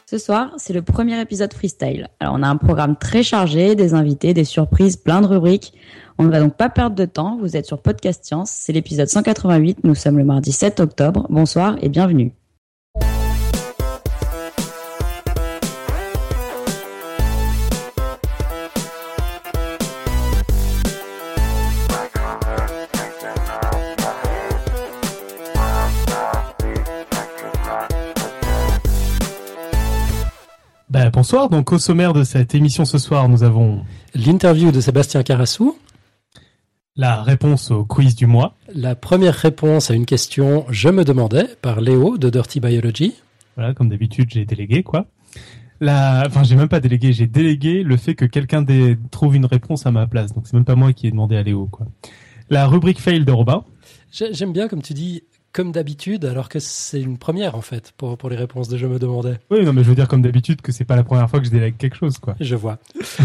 Ce soir, c'est le premier épisode freestyle. Alors, on a un programme très chargé, des invités, des surprises, plein de rubriques. On ne va donc pas perdre de temps. Vous êtes sur Podcast Science. C'est l'épisode 188. Nous sommes le mardi 7 octobre. Bonsoir et bienvenue. Bonsoir, donc au sommaire de cette émission ce soir, nous avons l'interview de Sébastien Carassou, la réponse au quiz du mois, la première réponse à une question « Je me demandais » par Léo de Dirty Biology. Voilà, comme d'habitude, j'ai délégué, quoi. J'ai même pas délégué, j'ai délégué le fait que quelqu'un trouve une réponse à ma place, donc c'est même pas moi qui ai demandé à Léo, quoi. La rubrique fail de Robin. J'aime bien, comme tu dis, comme d'habitude, alors que c'est une première, en fait, pour les réponses de « Je me demandais ». Oui, non, mais je veux dire comme d'habitude que c'est pas la première fois que je délègue quelque chose, quoi. Je vois.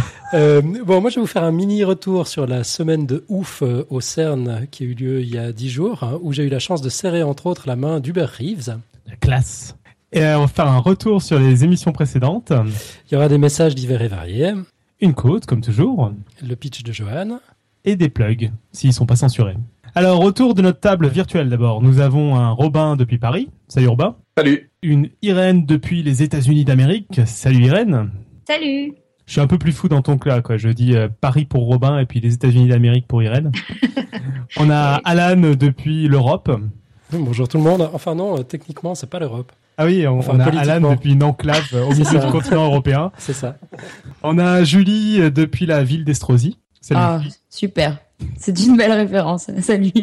Moi, je vais vous faire un mini retour sur la semaine de ouf au CERN qui a eu lieu il y a 10 jours, où j'ai eu la chance de serrer, entre autres, la main d'Hubert Reeves. La classe. Et on va faire un retour sur les émissions précédentes. Il y aura des messages divers et variés. Une quote, comme toujours. Le pitch de Johan. Et des plugs, s'ils sont pas censurés. Alors, autour de notre table virtuelle d'abord, nous avons un Robin depuis Paris. Salut Robin. Salut. Une Irène depuis les États-Unis d'Amérique. Salut Irène. Salut. Je suis un peu plus fou dans ton cas, quoi. Je dis Paris pour Robin et puis les États-Unis d'Amérique pour Irène. On a Alan depuis l'Europe. Bonjour tout le monde. Enfin non, techniquement, c'est pas l'Europe. Ah oui, on a Alan depuis une enclave au milieu du continent européen. C'est ça. On a Julie depuis la ville d'Estrosie. Salut. Ah, super. C'est une belle référence. Salut.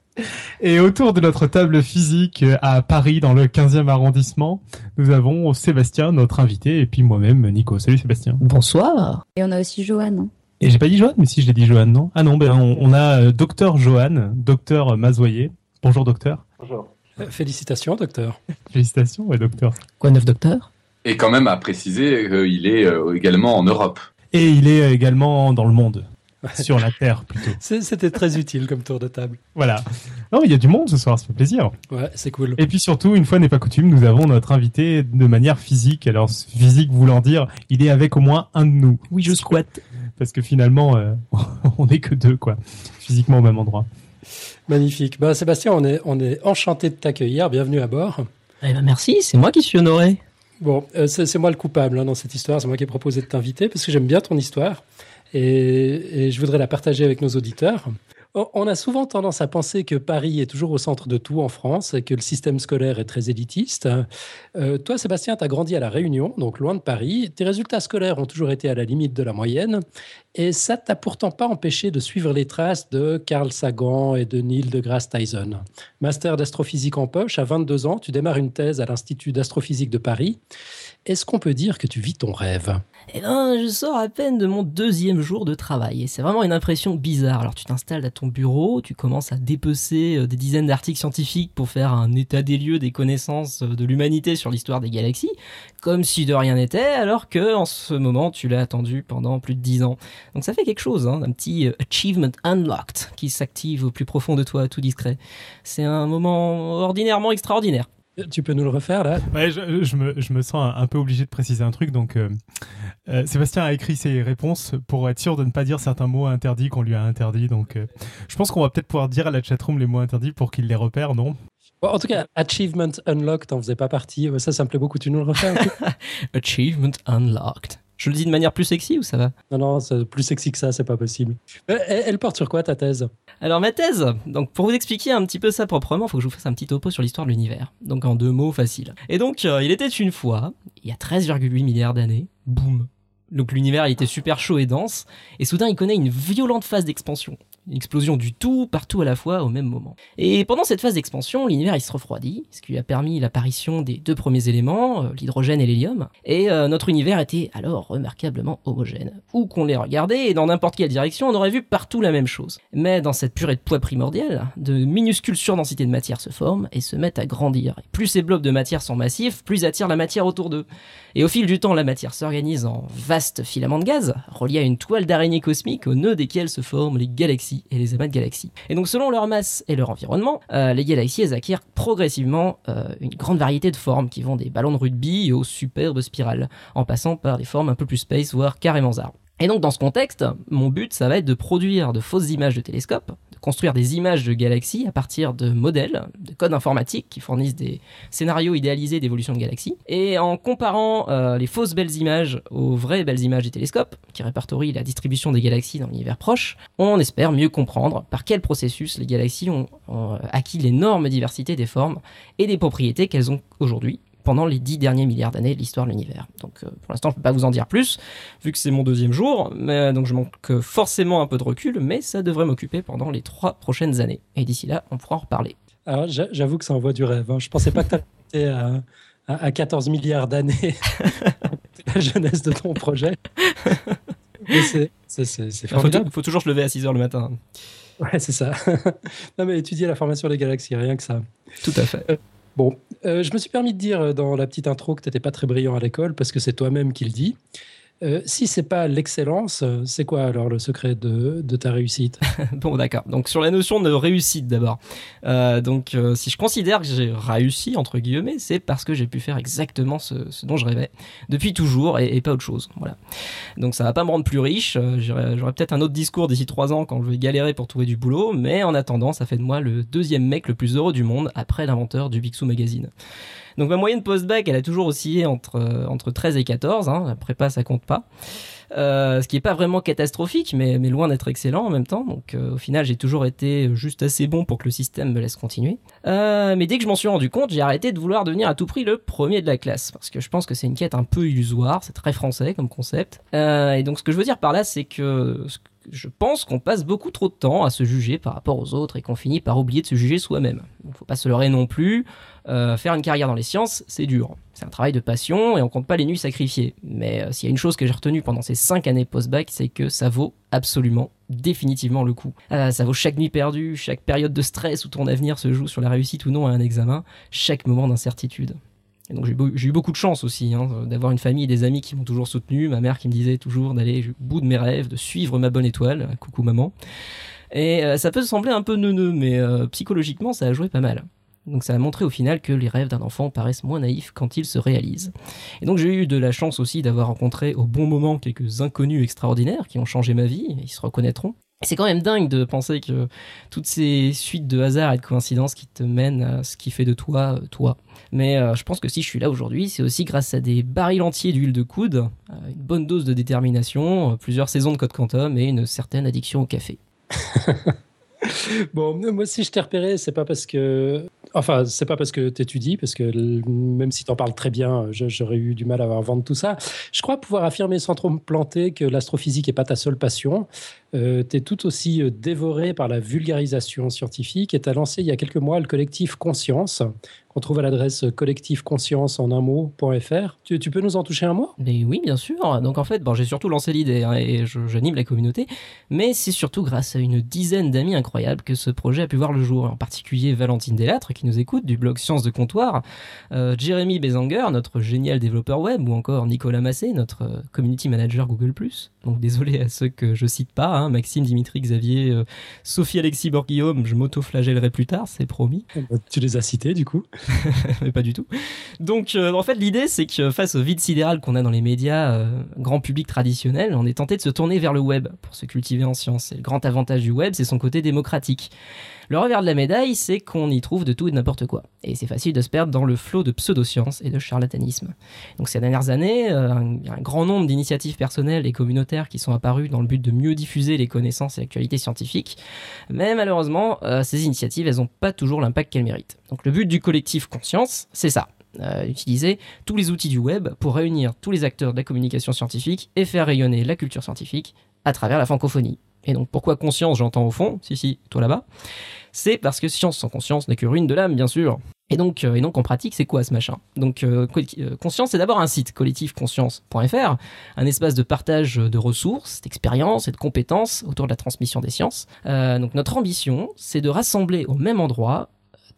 Et autour de notre table physique à Paris, dans le 15e arrondissement, nous avons Sébastien, notre invité, et puis moi-même, Nico. Salut Sébastien. Bonsoir. Et on a aussi Johan. Et j'ai pas dit Johan, mais si je l'ai dit Johan, non? Ah non, on a Docteur Johan, Docteur Mazoyer. Bonjour Docteur. Bonjour. Félicitations Docteur. Félicitations, ouais Docteur. Quoi neuf Docteur? Et quand même à préciser qu'il est également en Europe. Et il est également dans le monde. Sur la Terre, plutôt. C'était très utile comme tour de table. Voilà. Non, il y a du monde ce soir, ça fait plaisir. Ouais, c'est cool. Et puis surtout, une fois n'est pas coutume, nous avons notre invité de manière physique. Alors, physique voulant dire, il est avec au moins un de nous. Oui, je squatte. Parce que finalement, on n'est que deux, quoi. Physiquement au même endroit. Magnifique. Sébastien, on est enchanté de t'accueillir. Bienvenue à bord. Eh ben merci, c'est moi qui suis honoré. Bon, c'est moi le coupable dans cette histoire. C'est moi qui ai proposé de t'inviter parce que j'aime bien ton histoire. Et je voudrais la partager avec nos auditeurs. On a souvent tendance à penser que Paris est toujours au centre de tout en France et que le système scolaire est très élitiste. Toi, Sébastien, tu as grandi à La Réunion, donc loin de Paris. Tes résultats scolaires ont toujours été à la limite de la moyenne. Et ça t'a pourtant pas empêché de suivre les traces de Carl Sagan et de Neil deGrasse Tyson. Master d'astrophysique en poche, à 22 ans, tu démarres une thèse à l'Institut d'astrophysique de Paris. Est-ce qu'on peut dire que tu vis ton rêve ? Eh ben, je sors à peine de mon 2e jour de travail et c'est vraiment une impression bizarre. Alors tu t'installes à ton bureau, tu commences à dépecer des dizaines d'articles scientifiques pour faire un état des lieux des connaissances de l'humanité sur l'histoire des galaxies, comme si de rien n'était, alors que en ce moment tu l'as attendu pendant plus de 10 ans. Donc ça fait quelque chose, un petit achievement unlocked qui s'active au plus profond de toi, tout discret. C'est un moment ordinairement extraordinaire. Tu peux nous le refaire, là ? Ouais, je me sens un peu obligé de préciser un truc. Donc, Sébastien a écrit ses réponses pour être sûr de ne pas dire certains mots interdits qu'on lui a interdits. Donc, je pense qu'on va peut-être pouvoir dire à la chatroom les mots interdits pour qu'il les repère, non ? Bon, en tout cas, Achievement Unlocked, t'en faisais pas partie. Ça me plaît beaucoup. Tu nous le refais un peu ? Achievement Unlocked. Je le dis de manière plus sexy ou ça va ? Non, c'est plus sexy que ça, c'est pas possible. Elle porte sur quoi ta thèse ? Alors ma thèse, donc pour vous expliquer un petit peu ça proprement, il faut que je vous fasse un petit topo sur l'histoire de l'univers. Donc en 2 mots faciles. Et donc il était une fois, il y a 13,8 milliards d'années, boum. Donc l'univers il était super chaud et dense, et soudain il connaît une violente phase d'expansion. Une explosion du tout, partout à la fois, au même moment. Et pendant cette phase d'expansion, l'univers il se refroidit, ce qui lui a permis l'apparition des 2 premiers éléments, l'hydrogène et l'hélium. Et notre univers était alors remarquablement homogène. Où qu'on l'ait regardé, et dans n'importe quelle direction, on aurait vu partout la même chose. Mais dans cette purée de poids primordial, de minuscules surdensités de matière se forment et se mettent à grandir. Et plus ces blocs de matière sont massifs, plus attirent la matière autour d'eux. Et au fil du temps, la matière s'organise en vastes filaments de gaz, reliés à une toile d'araignée cosmique au nœud desquels se forment les galaxies galaxies et les amas de galaxies. Et donc selon leur masse et leur environnement, les galaxies elles acquièrent progressivement une grande variété de formes qui vont des ballons de rugby aux superbes spirales, en passant par des formes un peu plus space, voire carrément zards. Et donc dans ce contexte, mon but ça va être de produire de fausses images de télescopes, de construire des images de galaxies à partir de modèles, de codes informatiques qui fournissent des scénarios idéalisés d'évolution de galaxies. Et en comparant les fausses belles images aux vraies belles images des télescopes, qui répertorient la distribution des galaxies dans l'univers proche, on espère mieux comprendre par quel processus les galaxies ont acquis l'énorme diversité des formes et des propriétés qu'elles ont aujourd'hui, pendant les 10 derniers milliards d'années de l'histoire de l'univers. Donc pour l'instant, je ne peux pas vous en dire plus, vu que c'est mon 2e jour, mais, donc je manque forcément un peu de recul, mais ça devrait m'occuper pendant les 3 prochaines années. Et d'ici là, on pourra en reparler. Alors, j'avoue que ça envoie du rêve. Hein. Je ne pensais pas que tu étais à 14 milliards d'années la jeunesse de ton projet. Mais c'est formidable. Il faut toujours se lever à 6h le matin. Ouais, c'est ça. Non, mais étudier la formation des galaxies, rien que ça. Tout à fait. Bon, je me suis permis de dire dans la petite intro que tu n'étais pas très brillant à l'école parce que c'est toi-même qui le dis. Si c'est pas l'excellence, c'est quoi alors le secret de ta réussite? Bon, d'accord. Donc sur la notion de réussite d'abord. Si je considère que j'ai réussi entre guillemets, c'est parce que j'ai pu faire exactement ce dont je rêvais depuis toujours et pas autre chose. Voilà. Donc ça va pas me rendre plus riche. J'aurai peut-être un autre discours d'ici 3 ans quand je vais galérer pour trouver du boulot, mais en attendant, ça fait de moi le 2e mec le plus heureux du monde après l'inventeur du Picsou Magazine. Donc ma moyenne post-bac, elle a toujours oscillé entre 13 et 14, hein, la prépa ça compte pas. Ce qui est pas vraiment catastrophique, mais loin d'être excellent en même temps. Donc au final, j'ai toujours été juste assez bon pour que le système me laisse continuer. Mais dès que je m'en suis rendu compte, j'ai arrêté de vouloir devenir à tout prix le premier de la classe, parce que je pense que c'est une quête un peu illusoire, c'est très français comme concept. Et donc ce que je veux dire par là, c'est que je pense qu'on passe beaucoup trop de temps à se juger par rapport aux autres et qu'on finit par oublier de se juger soi-même. Donc faut pas se leurrer non plus. Faire une carrière dans les sciences, c'est dur. C'est un travail de passion et on compte pas les nuits sacrifiées. Mais s'il y a une chose que j'ai retenue pendant ces 5 années post-bac, c'est que ça vaut absolument, définitivement le coup. Ça vaut chaque nuit perdue, chaque période de stress où ton avenir se joue sur la réussite ou non à un examen, chaque moment d'incertitude. Et donc j'ai eu beaucoup de chance aussi, hein, d'avoir une famille et des amis qui m'ont toujours soutenu, ma mère qui me disait toujours d'aller au bout de mes rêves, de suivre ma bonne étoile, coucou maman. Et ça peut sembler un peu neuneux, mais psychologiquement ça a joué pas mal. Donc ça a montré au final que les rêves d'un enfant paraissent moins naïfs quand ils se réalisent. Et donc j'ai eu de la chance aussi d'avoir rencontré au bon moment quelques inconnus extraordinaires qui ont changé ma vie, et ils se reconnaîtront. Et c'est quand même dingue de penser que toutes ces suites de hasards et de coïncidences qui te mènent à ce qui fait de toi, toi. Mais je pense que si je suis là aujourd'hui, c'est aussi grâce à des barils entiers d'huile de coude, une bonne dose de détermination, plusieurs saisons de Code Quantum et une certaine addiction au café. Bon, moi, si je t'ai repéré, c'est pas parce que t'étudies, parce que même si t'en parles très bien, j'aurais eu du mal à vendre tout ça. Je crois pouvoir affirmer sans trop me planter que l'astrophysique est pas ta seule passion. T'es tout aussi dévoré par la vulgarisation scientifique et t'as lancé il y a quelques mois le collectif Conscience, qu'on trouve à l'adresse collectifconscience.fr. Tu peux nous en toucher un mot? Mais oui, bien sûr. Donc en fait, j'ai surtout lancé l'idée et j'anime la communauté, mais c'est surtout grâce à une dizaine d'amis incroyables que ce projet a pu voir le jour. En particulier Valentine Delattre qui nous écoute du blog Sciences de Comptoir, Jérémy Bézanger, notre génial développeur web, ou encore Nicolas Massé, notre community manager Google+. Donc désolé à ceux que je cite pas, hein, Maxime, Dimitri, Xavier, Sophie, Alexis, Borguillaume, je m'auto-flagellerai plus tard, c'est promis. Tu les as cités du coup? Mais pas du tout. Donc en fait l'idée c'est que face au vide sidéral qu'on a dans les médias grand public traditionnels, on est tenté de se tourner vers le web pour se cultiver en sciences. Et le grand avantage du web, c'est son côté démocratique. Le revers de la médaille, c'est qu'on y trouve de tout et de n'importe quoi. Et c'est facile de se perdre dans le flot de pseudo-sciences et de charlatanisme. Donc ces dernières années, il y a un grand nombre d'initiatives personnelles et communautaires qui sont apparues dans le but de mieux diffuser les connaissances et l'actualité scientifique. Mais malheureusement, ces initiatives, elles n'ont pas toujours l'impact qu'elles méritent. Donc le but du collectif Conscience, c'est ça. Utiliser tous les outils du web pour réunir tous les acteurs de la communication scientifique et faire rayonner la culture scientifique à travers la francophonie. Et donc pourquoi conscience, j'entends au fond, si, toi là-bas, c'est parce que science sans conscience n'est que ruine de l'âme, bien sûr. Et donc en pratique, c'est quoi ce machin? Donc Conscience, c'est d'abord un site, collectifconscience.fr, un espace de partage de ressources, d'expériences et de compétences autour de la transmission des sciences. Donc notre ambition, c'est de rassembler au même endroit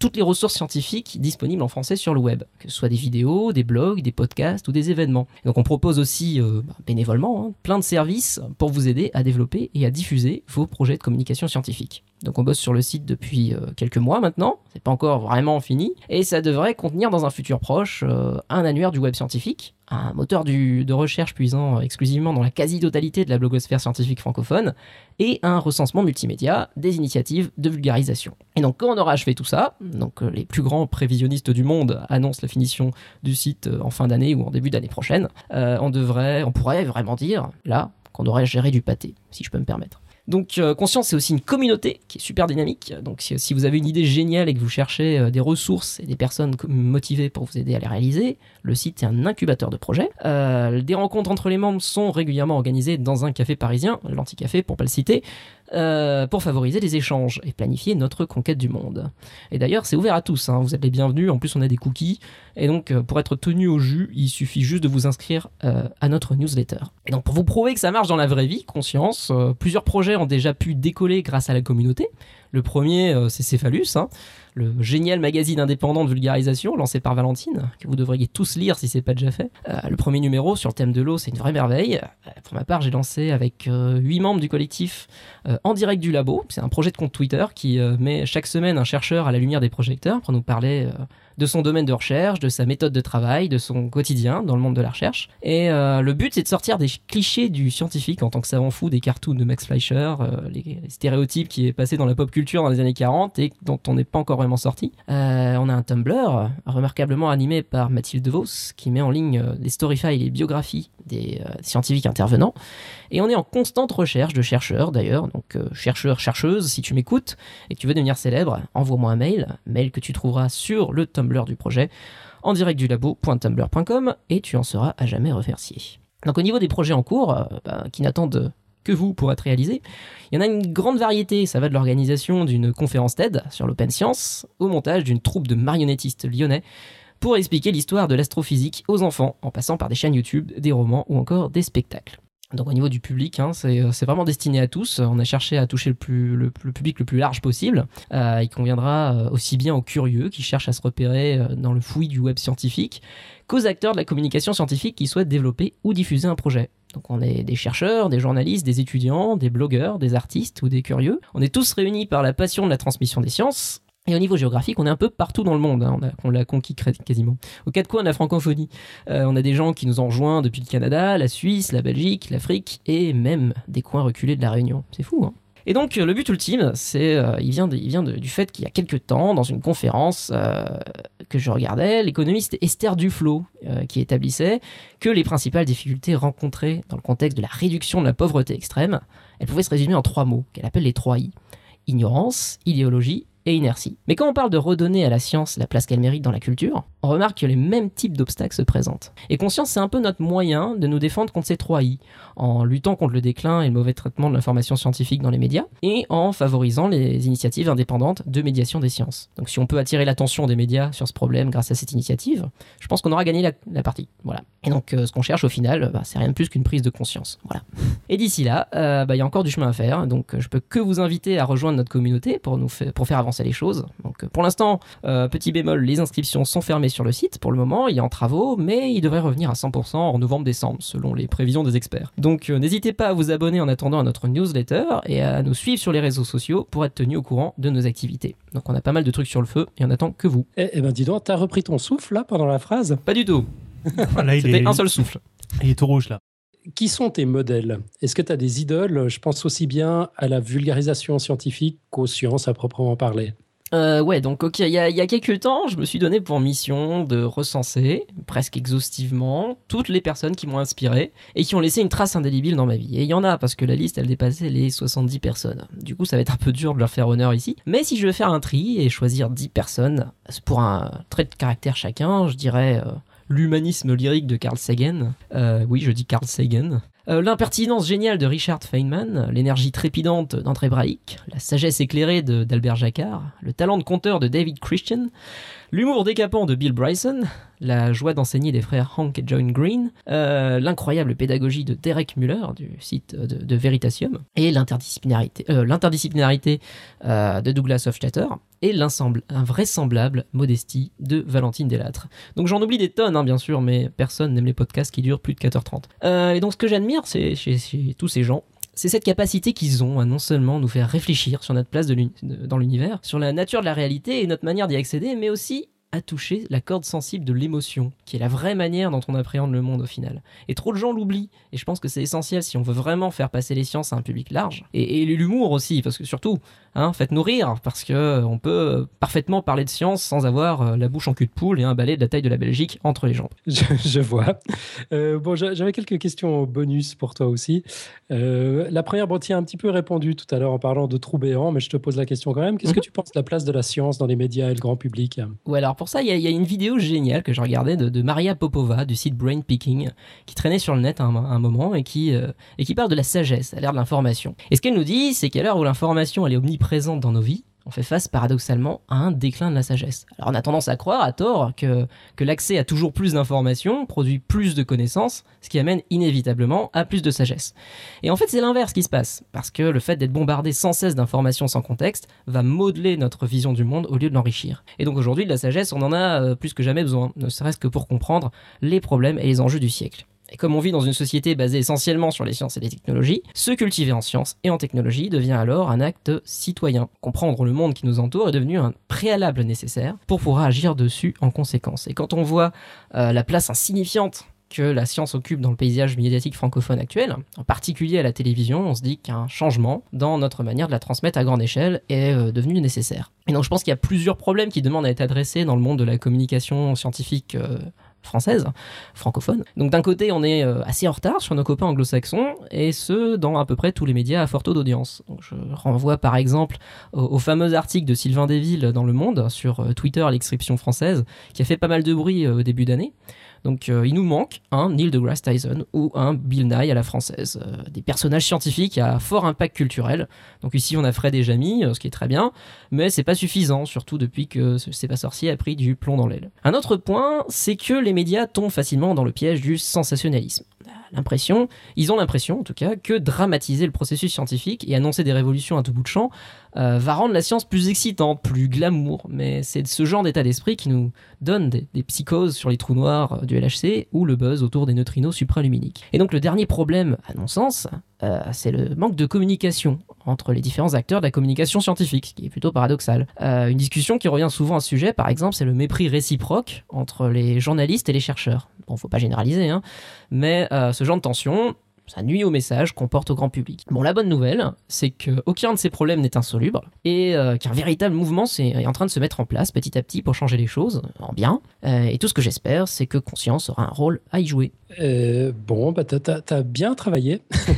toutes les ressources scientifiques disponibles en français sur le web, que ce soit des vidéos, des blogs, des podcasts ou des événements. Et donc on propose aussi, bénévolement, plein de services pour vous aider à développer et à diffuser vos projets de communication scientifique. Donc on bosse sur le site depuis quelques mois maintenant, c'est pas encore vraiment fini, et ça devrait contenir dans un futur proche un annuaire du web scientifique, un moteur de recherche puisant exclusivement dans la quasi-totalité de la blogosphère scientifique francophone, et un recensement multimédia des initiatives de vulgarisation. Et donc quand on aura achevé tout ça, donc les plus grands prévisionnistes du monde annoncent la finition du site en fin d'année ou en début d'année prochaine, on pourrait vraiment dire, là, qu'on aurait géré du pâté, si je peux me permettre. Donc Conscience, c'est aussi une communauté qui est super dynamique. Donc si vous avez une idée géniale et que vous cherchez des ressources et des personnes motivées pour vous aider à les réaliser, le site est un incubateur de projets. Des rencontres entre les membres sont régulièrement organisées dans un café parisien, l'Anticafé pour pas le citer, pour favoriser les échanges et planifier notre conquête du monde. Et d'ailleurs, c'est ouvert à tous, hein, vous êtes les bienvenus, en plus on a des cookies, et donc pour être tenu au jus, il suffit juste de vous inscrire à notre newsletter. Et donc pour vous prouver que ça marche dans la vraie vie, Conscience, plusieurs projets ont déjà pu décoller grâce à la communauté. Le premier, c'est Céphalus, hein, le génial magazine indépendant de vulgarisation lancé par Valentine, que vous devriez tous lire si c'est pas déjà fait. Le premier numéro sur le thème de l'eau, c'est une vraie merveille. Pour ma part, j'ai lancé avec 8 membres du collectif En Direct du Labo. C'est un projet de compte Twitter qui met chaque semaine un chercheur à la lumière des projecteurs pour nous parler de son domaine de recherche, de sa méthode de travail, de son quotidien dans le monde de la recherche. Et le but, c'est de sortir des clichés du scientifique en tant que savant fou, des cartoons de Max Fleischer, les stéréotypes qui est passé dans la pop culture dans les années 40 et dont on n'est pas encore vraiment sorti. On a un Tumblr remarquablement animé par Mathilde DeVos qui met en ligne les storyfiles et les biographies des scientifiques intervenants. Et on est en constante recherche de chercheurs d'ailleurs, donc chercheurs, chercheuses, si tu m'écoutes et que tu veux devenir célèbre, envoie-moi un mail que tu trouveras sur le Tumblr du projet, en directdulabo.tumblr.com, et tu en seras à jamais remercié. Donc au niveau des projets en cours, qui n'attendent que vous pour être réalisés, il y en a une grande variété. Ça va de l'organisation d'une conférence TED sur l'open science au montage d'une troupe de marionnettistes lyonnais pour expliquer l'histoire de l'astrophysique aux enfants, en passant par des chaînes YouTube, des romans ou encore des spectacles. Donc au niveau du public, hein, c'est vraiment destiné à tous. On a cherché à toucher le public le plus large possible. Il conviendra aussi bien aux curieux qui cherchent à se repérer dans le fouillis du web scientifique qu'aux acteurs de la communication scientifique qui souhaitent développer ou diffuser un projet. Donc on est des chercheurs, des journalistes, des étudiants, des blogueurs, des artistes ou des curieux. On est tous réunis par la passion de la transmission des sciences. Et au niveau géographique, on est un peu partout dans le monde, hein. On l'a conquis quasiment. Aux quatre coins de la francophonie. On a des gens qui nous ont rejoints depuis le Canada, la Suisse, la Belgique, l'Afrique et même des coins reculés de la Réunion. C'est fou, hein. Et donc le but ultime, il vient du fait qu'il y a quelques temps, dans une conférence que je regardais, l'économiste Esther Duflo qui établissait que les principales difficultés rencontrées dans le contexte de la réduction de la pauvreté extrême, elles pouvaient se résumer en 3 mots, qu'elle appelle les 3 I. Ignorance, idéologie et inertie. Mais quand on parle de redonner à la science la place qu'elle mérite dans la culture, on remarque que les mêmes types d'obstacles se présentent. Et Conscience, c'est un peu notre moyen de nous défendre contre ces 3 I, en luttant contre le déclin et le mauvais traitement de l'information scientifique dans les médias, et en favorisant les initiatives indépendantes de médiation des sciences. Donc si on peut attirer l'attention des médias sur ce problème grâce à cette initiative, je pense qu'on aura gagné la partie. Voilà. Et donc ce qu'on cherche au final, c'est rien de plus qu'une prise de conscience. Voilà. Et d'ici là, y a encore du chemin à faire, donc je peux que vous inviter à rejoindre notre communauté pour faire avancer les choses. Donc pour l'instant, petit bémol, les inscriptions sont fermées sur le site pour le moment, il est en travaux, mais il devrait revenir à 100% en novembre-décembre, selon les prévisions des experts. Donc n'hésitez pas à vous abonner en attendant à notre newsletter et à nous suivre sur les réseaux sociaux pour être tenu au courant de nos activités. Donc on a pas mal de trucs sur le feu et on attend que vous. Eh ben dis donc, t'as repris ton souffle là pendant la phrase? Pas du tout. Là, C'était un seul souffle. Il est tout rouge là. Qui sont tes modèles? Est-ce que tu as des idoles? Je pense aussi bien à la vulgarisation scientifique qu'aux sciences à proprement parler. Ouais, donc ok, il y a quelques temps, je me suis donné pour mission de recenser, presque exhaustivement, toutes les personnes qui m'ont inspiré et qui ont laissé une trace indélébile dans ma vie. Et il y en a, parce que la liste, elle dépassait les 70 personnes. Du coup, ça va être un peu dur de leur faire honneur ici. Mais si je veux faire un tri et choisir 10 personnes, pour un trait de caractère chacun, je dirais l'humanisme lyrique de Carl Sagan. Oui, je dis Carl Sagan. L'impertinence géniale de Richard Feynman, l'énergie trépidante d'André Braic, la sagesse éclairée d'Albert Jacquard, le talent de conteur de David Christian, l'humour décapant de Bill Bryson, La joie d'enseigner des frères Hank et John Green, l'incroyable pédagogie de Derek Muller du site de Veritasium, et l'interdisciplinarité de Douglas Hofstadter, et invraisemblable modestie de Valentine Delattre. Donc j'en oublie des tonnes, bien sûr, mais personne n'aime les podcasts qui durent plus de 4h30. Et donc ce que j'admire, c'est chez tous ces gens, c'est cette capacité qu'ils ont à non seulement nous faire réfléchir sur notre place dans l'univers, sur la nature de la réalité et notre manière d'y accéder, mais aussi à toucher la corde sensible de l'émotion, qui est la vraie manière dont on appréhende le monde au final. Et trop de gens l'oublient, et je pense que c'est essentiel si on veut vraiment faire passer les sciences à un public large. Et l'humour aussi, parce que surtout, faites-nous rire, parce que on peut parfaitement parler de science sans avoir la bouche en cul de poule et un balai de la taille de la Belgique entre les jambes. Je vois. Bon, j'avais quelques questions bonus pour toi aussi. La première, bon, tu y as un petit peu répondu tout à l'heure en parlant de trous béants, mais je te pose la question quand même. Qu'est-ce que tu penses de la place de la science dans les médias et le grand public ? Ouais, alors pour ça, il y a une vidéo géniale que je regardais de Maria Popova du site Brain Picking, qui traînait sur le net à un moment et qui parle de la sagesse à l'ère de l'information. Et ce qu'elle nous dit, c'est qu'à l'heure où l'information elle est omniprésente dans nos vies, on fait face paradoxalement à un déclin de la sagesse. Alors on a tendance à croire, à tort, que l'accès à toujours plus d'informations produit plus de connaissances, ce qui amène inévitablement à plus de sagesse. Et en fait c'est l'inverse qui se passe, parce que le fait d'être bombardé sans cesse d'informations sans contexte va modeler notre vision du monde au lieu de l'enrichir. Et donc aujourd'hui de la sagesse on en a plus que jamais besoin, ne serait-ce que pour comprendre les problèmes et les enjeux du siècle. Et comme on vit dans une société basée essentiellement sur les sciences et les technologies, se cultiver en sciences et en technologie devient alors un acte citoyen. Comprendre le monde qui nous entoure est devenu un préalable nécessaire pour pouvoir agir dessus en conséquence. Et quand on voit la place insignifiante que la science occupe dans le paysage médiatique francophone actuel, en particulier à la télévision, on se dit qu'un changement dans notre manière de la transmettre à grande échelle est devenu nécessaire. Et donc je pense qu'il y a plusieurs problèmes qui demandent à être adressés dans le monde de la communication scientifique française, francophone. Donc d'un côté, on est assez en retard sur nos copains anglo-saxons, et ce, dans à peu près tous les médias à fort taux d'audience. Donc, je renvoie par exemple au fameux article de Sylvain Desvilles dans Le Monde, sur Twitter, l'exception française, qui a fait pas mal de bruit au début d'année. Donc il nous manque un Neil deGrasse Tyson ou un Bill Nye à la française, des personnages scientifiques à fort impact culturel. Donc ici on a Fred et Jamy, ce qui est très bien, mais c'est pas suffisant, surtout depuis que C'est pas sorcier a pris du plomb dans l'aile. Un autre point, c'est que les médias tombent facilement dans le piège du sensationnalisme. Ils ont l'impression en tout cas que dramatiser le processus scientifique et annoncer des révolutions à tout bout de champ va rendre la science plus excitante, plus glamour, mais c'est ce genre d'état d'esprit qui nous donne des psychoses sur les trous noirs du LHC ou le buzz autour des neutrinos supraluminiques. Et donc le dernier problème, à mon sens, c'est le manque de communication entre les différents acteurs de la communication scientifique, ce qui est plutôt paradoxal. Une discussion qui revient souvent à ce sujet, par exemple, c'est le mépris réciproque entre les journalistes et les chercheurs. Bon, faut pas généraliser, mais ce genre de tension, ça nuit au message qu'on porte au grand public. Bon, la bonne nouvelle, c'est qu'aucun de ces problèmes n'est insoluble et qu'un véritable mouvement est en train de se mettre en place petit à petit pour changer les choses en bien. Et tout ce que j'espère, c'est que Conscience aura un rôle à y jouer. Bon, bah t'as bien travaillé.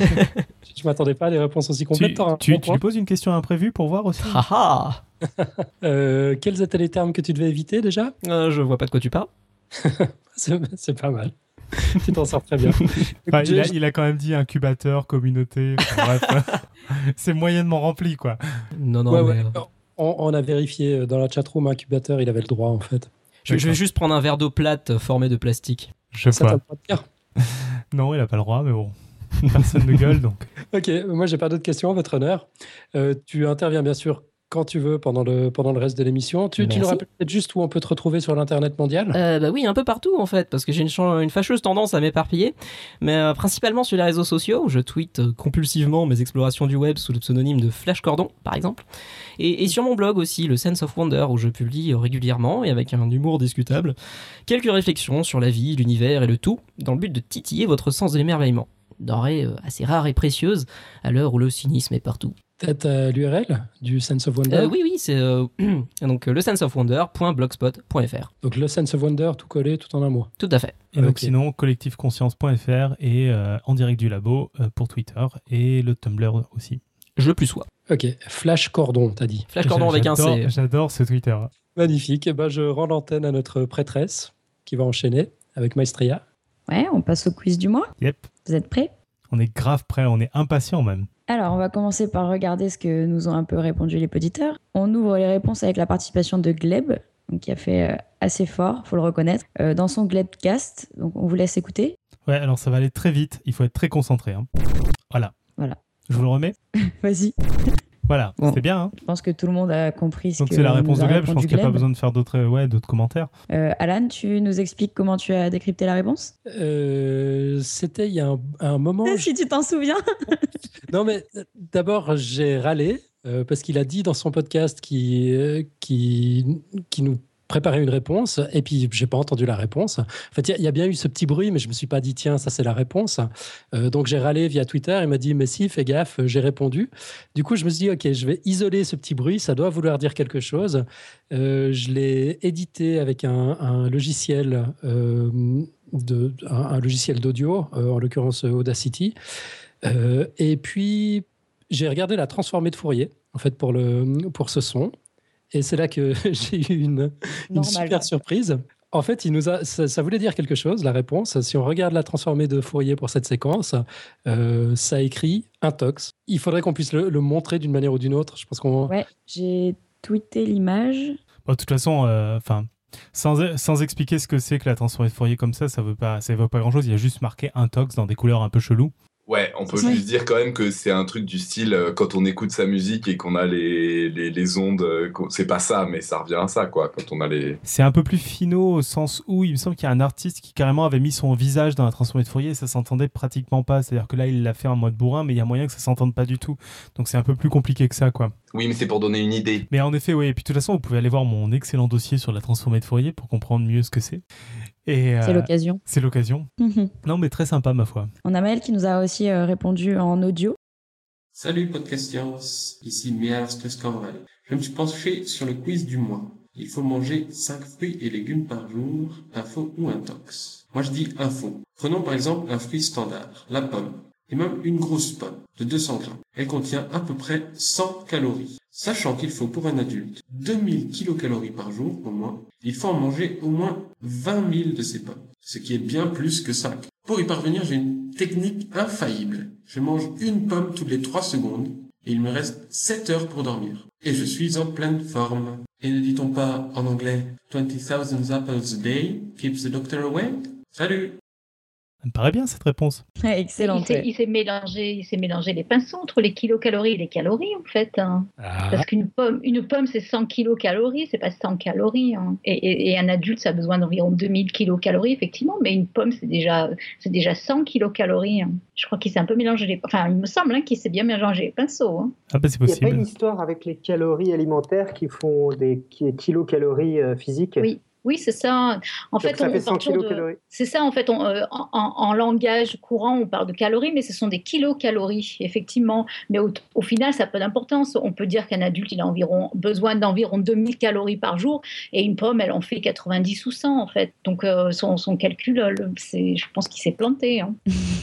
Je m'attendais pas à des réponses aussi complètes. Tu lui poses une question imprévue pour voir aussi. Quels étaient les termes que tu devais éviter déjà ? Je vois pas de quoi tu parles. C'est pas mal. Tu t'en sors très bien. Enfin, il a quand même dit incubateur, communauté. Bref, c'est moyennement rempli, quoi. Non, ouais. On a vérifié dans la chatroom, incubateur, il avait le droit en fait. Je vais juste prendre un verre d'eau plate formé de plastique. Je sais pas. Non, il a pas le droit, mais bon. Personne ne gueule, donc. Ok, moi j'ai pas d'autres questions, votre honneur. Tu interviens bien sûr quand tu veux pendant le reste de l'émission. Tu nous rappelles peut-être juste où on peut te retrouver sur l'internet mondial ? Bah oui, un peu partout en fait, parce que j'ai une fâcheuse tendance à m'éparpiller, mais principalement sur les réseaux sociaux où je tweete compulsivement mes explorations du web sous le pseudonyme de Flash Cordon par exemple, et sur mon blog aussi, le Sense of Wonder, où je publie régulièrement et avec un humour discutable quelques réflexions sur la vie, l'univers et le tout, dans le but de titiller votre sens de l'émerveillement. Denrée assez rare et précieuse à l'heure où le cynisme est partout. Peut-être l'URL du Sense of Wonder ? Oui, c'est donc le senseofwonder.blogspot.fr. Donc le Sense of Wonder, tout collé, tout en un mot. Tout à fait. Et donc sinon, collectifconscience.fr et en direct du labo pour Twitter et le Tumblr aussi. Je plus sois. Ok, Flash Cordon, t'as dit. Flash Cordon avec un C. J'adore ce Twitter. Magnifique. Et ben, je rends l'antenne à notre prêtresse qui va enchaîner avec Maestria. Ouais, on passe au quiz du mois. Yep. Vous êtes prêts ? On est grave prêts, on est impatients même. Alors, on va commencer par regarder ce que nous ont un peu répondu les auditeurs. On ouvre les réponses avec la participation de Gleb, donc qui a fait assez fort, faut le reconnaître, dans son Glebcast. Donc on vous laisse écouter. Ouais, alors ça va aller très vite, il faut être très concentré. Hein. Voilà. Je vous le remets. Vas-y. Voilà, Bon. c'était bien. Hein. Je pense que tout le monde a compris ce Donc que c'est la réponse nous de a Gleb, je pense répondu qu'il n'y a pas Gleb. besoin de faire d'autres commentaires. Alan, tu nous expliques comment tu as décrypté la réponse? C'était il y a un moment. Si tu t'en souviens. Non, mais d'abord, j'ai râlé parce qu'il a dit dans son podcast qui nous préparait une réponse et puis j'ai pas entendu la réponse. En fait, il y a bien eu ce petit bruit, mais je me suis pas dit tiens, ça c'est la réponse. Donc j'ai râlé via Twitter. Il m'a dit mais si, fais gaffe, j'ai répondu. Du coup, je me suis dit ok, je vais isoler ce petit bruit, ça doit vouloir dire quelque chose. Je l'ai édité avec un logiciel un logiciel d'audio, en l'occurrence Audacity. Et puis, j'ai regardé la transformée de Fourier, en fait, pour ce son. Et c'est là que j'ai eu une super surprise. En fait, ça voulait dire quelque chose, la réponse. Si on regarde la transformée de Fourier pour cette séquence, ça écrit intox. Il faudrait qu'on puisse le montrer d'une manière ou d'une autre. Je pense qu'on... Ouais, j'ai tweeté l'image. Bon, de toute façon, sans expliquer ce que c'est que la transformée de Fourier comme ça veut pas grand-chose. Il y a juste marqué intox dans des couleurs un peu cheloues. Ouais, on peut juste dire quand même que c'est un truc du style, quand on écoute sa musique et qu'on a les ondes, c'est pas ça, mais ça revient à ça, quoi, quand on a les... C'est un peu plus finaux au sens où il me semble qu'il y a un artiste qui carrément avait mis son visage dans la transformée de Fourier et ça s'entendait pratiquement pas. C'est-à-dire que là, il l'a fait en mode bourrin, mais il y a moyen que ça s'entende pas du tout. Donc c'est un peu plus compliqué que ça, quoi. Oui, mais c'est pour donner une idée. Mais en effet, oui. Et puis de toute façon, vous pouvez aller voir mon excellent dossier sur la transformée de Fourier pour comprendre mieux ce que c'est. Et, c'est l'occasion. C'est l'occasion. Non, mais très sympa, ma foi. On a Maël qui nous a aussi répondu en audio. Salut Podcast Science, ici Miers Tescorval. Je me suis penché sur le quiz du mois. Il faut manger 5 fruits et légumes par jour, info ou intox. Moi je dis info. Prenons par exemple un fruit standard, la pomme. Et même une grosse pomme de 200 grammes. Elle contient à peu près 100 calories. Sachant qu'il faut pour un adulte 2000 kilocalories par jour au moins, il faut en manger au moins 20 000 de ces pommes. Ce qui est bien plus que ça. Pour y parvenir, j'ai une technique infaillible. Je mange une pomme toutes les 3 secondes et il me reste 7 heures pour dormir. Et je suis en pleine forme. Et ne dit-on pas en anglais 20,000 apples a day keeps the doctor away? Salut! Ça me paraît bien cette réponse. Excellent. Il s'est mélangé les pinceaux entre les kilocalories et les calories en fait. Hein. Parce qu'une pomme c'est 100 kilocalories, c'est pas 100 calories. Hein. Et un adulte ça a besoin d'environ 2000 kilocalories effectivement, mais une pomme c'est déjà 100 kilocalories. Hein. Je crois qu'il s'est un peu mélangé il me semble qu'il s'est bien mélangé les pinceaux. Hein. Ah bah c'est possible. Il n'y a pas une histoire avec les calories alimentaires qui font des kilocalories physiques? Oui, c'est ça. En fait, ça fait 100 kilocalories. C'est ça, en fait, en langage courant, on parle de calories, mais ce sont des kilocalories, effectivement. Mais au final, ça n'a pas d'importance. On peut dire qu'un adulte, il a besoin d'environ 2000 calories par jour, et une pomme, elle en fait 90 ou 100, en fait. Donc, son calcul, je pense qu'il s'est planté. Hein.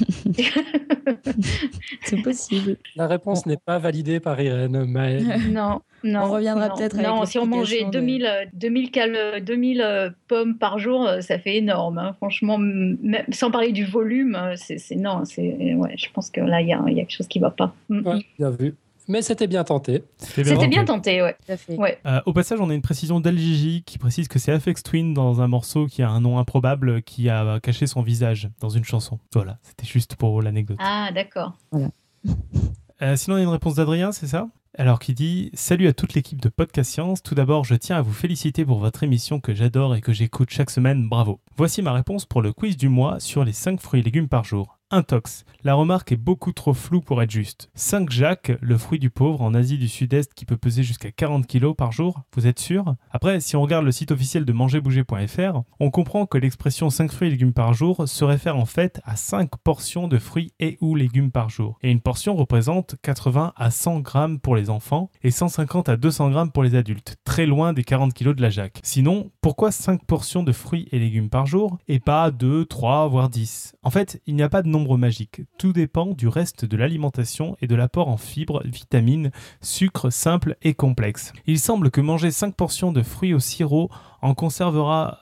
C'est possible. La réponse n'est pas validée par Irène. Mais... Non. On reviendra peut-être avec si on mangeait 2000 pommes par jour, ça fait énorme. Hein. Franchement, même, sans parler du volume, je pense que là, il y a quelque chose qui ne va pas. Ouais, bien vu. Mais c'était bien tenté. C'était bien tenté, ouais. Tout à fait. Ouais. Au passage, on a une précision d'LGJ qui précise que c'est Aphex Twin dans un morceau qui a un nom improbable qui a caché son visage dans une chanson. Voilà, c'était juste pour l'anecdote. Ah, d'accord. Voilà. Sinon, on a une réponse d'Adrien, c'est ça ? Alors qui dit « Salut à toute l'équipe de Podcast Science. Tout d'abord, je tiens à vous féliciter pour votre émission que j'adore et que j'écoute chaque semaine. Bravo. Voici ma réponse pour le quiz du mois sur les 5 fruits et légumes par jour. Intox. La remarque est beaucoup trop floue pour être juste. 5 Jacques, le fruit du pauvre en Asie du Sud-Est qui peut peser jusqu'à 40 kg par jour. Vous êtes sûr ? Après, si on regarde le site officiel de mangerbouger.fr, on comprend que l'expression 5 fruits et légumes par jour se réfère en fait à 5 portions de fruits et ou légumes par jour. Et une portion représente 80 à 100 grammes pour les enfants et 150 à 200 grammes pour les adultes. Très loin des 40 kg de la Jacques. Sinon, pourquoi 5 portions de fruits et légumes par jour et pas 2, 3, voire 10 ? En fait, il n'y a pas de nombre magique. Tout dépend du reste de l'alimentation et de l'apport en fibres, vitamines, sucres simples et complexes. Il semble que manger 5 portions de fruits au sirop en conservera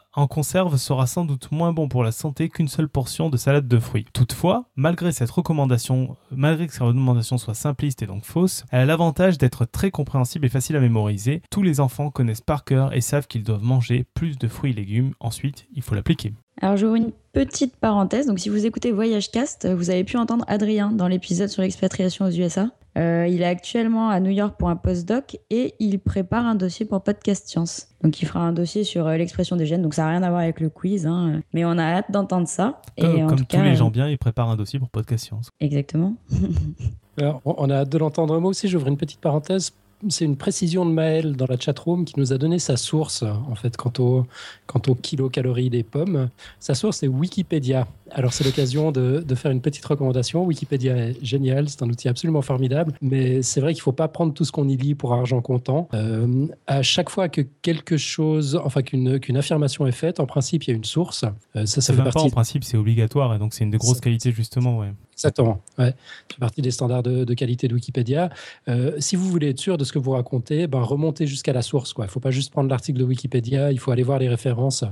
en conserve sera sans doute moins bon pour la santé qu'une seule portion de salade de fruits. Toutefois, malgré que ces recommandations soient simplistes et donc fausses, elle a l'avantage d'être très compréhensible et facile à mémoriser. Tous les enfants connaissent par cœur et savent qu'ils doivent manger plus de fruits et légumes. Ensuite, il faut l'appliquer. Alors j'ouvre une petite parenthèse, donc si vous écoutez Voyage Cast, vous avez pu entendre Adrien dans l'épisode sur l'expatriation aux USA. Il est actuellement à New York pour un postdoc et il prépare un dossier pour Podcast Science. Donc il fera un dossier sur l'expression des gènes, donc ça n'a rien à voir avec le quiz, hein, mais on a hâte d'entendre ça. Comme tous les gens bien, il prépare un dossier pour Podcast Science. Exactement. Alors, on a hâte de l'entendre. Moi aussi, j'ouvre une petite parenthèse. C'est une précision de Maël dans la chatroom qui nous a donné sa source, en fait, quant au kilocalories des pommes. Sa source est Wikipédia. Alors, c'est l'occasion de faire une petite recommandation. Wikipédia est génial, c'est un outil absolument formidable, mais c'est vrai qu'il ne faut pas prendre tout ce qu'on y lit pour argent comptant. À chaque fois que quelque chose, enfin qu'une affirmation est faite, en principe, il y a une source. Ça fait partie... En principe, c'est obligatoire, et donc c'est une de grosses qualités, justement. Ouais. Exactement, ouais. Ça fait partie des standards de qualité de Wikipédia. Si vous voulez être sûr de ce que vous racontez, remontez jusqu'à la source, quoi. Il ne faut pas juste prendre l'article de Wikipédia, il faut aller voir les références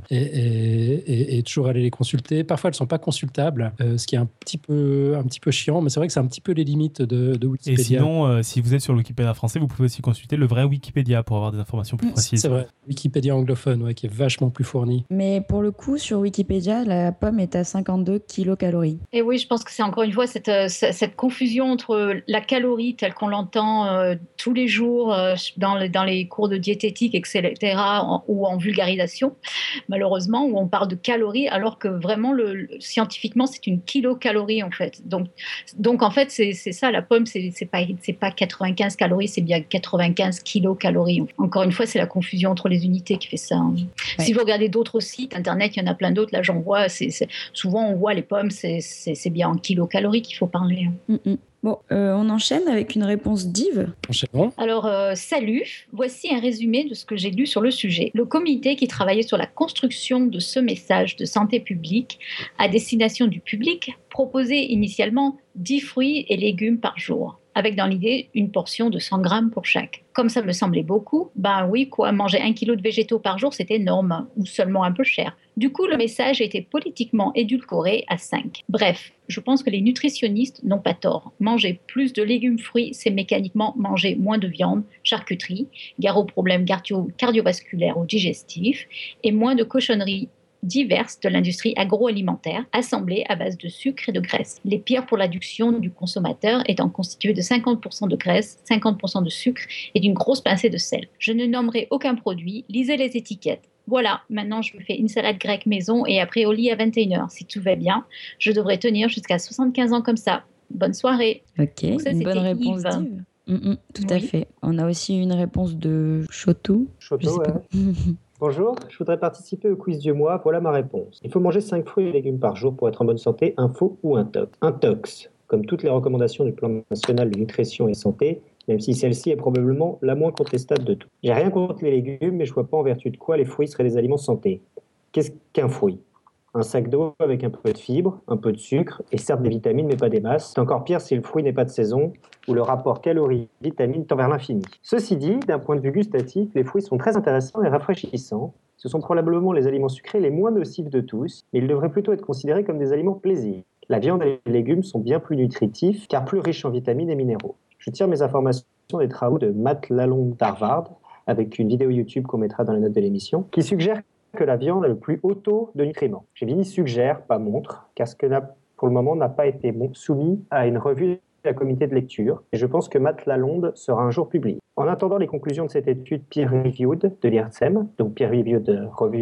et toujours aller les consulter. Parfois, elles ne sont pas consultables, ce qui est un petit peu chiant, mais c'est vrai que c'est un petit peu les limites de Wikipédia. Et sinon, si vous êtes sur le Wikipédia français, vous pouvez aussi consulter le vrai Wikipédia pour avoir des informations plus précises. C'est vrai, Wikipédia anglophone, ouais, qui est vachement plus fourni. Mais pour le coup, sur Wikipédia, la pomme est à 52 kilocalories. Et oui, je pense que c'est encore une fois cette confusion entre la calorie telle qu'on l'entend tous les jours dans les cours de diététique, etc., ou en vulgarisation, malheureusement, où on parle de calories, alors que vraiment, scientifiquement, c'est une kilocalorie, en fait. Donc en fait, c'est ça, la pomme, c'est pas 95 calories, c'est bien 95 kilocalories. Encore une fois, c'est la confusion entre les unités qui fait ça. Hein. Ouais. Si vous regardez d'autres sites internet, il y en a plein d'autres, là j'en vois, souvent on voit les pommes, c'est bien en kilocalories qu'il faut parler. Bon, on enchaîne avec une réponse d'Yves. Enchaînons. Alors, salut, voici un résumé de ce que j'ai lu sur le sujet. Le comité qui travaillait sur la construction de ce message de santé publique à destination du public proposait initialement 10 fruits et légumes par jour, avec dans l'idée une portion de 100 grammes pour chaque. Comme ça me semblait beaucoup, oui, manger 1 kilo de végétaux par jour, c'était énorme, ou seulement un peu cher. Du coup, le message a été politiquement édulcoré à 5. Bref, je pense que les nutritionnistes n'ont pas tort. Manger plus de légumes, fruits, c'est mécaniquement manger moins de viande, charcuterie, gare aux problèmes cardiovasculaires ou digestifs, et moins de cochonneries diverses de l'industrie agroalimentaire, assemblées à base de sucre et de graisse. Les pires pour l'addiction du consommateur étant constituées de 50% de graisse, 50% de sucre et d'une grosse pincée de sel. Je ne nommerai aucun produit, lisez les étiquettes. Voilà, maintenant je me fais une salade grecque maison et après au lit à 21h. Si tout va bien, je devrais tenir jusqu'à 75 ans comme ça. Bonne soirée. Ok, une bonne réponse d'Yves. Tout à fait. On a aussi une réponse de Chotou. Chotou, ouais. Bonjour, je voudrais participer au quiz du mois. Voilà ma réponse. Il faut manger 5 fruits et légumes par jour pour être en bonne santé. Un faux ou un tox? Un tox, comme toutes les recommandations du plan national de nutrition et santé, même si celle-ci est probablement la moins contestable de toutes. J'ai rien contre les légumes, mais je vois pas en vertu de quoi les fruits seraient des aliments santé. Qu'est-ce qu'un fruit? Un sac d'eau avec un peu de fibres, un peu de sucre, et certes des vitamines, mais pas des masses. C'est encore pire si le fruit n'est pas de saison, où le rapport calories-vitamines tend vers l'infini. Ceci dit, d'un point de vue gustatif, les fruits sont très intéressants et rafraîchissants. Ce sont probablement les aliments sucrés les moins nocifs de tous, mais ils devraient plutôt être considérés comme des aliments plaisir. La viande et les légumes sont bien plus nutritifs, car plus riches en vitamines et minéraux. Je tire mes informations des travaux de Matt Lalonde d'Harvard, avec une vidéo YouTube qu'on mettra dans les notes de l'émission, qui suggère que la viande a le plus haut taux de nutriments. J'ai bien dit suggère, pas montre, car ce que pour le moment n'a pas été soumis à une revue de la comité de lecture, et je pense que Matt Lalonde sera un jour publié. En attendant les conclusions de cette étude peer-reviewed de l'IRSEM, donc peer-reviewed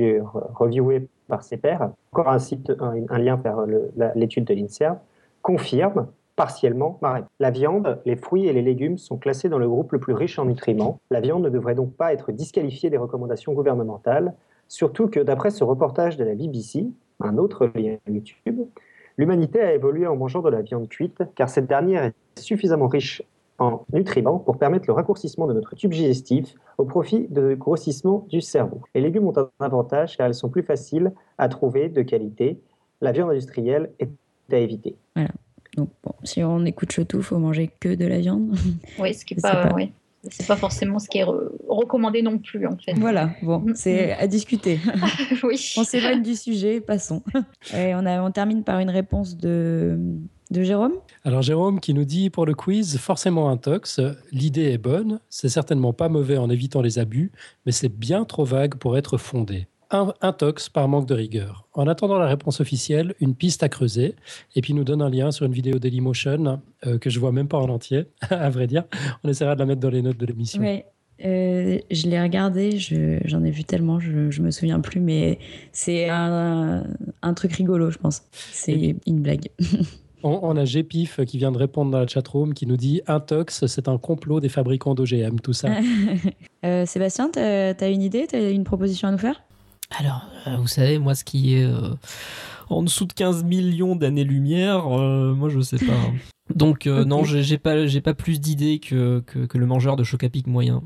reviewée par ses pairs, encore un lien vers l'étude de l'INSERM, confirme partiellement ma réponse. La viande, les fruits et les légumes sont classés dans le groupe le plus riche en nutriments. La viande ne devrait donc pas être disqualifiée des recommandations gouvernementales, surtout que d'après ce reportage de la BBC, un autre lien YouTube, l'humanité a évolué en mangeant de la viande cuite, car cette dernière est suffisamment riche en nutriments pour permettre le raccourcissement de notre tube digestif au profit de grossissement du cerveau. Les légumes ont un avantage car elles sont plus faciles à trouver, de qualité. La viande industrielle est à éviter. Voilà. Donc bon, si on écoute Chotou, il faut manger que de la viande. Oui, ce qui n'est pas... Oui. c'est pas forcément ce qui est recommandé non plus, en fait. Voilà, bon, c'est à discuter. Oui. On s'éloigne du sujet, passons. Et on termine par une réponse de Jérôme. Alors Jérôme qui nous dit pour le quiz, forcément intox, l'idée est bonne, c'est certainement pas mauvais en évitant les abus, mais c'est bien trop vague pour être fondé. Intox par manque de rigueur. En attendant la réponse officielle, une piste à creuser, et puis il nous donne un lien sur une vidéo Dailymotion que je vois même pas en entier, à vrai dire. On essaiera de la mettre dans les notes de l'émission. Oui, je l'ai regardé, j'en ai vu tellement, je me souviens plus, mais c'est un truc rigolo, je pense. C'est une blague. On a Gpif qui vient de répondre dans la chatroom qui nous dit Intox, c'est un complot des fabricants d'OGM, tout ça. Sébastien, t'as une idée, t'as une proposition à nous faire? Alors, vous savez, moi, ce qui est en dessous de 15 millions d'années-lumière, moi, je sais pas. Donc, okay. Non, j'ai pas plus d'idées que le mangeur de Choc-à-Pic moyen.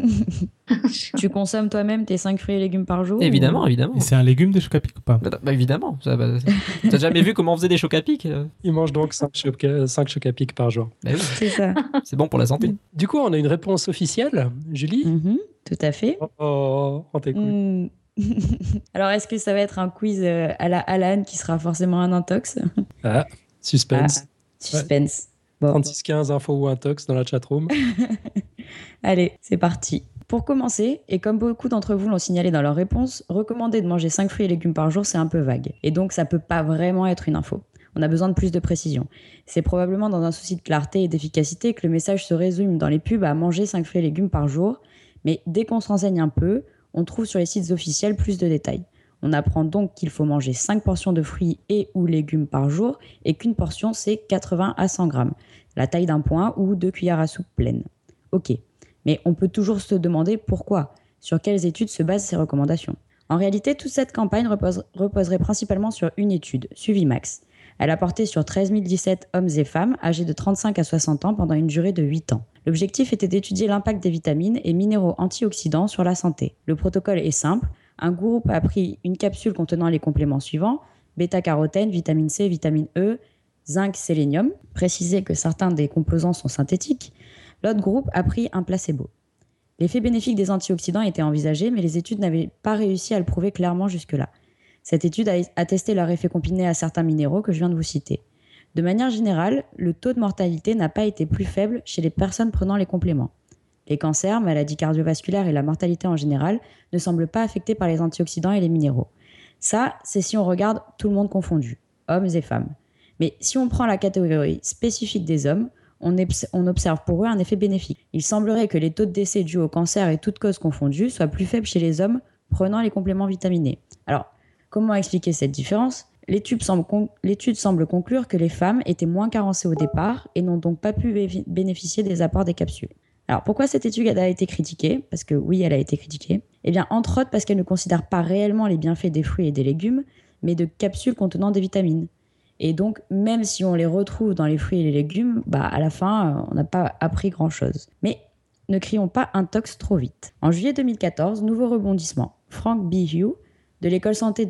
Tu consommes toi-même tes 5 fruits et légumes par jour? Évidemment, évidemment. Et c'est un légume des Choc-à-Pic ou pas? Bah évidemment. T'as jamais vu comment on faisait des Choc-à-Pic? Il mange donc 5 Choc-à-Pic par jour. Bah oui. C'est ça. C'est bon pour la santé. Du coup, on a une réponse officielle, Julie? Tout à fait. Oh, on t'écoute. Alors, est-ce que ça va être un quiz à la Alan qui sera forcément un intox? Ah, suspense. Suspense. Ouais. Bon. 3615 info ou intox dans la chatroom. Allez, c'est parti. Pour commencer, et comme beaucoup d'entre vous l'ont signalé dans leurs réponses, recommander de manger 5 fruits et légumes par jour, c'est un peu vague. Et donc, ça peut pas vraiment être une info. On a besoin de plus de précision. C'est probablement dans un souci de clarté et d'efficacité que le message se résume dans les pubs à manger 5 fruits et légumes par jour. Mais dès qu'on se renseigne un peu, on trouve sur les sites officiels plus de détails. On apprend donc qu'il faut manger 5 portions de fruits et ou légumes par jour et qu'une portion, c'est 80 à 100 grammes, la taille d'un poing ou 2 cuillères à soupe pleines. Ok, mais on peut toujours se demander pourquoi, sur quelles études se basent ces recommandations. En réalité, toute cette campagne reposerait principalement sur une étude, Suvimax. Elle a porté sur 13 017 hommes et femmes âgés de 35 à 60 ans pendant une durée de 8 ans. L'objectif était d'étudier l'impact des vitamines et minéraux antioxydants sur la santé. Le protocole est simple. Un groupe a pris une capsule contenant les compléments suivants: bêta-carotène, vitamine C, vitamine E, zinc, sélénium. Préciser que certains des composants sont synthétiques. L'autre groupe a pris un placebo. L'effet bénéfique des antioxydants était envisagé, mais les études n'avaient pas réussi à le prouver clairement jusque-là. Cette étude a testé leur effet combiné à certains minéraux que je viens de vous citer. De manière générale, le taux de mortalité n'a pas été plus faible chez les personnes prenant les compléments. Les cancers, maladies cardiovasculaires et la mortalité en général ne semblent pas affectés par les antioxydants et les minéraux. Ça, c'est si on regarde tout le monde confondu, hommes et femmes. Mais si on prend la catégorie spécifique des hommes, on observe pour eux un effet bénéfique. Il semblerait que les taux de décès dus au cancer et toutes causes confondues soient plus faibles chez les hommes prenant les compléments vitaminés. Alors, comment expliquer cette différence ? L'étude semble conclure que les femmes étaient moins carencées au départ et n'ont donc pas pu bénéficier des apports des capsules. Alors, pourquoi cette étude a été critiquée ? Parce que oui, elle a été critiquée. Eh bien, entre autres parce qu'elle ne considère pas réellement les bienfaits des fruits et des légumes, mais de capsules contenant des vitamines. Et donc, même si on les retrouve dans les fruits et les légumes, à la fin, on n'a pas appris grand-chose. Mais ne crions pas intox trop vite. En juillet 2014, nouveau rebondissement. Frank B. Hugh, de l'école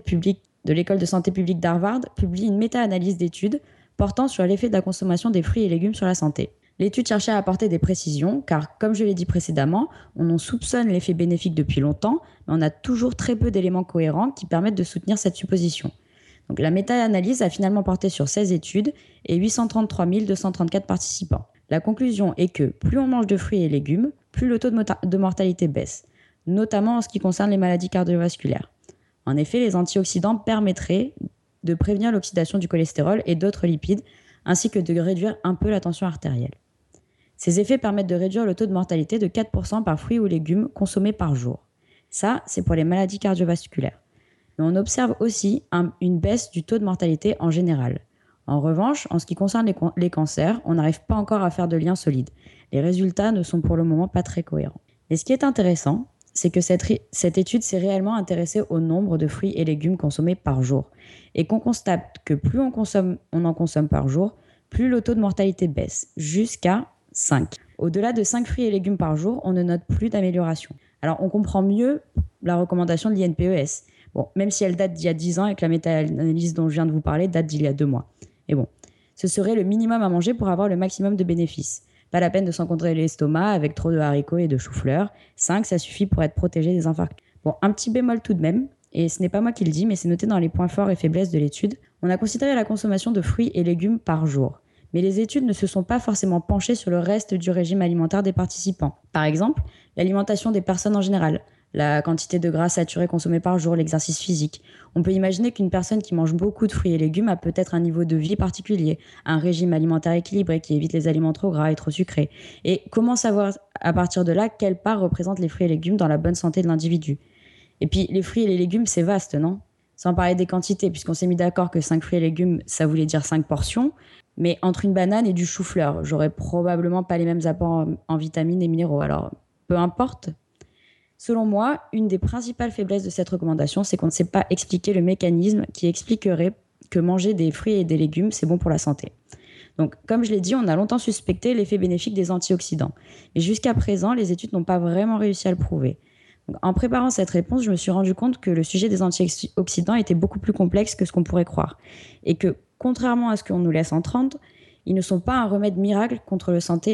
de santé publique d'Harvard, publie une méta-analyse d'études portant sur l'effet de la consommation des fruits et légumes sur la santé. L'étude cherchait à apporter des précisions, car, comme je l'ai dit précédemment, on en soupçonne l'effet bénéfique depuis longtemps, mais on a toujours très peu d'éléments cohérents qui permettent de soutenir cette supposition. Donc, la méta-analyse a finalement porté sur 16 études et 833 234 participants. La conclusion est que plus on mange de fruits et légumes, plus le taux de mortalité baisse, notamment en ce qui concerne les maladies cardiovasculaires. En effet, les antioxydants permettraient de prévenir l'oxydation du cholestérol et d'autres lipides, ainsi que de réduire un peu la tension artérielle. Ces effets permettent de réduire le taux de mortalité de 4% par fruits ou légumes consommés par jour. Ça, c'est pour les maladies cardiovasculaires. Mais on observe aussi une baisse du taux de mortalité en général. En revanche, en ce qui concerne les cancers, on n'arrive pas encore à faire de lien solide. Les résultats ne sont pour le moment pas très cohérents. Et ce qui est intéressant, c'est que cette étude s'est réellement intéressée au nombre de fruits et légumes consommés par jour. Et qu'on constate que plus on en consomme par jour, plus le taux de mortalité baisse, jusqu'à 5. Au-delà de 5 fruits et légumes par jour, on ne note plus d'amélioration. Alors, on comprend mieux la recommandation de l'INPES. Bon, même si elle date d'il y a 10 ans et que la méta-analyse dont je viens de vous parler date d'il y a 2 mois. Et bon, ce serait le minimum à manger pour avoir le maximum de bénéfices. Pas la peine de s'encontrer l'estomac avec trop de haricots et de choux-fleurs. 5, ça suffit pour être protégé des infarctus. Bon, un petit bémol tout de même, et ce n'est pas moi qui le dis, mais c'est noté dans les points forts et faiblesses de l'étude. On a considéré la consommation de fruits et légumes par jour. Mais les études ne se sont pas forcément penchées sur le reste du régime alimentaire des participants. Par exemple, l'alimentation des personnes en général, la quantité de gras saturé consommé par jour, l'exercice physique. On peut imaginer qu'une personne qui mange beaucoup de fruits et légumes a peut-être un niveau de vie particulier, un régime alimentaire équilibré qui évite les aliments trop gras et trop sucrés. Et comment savoir à partir de là quelle part représentent les fruits et légumes dans la bonne santé de l'individu ? Et puis les fruits et les légumes, c'est vaste, non ? Sans parler des quantités, puisqu'on s'est mis d'accord que 5 fruits et légumes, ça voulait dire 5 portions. Mais entre une banane et du chou-fleur, j'aurais probablement pas les mêmes apports en vitamines et minéraux. Alors, peu importe. Selon moi, une des principales faiblesses de cette recommandation, c'est qu'on ne sait pas expliquer le mécanisme qui expliquerait que manger des fruits et des légumes, c'est bon pour la santé. Donc, comme je l'ai dit, on a longtemps suspecté l'effet bénéfique des antioxydants. Mais jusqu'à présent, les études n'ont pas vraiment réussi à le prouver. Donc, en préparant cette réponse, je me suis rendu compte que le sujet des antioxydants était beaucoup plus complexe que ce qu'on pourrait croire. Et que, contrairement à ce qu'on nous laisse entendre, ils ne sont pas un remède miracle contre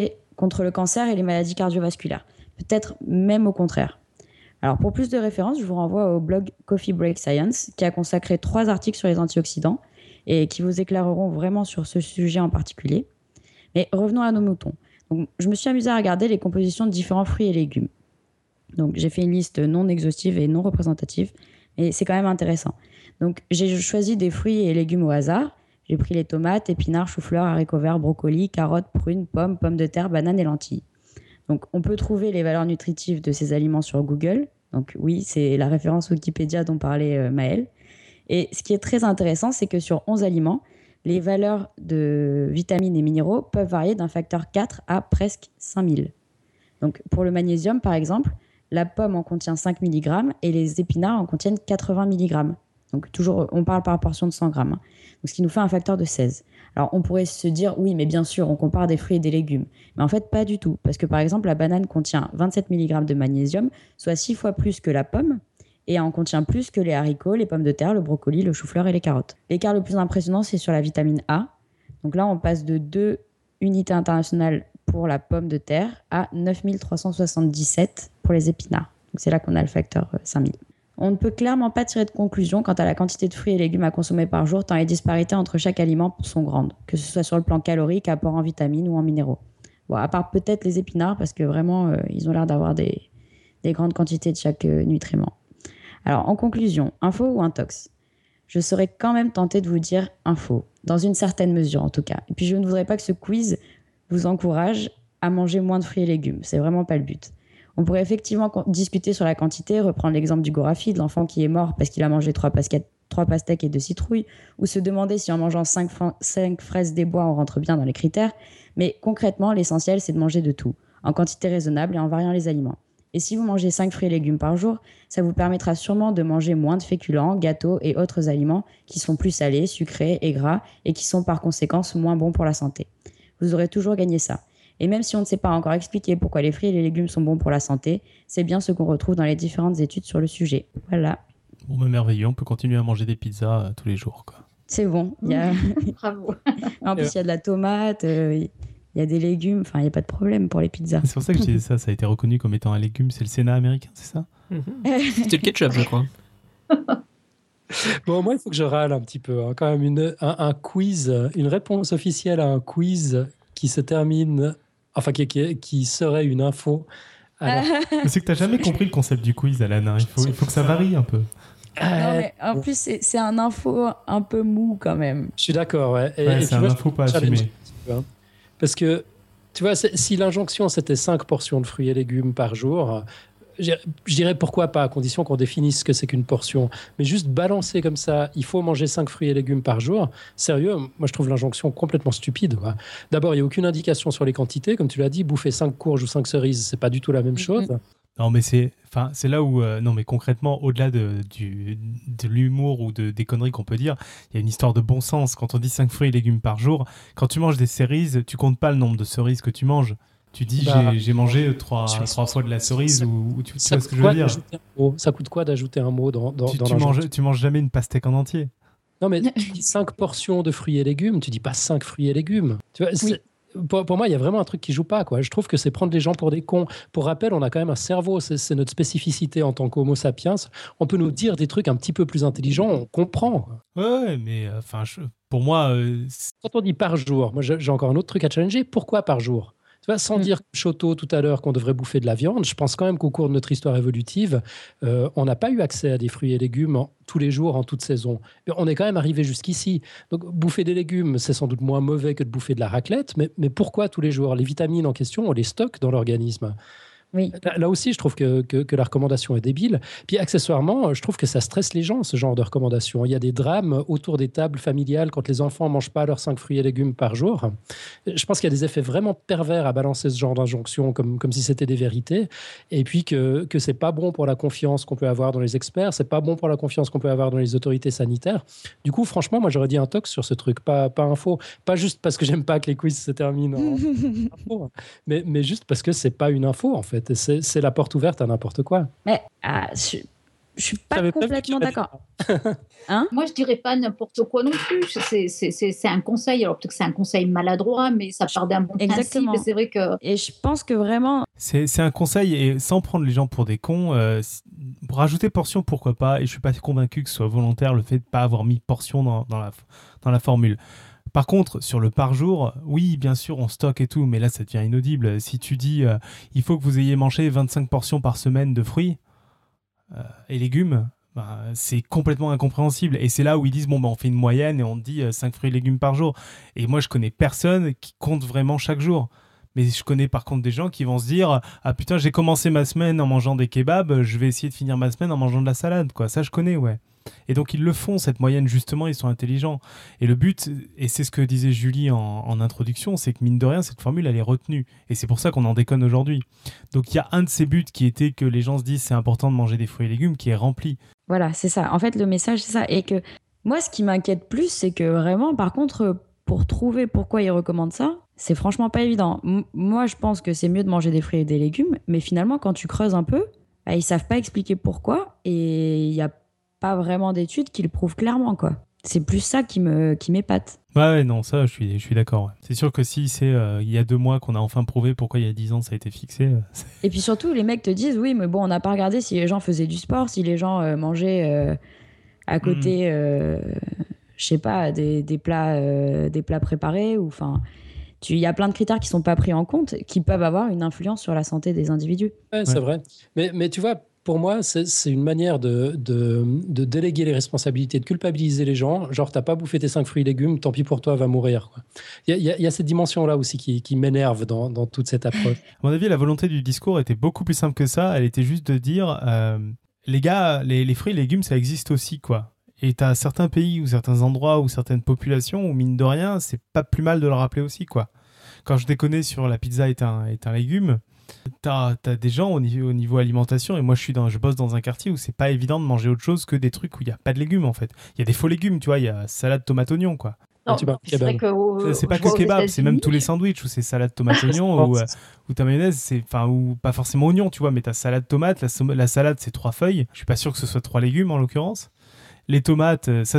le cancer et les maladies cardiovasculaires. Peut-être même au contraire. Alors, pour plus de références, je vous renvoie au blog Coffee Break Science, qui a consacré 3 articles sur les antioxydants et qui vous éclaireront vraiment sur ce sujet en particulier. Mais revenons à nos moutons. Donc, je me suis amusée à regarder les compositions de différents fruits et légumes. Donc, j'ai fait une liste non exhaustive et non représentative, mais c'est quand même intéressant. Donc, j'ai choisi des fruits et légumes au hasard. J'ai pris les tomates, épinards, choux-fleurs, haricots verts, brocolis, carottes, prunes, pommes, pommes de terre, bananes et lentilles. Donc, on peut trouver les valeurs nutritives de ces aliments sur Google. Donc, oui, c'est la référence Wikipédia dont parlait Maëlle. Et ce qui est très intéressant, c'est que sur 11 aliments, les valeurs de vitamines et minéraux peuvent varier d'un facteur 4 à presque 5000. Donc, pour le magnésium, par exemple, la pomme en contient 5 mg et les épinards en contiennent 80 mg. Donc, toujours, on parle par portion de 100 grammes. Donc, ce qui nous fait un facteur de 16. Alors, on pourrait se dire, oui, mais bien sûr, on compare des fruits et des légumes. Mais en fait, pas du tout. Parce que, par exemple, la banane contient 27 mg de magnésium, soit 6 fois plus que la pomme, et en contient plus que les haricots, les pommes de terre, le brocoli, le chou-fleur et les carottes. L'écart le plus impressionnant, c'est sur la vitamine A. Donc là, on passe de 2 unités internationales pour la pomme de terre à 9377 pour les épinards. Donc c'est là qu'on a le facteur 5000. On ne peut clairement pas tirer de conclusion quant à la quantité de fruits et légumes à consommer par jour, tant les disparités entre chaque aliment sont grandes, que ce soit sur le plan calorique, apport en vitamines ou en minéraux. Bon, à part peut-être les épinards, parce que vraiment, ils ont l'air d'avoir des grandes quantités de chaque nutriment. Alors, en conclusion, info ou intox ? Je serais quand même tentée de vous dire info, dans une certaine mesure en tout cas. Et puis, je ne voudrais pas que ce quiz vous encourage à manger moins de fruits et légumes. C'est vraiment pas le but. On pourrait effectivement discuter sur la quantité, reprendre l'exemple du Gorafi, de l'enfant qui est mort parce qu'il a mangé 3 pastèques et 2 citrouilles, ou se demander si en mangeant 5 fraises des bois, on rentre bien dans les critères. Mais concrètement, l'essentiel, c'est de manger de tout, en quantité raisonnable et en variant les aliments. Et si vous mangez 5 fruits et légumes par jour, ça vous permettra sûrement de manger moins de féculents, gâteaux et autres aliments qui sont plus salés, sucrés et gras et qui sont par conséquent moins bons pour la santé. Vous aurez toujours gagné ça. Et même si on ne sait pas encore expliquer pourquoi les fruits et les légumes sont bons pour la santé, c'est bien ce qu'on retrouve dans les différentes études sur le sujet. Voilà. Bon, bah, merveilleux, on peut continuer à manger des pizzas tous les jours, quoi. C'est bon. Bravo. En plus, il y a de la tomate, il y a des légumes, enfin, il n'y a pas de problème pour les pizzas. C'est pour ça que je disais ça, ça a été reconnu comme étant un légume, c'est le Sénat américain, c'est ça ? C'était le ketchup, je crois. Bon, moi, il faut que je râle un petit peu. Hein. Quand même, un quiz, une réponse officielle à un quiz qui se termine, enfin, qui serait une info. Alors... Mais c'est que tu n'as jamais compris le concept du quiz, Alan. Hein. Il faut que ça varie un peu. Non, mais en plus, c'est un info un peu mou quand même. Je suis d'accord, ouais. Et c'est un info pas assumé. Parce que, tu vois, si l'injonction c'était 5 portions de fruits et légumes par jour, je dirais pourquoi pas, à condition qu'on définisse ce que c'est qu'une portion. Mais juste balancer comme ça, il faut manger 5 fruits et légumes par jour, sérieux, moi je trouve l'injonction complètement stupide. Quoi. D'abord, il n'y a aucune indication sur les quantités. Comme tu l'as dit, bouffer 5 courges ou 5 cerises, c'est pas du tout la même chose. Non, mais c'est là où, non, mais concrètement, au-delà de l'humour ou des conneries qu'on peut dire, il y a une histoire de bon sens. Quand on dit 5 fruits et légumes par jour, quand tu manges des cerises, tu comptes pas le nombre de cerises que tu manges. Tu dis, j'ai mangé 3 fois de la cerise, ou tu vois ce que je veux dire. Ça coûte quoi d'ajouter un mot dans tu manges jamais une pastèque en entier. Non, mais tu dis 5 portions de fruits et légumes, tu dis pas 5 fruits et légumes. Tu vois, pour moi, il y a vraiment un truc qui joue pas, quoi. Je trouve que c'est prendre les gens pour des cons. Pour rappel, on a quand même un cerveau, c'est notre spécificité en tant qu'Homo sapiens. On peut nous dire des trucs un petit peu plus intelligents, on comprend. Ouais, mais pour moi... Quand on dit par jour, moi j'ai encore un autre truc à challenger. Pourquoi par jour ? Tu vois, sans dire Choto tout à l'heure qu'on devrait bouffer de la viande, je pense quand même qu'au cours de notre histoire évolutive, on n'a pas eu accès à des fruits et légumes tous les jours, en toute saison. Mais on est quand même arrivé jusqu'ici. Donc bouffer des légumes, c'est sans doute moins mauvais que de bouffer de la raclette, mais pourquoi tous les jours ? Les vitamines en question, on les stocke dans l'organisme. Oui. Là aussi, je trouve que la recommandation est débile. Puis accessoirement, je trouve que ça stresse les gens, ce genre de recommandation. Il y a des drames autour des tables familiales quand les enfants ne mangent pas leurs 5 fruits et légumes par jour. Je pense qu'il y a des effets vraiment pervers à balancer ce genre d'injonctions comme si c'était des vérités. Et puis que c'est pas bon pour la confiance qu'on peut avoir dans les experts, c'est pas bon pour la confiance qu'on peut avoir dans les autorités sanitaires. Du coup, franchement, moi, j'aurais dit un tox sur ce truc, pas info. Pas juste parce que j'aime pas que les quiz se terminent en info, mais juste parce que c'est pas une info, en fait. C'est la porte ouverte à n'importe quoi. Mais je suis pas complètement d'accord. Hein ? Moi, je dirais pas n'importe quoi non plus. C'est un conseil. Alors peut-être que c'est un conseil maladroit, mais ça part d'un bon principe. Et c'est vrai que. Et je pense que vraiment. C'est un conseil, et sans prendre les gens pour des cons, rajouter portion, pourquoi pas. Et je suis pas convaincu que ce soit volontaire le fait de pas avoir mis portion dans la formule. Par contre, sur le par jour, oui, bien sûr, on stocke et tout, mais là, ça devient inaudible. Si tu dis il faut que vous ayez mangé 25 portions par semaine de fruits et légumes, c'est complètement incompréhensible. Et c'est là où ils disent on fait une moyenne et on dit 5 fruits et légumes par jour. Et moi, je connais personne qui compte vraiment chaque jour. Mais je connais par contre des gens qui vont se dire ah putain, j'ai commencé ma semaine en mangeant des kebabs, je vais essayer de finir ma semaine en mangeant de la salade, quoi. Ça, je connais, ouais. Et donc ils le font, cette moyenne, justement, ils sont intelligents. Et le but, et c'est ce que disait Julie en introduction, c'est que mine de rien, cette formule, elle est retenue. Et c'est pour ça qu'on en déconne aujourd'hui. Donc il y a un de ces buts qui était que les gens se disent c'est important de manger des fruits et légumes qui est rempli. Voilà, c'est ça. En fait, le message, c'est ça. Et que moi, ce qui m'inquiète plus, c'est que vraiment, par contre, pour trouver pourquoi ils recommandent ça, c'est franchement pas évident. Moi, je pense que c'est mieux de manger des fruits et des légumes, mais finalement, quand tu creuses un peu, ils savent pas expliquer pourquoi, et il y a pas vraiment d'études qui le prouvent clairement, quoi. C'est plus ça qui m'épate. Ouais, non, ça, je suis d'accord. Ouais. C'est sûr que si c'est il y a 2 mois qu'on a enfin prouvé pourquoi il y a 10 ans ça a été fixé. Et puis surtout, les mecs te disent oui, mais bon, on n'a pas regardé si les gens faisaient du sport, si les gens mangeaient à côté, je sais pas, des plats préparés, ou enfin. Il y a plein de critères qui ne sont pas pris en compte, qui peuvent avoir une influence sur la santé des individus. Ouais, c'est vrai. Mais tu vois, pour moi, c'est une manière de déléguer les responsabilités, de culpabiliser les gens. Genre, t'as pas bouffé tes 5 fruits et légumes, tant pis pour toi, va mourir, quoi. Il y a cette dimension-là aussi qui m'énerve dans toute cette approche. À mon avis, la volonté du discours était beaucoup plus simple que ça. Elle était juste de dire, les gars, les fruits et légumes, ça existe aussi, quoi. Et t'as certains pays ou certains endroits ou certaines populations où, mine de rien, c'est pas plus mal de le rappeler aussi, quoi. Quand je déconnais sur la pizza est un légume, t'as des gens au niveau alimentation, et moi je bosse dans un quartier où c'est pas évident de manger autre chose que des trucs où il y a pas de légumes, en fait. Il y a des faux légumes, tu vois, il y a salade tomate oignon, quoi. Non, c'est vrai que c'est pas que kebab, c'est même tous les sandwichs où c'est salade tomate oignon ou ta mayonnaise, ou pas forcément oignon, tu vois, mais ta salade tomate, la salade c'est 3 feuilles. Je suis pas sûr que ce soit 3 légumes en l'occurrence. Les tomates, ça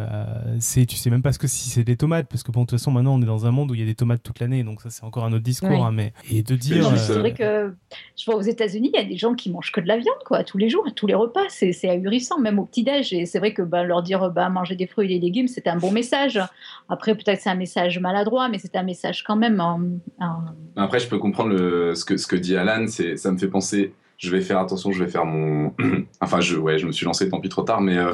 tu sais même pas si c'est des tomates, parce que bon, de toute façon maintenant on est dans un monde où il y a des tomates toute l'année, donc ça c'est encore un autre discours, oui. hein, mais et de dire. Non, c'est vrai que je vois aux États-Unis, il y a des gens qui mangent que de la viande, quoi, tous les jours, à tous les repas, c'est ahurissant, même au petit-déj. Et c'est vrai que leur dire manger des fruits et des légumes, c'est un bon message. Après, peut-être c'est un message maladroit, mais c'est un message quand même. Après, je peux comprendre ce que dit Alan, ça me fait penser. Je vais faire attention, je vais faire mon. Enfin, je me suis lancé, tant pis trop tard, mais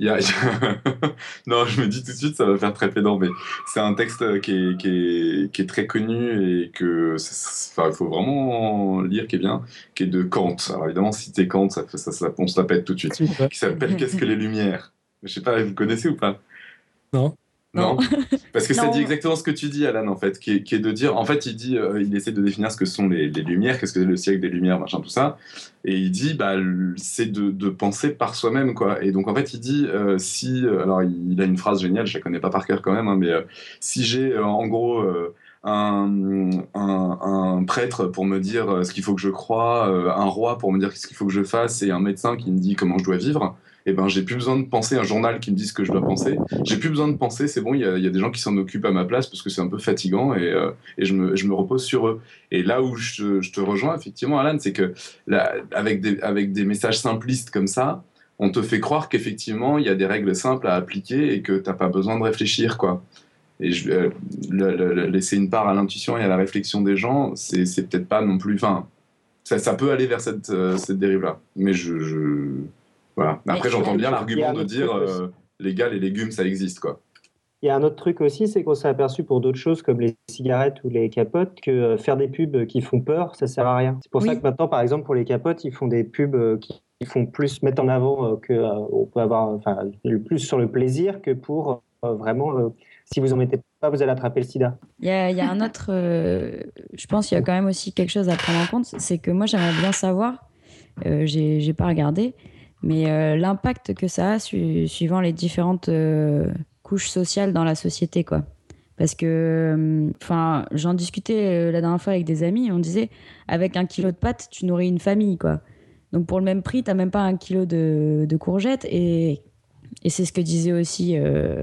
non, je me dis tout de suite, ça va faire très pédant, mais c'est un texte qui est très connu et que, il faut vraiment lire, qui est bien, qui est de Kant. Alors évidemment, citer Kant, on se la pète tout de suite. Qui s'appelle Qu'est-ce que les Lumières ? Je sais pas, vous connaissez ou pas ? Non. Parce que ça dit exactement ce que tu dis, Alan, en fait, qui est de dire, en fait, il essaie de définir ce que sont les Lumières, qu'est-ce que c'est le siècle des Lumières, machin, tout ça, et il dit, c'est de penser par soi-même, quoi. Et donc, en fait, il dit, alors, il a une phrase géniale, je la connais pas par cœur quand même, hein, mais si j'ai, en gros, un prêtre pour me dire ce qu'il faut que je croie, un roi pour me dire ce qu'il faut que je fasse, et un médecin qui me dit comment je dois vivre, eh ben, j'ai plus besoin de penser un journal qui me dit ce que je dois penser. J'ai plus besoin de penser, c'est bon, il y a des gens qui s'en occupent à ma place parce que c'est un peu fatigant et je me repose sur eux. Et là où je te rejoins, effectivement, Alan, c'est que là, avec des messages simplistes comme ça, on te fait croire qu'effectivement, il y a des règles simples à appliquer et que tu n'as pas besoin de réfléchir, quoi. Et laisser une part à l'intuition et à la réflexion des gens, c'est peut-être pas non plus... Enfin, ça peut aller vers cette dérive-là. Mais voilà. Après, j'entends bien l'argument de dire les gars, les légumes, ça existe, quoi. Il y a un autre truc aussi, c'est qu'on s'est aperçu pour d'autres choses comme les cigarettes ou les capotes que faire des pubs qui font peur, ça sert à rien. C'est pour ça que maintenant, par exemple, pour les capotes, ils font des pubs qui font plus mettre en avant on peut avoir le plus sur le plaisir que pour vraiment, si vous en mettez pas, vous allez attraper le sida. Il y a un autre, je pense qu'il y a quand même aussi quelque chose à prendre en compte, c'est que moi j'aimerais bien savoir, j'ai pas regardé, mais l'impact que ça a suivant les différentes couches sociales dans la société, quoi. Parce que, j'en discutais la dernière fois avec des amis, et on disait, avec 1 kilo de pâtes, tu nourris une famille, quoi. Donc pour le même prix, t'as même pas 1 kilo de courgettes, et c'est ce que disait aussi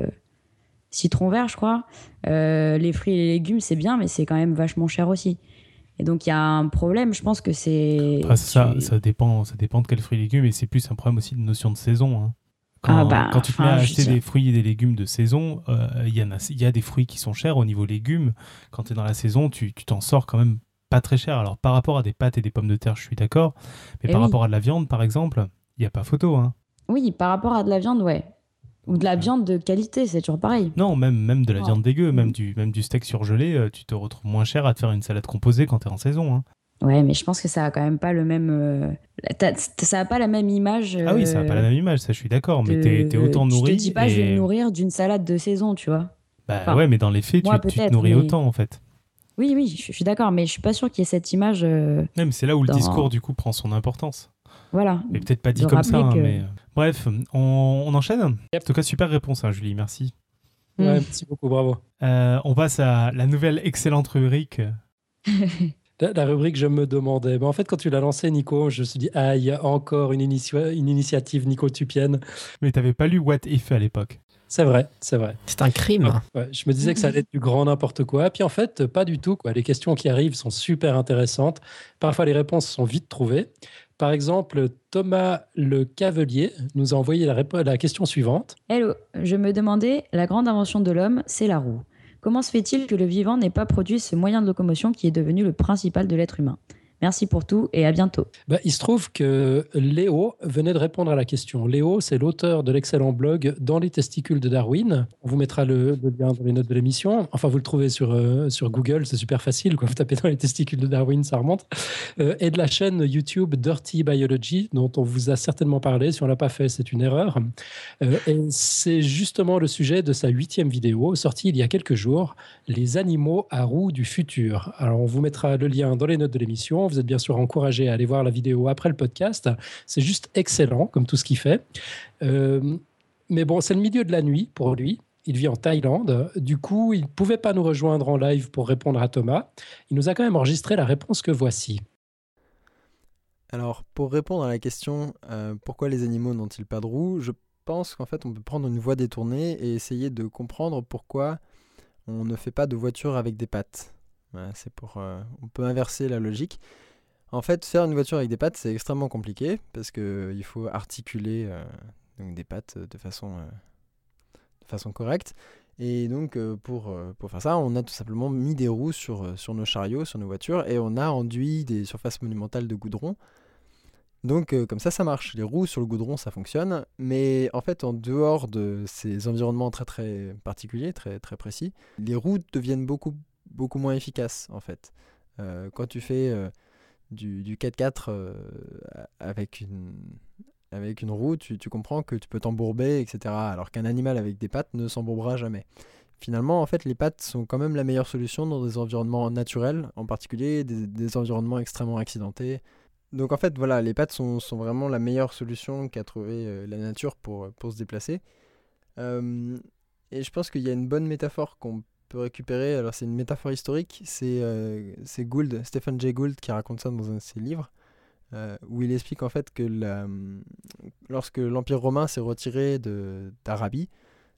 Citron Vert, je crois. Les fruits et les légumes, c'est bien, mais c'est quand même vachement cher aussi. Et donc il y a un problème, je pense que c'est... Après, ça dépend de quels fruits et légumes, et c'est plus un problème aussi de notion de saison, hein. Quand tu te mets à acheter des fruits et des légumes de saison, il y a des fruits qui sont chers au niveau légumes. Quand tu es dans la saison, tu t'en sors quand même pas très cher. Alors par rapport à des pâtes et des pommes de terre, je suis d'accord. Mais par rapport à de la viande, par exemple, il n'y a pas photo, hein. Oui, par rapport à de la viande, ouais. Ou de la viande de qualité, c'est toujours pareil. Non, même de la viande dégueu, même du steak surgelé, tu te retrouves moins cher à te faire une salade composée quand tu es en saison, hein. Ouais, mais je pense que ça a quand même pas le même... ça a pas la même image... Ah oui, ça a pas la même image, ça je suis d'accord, mais t'es autant nourri... Je te dis pas, je vais me nourrir d'une salade de saison, tu vois. Ouais, mais dans les faits, tu te nourris autant, en fait. Oui, je suis d'accord, mais je suis pas sûr qu'il y ait cette image... Ouais, mais c'est là où le discours, du coup, prend son importance. Voilà. Mais peut-être pas dit comme ça, mais... Bref, on enchaîne. En tout cas, super réponse, hein, Julie, merci. Ouais, merci beaucoup, bravo. On passe à la nouvelle excellente rubrique... La rubrique Je me demandais. En fait, quand tu l'as lancée, Nico, je me suis dit, il y a encore une initiative nicotupienne. Mais t'avais pas lu What If à l'époque. C'est vrai. C'est un crime. Ouais, je me disais que ça allait être du grand n'importe quoi. Puis en fait, pas du tout, quoi. Les questions qui arrivent sont super intéressantes. Parfois, les réponses sont vite trouvées. Par exemple, Thomas Le Cavelier nous a envoyé la question suivante. Hello, je me demandais, la grande invention de l'homme, c'est la roue. Comment se fait-il que le vivant n'ait pas produit ce moyen de locomotion qui est devenu le principal de l'être humain ? Merci pour tout et à bientôt. Il se trouve que Léo venait de répondre à la question. Léo, c'est l'auteur de l'excellent blog Dans les testicules de Darwin. On vous mettra le lien dans les notes de l'émission. Enfin, vous le trouvez sur Google, c'est super facile, quoi. Vous tapez Dans les testicules de Darwin, ça remonte. Et de la chaîne YouTube Dirty Biology, dont on vous a certainement parlé. Si on ne l'a pas fait, c'est une erreur. Et c'est justement le sujet de sa 8e vidéo, sortie il y a quelques jours, Les animaux à roues du futur. Alors, on vous mettra le lien dans les notes de l'émission. Vous êtes bien sûr encouragé à aller voir la vidéo après le podcast. C'est juste excellent, comme tout ce qu'il fait. Mais bon, c'est le milieu de la nuit pour lui. Il vit en Thaïlande. Du coup, il ne pouvait pas nous rejoindre en live pour répondre à Thomas. Il nous a quand même enregistré la réponse que voici. Alors, pour répondre à la question pourquoi les animaux n'ont-ils pas de roues, je pense qu'en fait, on peut prendre une voie détournée et essayer de comprendre pourquoi on ne fait pas de voiture avec des pattes. Voilà, on peut inverser la logique. En fait, faire une voiture avec des pattes, c'est extrêmement compliqué parce qu'il faut articuler donc des pattes de façon correcte. Et donc, pour faire ça, on a tout simplement mis des roues sur nos chariots, sur nos voitures, et on a enduit des surfaces monumentales de goudron. Donc, comme ça marche. Les roues sur le goudron, ça fonctionne. Mais en fait, en dehors de ces environnements très, très particuliers, très, très précis, les roues deviennent beaucoup moins efficaces, en fait. Quand tu fais du 4x4 avec une roue, tu comprends que tu peux t'embourber, etc. Alors qu'un animal avec des pattes ne s'embourbera jamais. Finalement, en fait, les pattes sont quand même la meilleure solution dans des environnements naturels, en particulier des environnements extrêmement accidentés. Donc en fait, voilà, les pattes sont vraiment la meilleure solution qu'a trouvé la nature pour se déplacer. Et je pense qu'il y a une bonne métaphore qu'on peut récupérer. Alors c'est une métaphore historique, c'est Gould, Stephen Jay Gould qui raconte ça dans un de ses livres. où il explique en fait que lorsque l'Empire romain s'est retiré d'Arabie,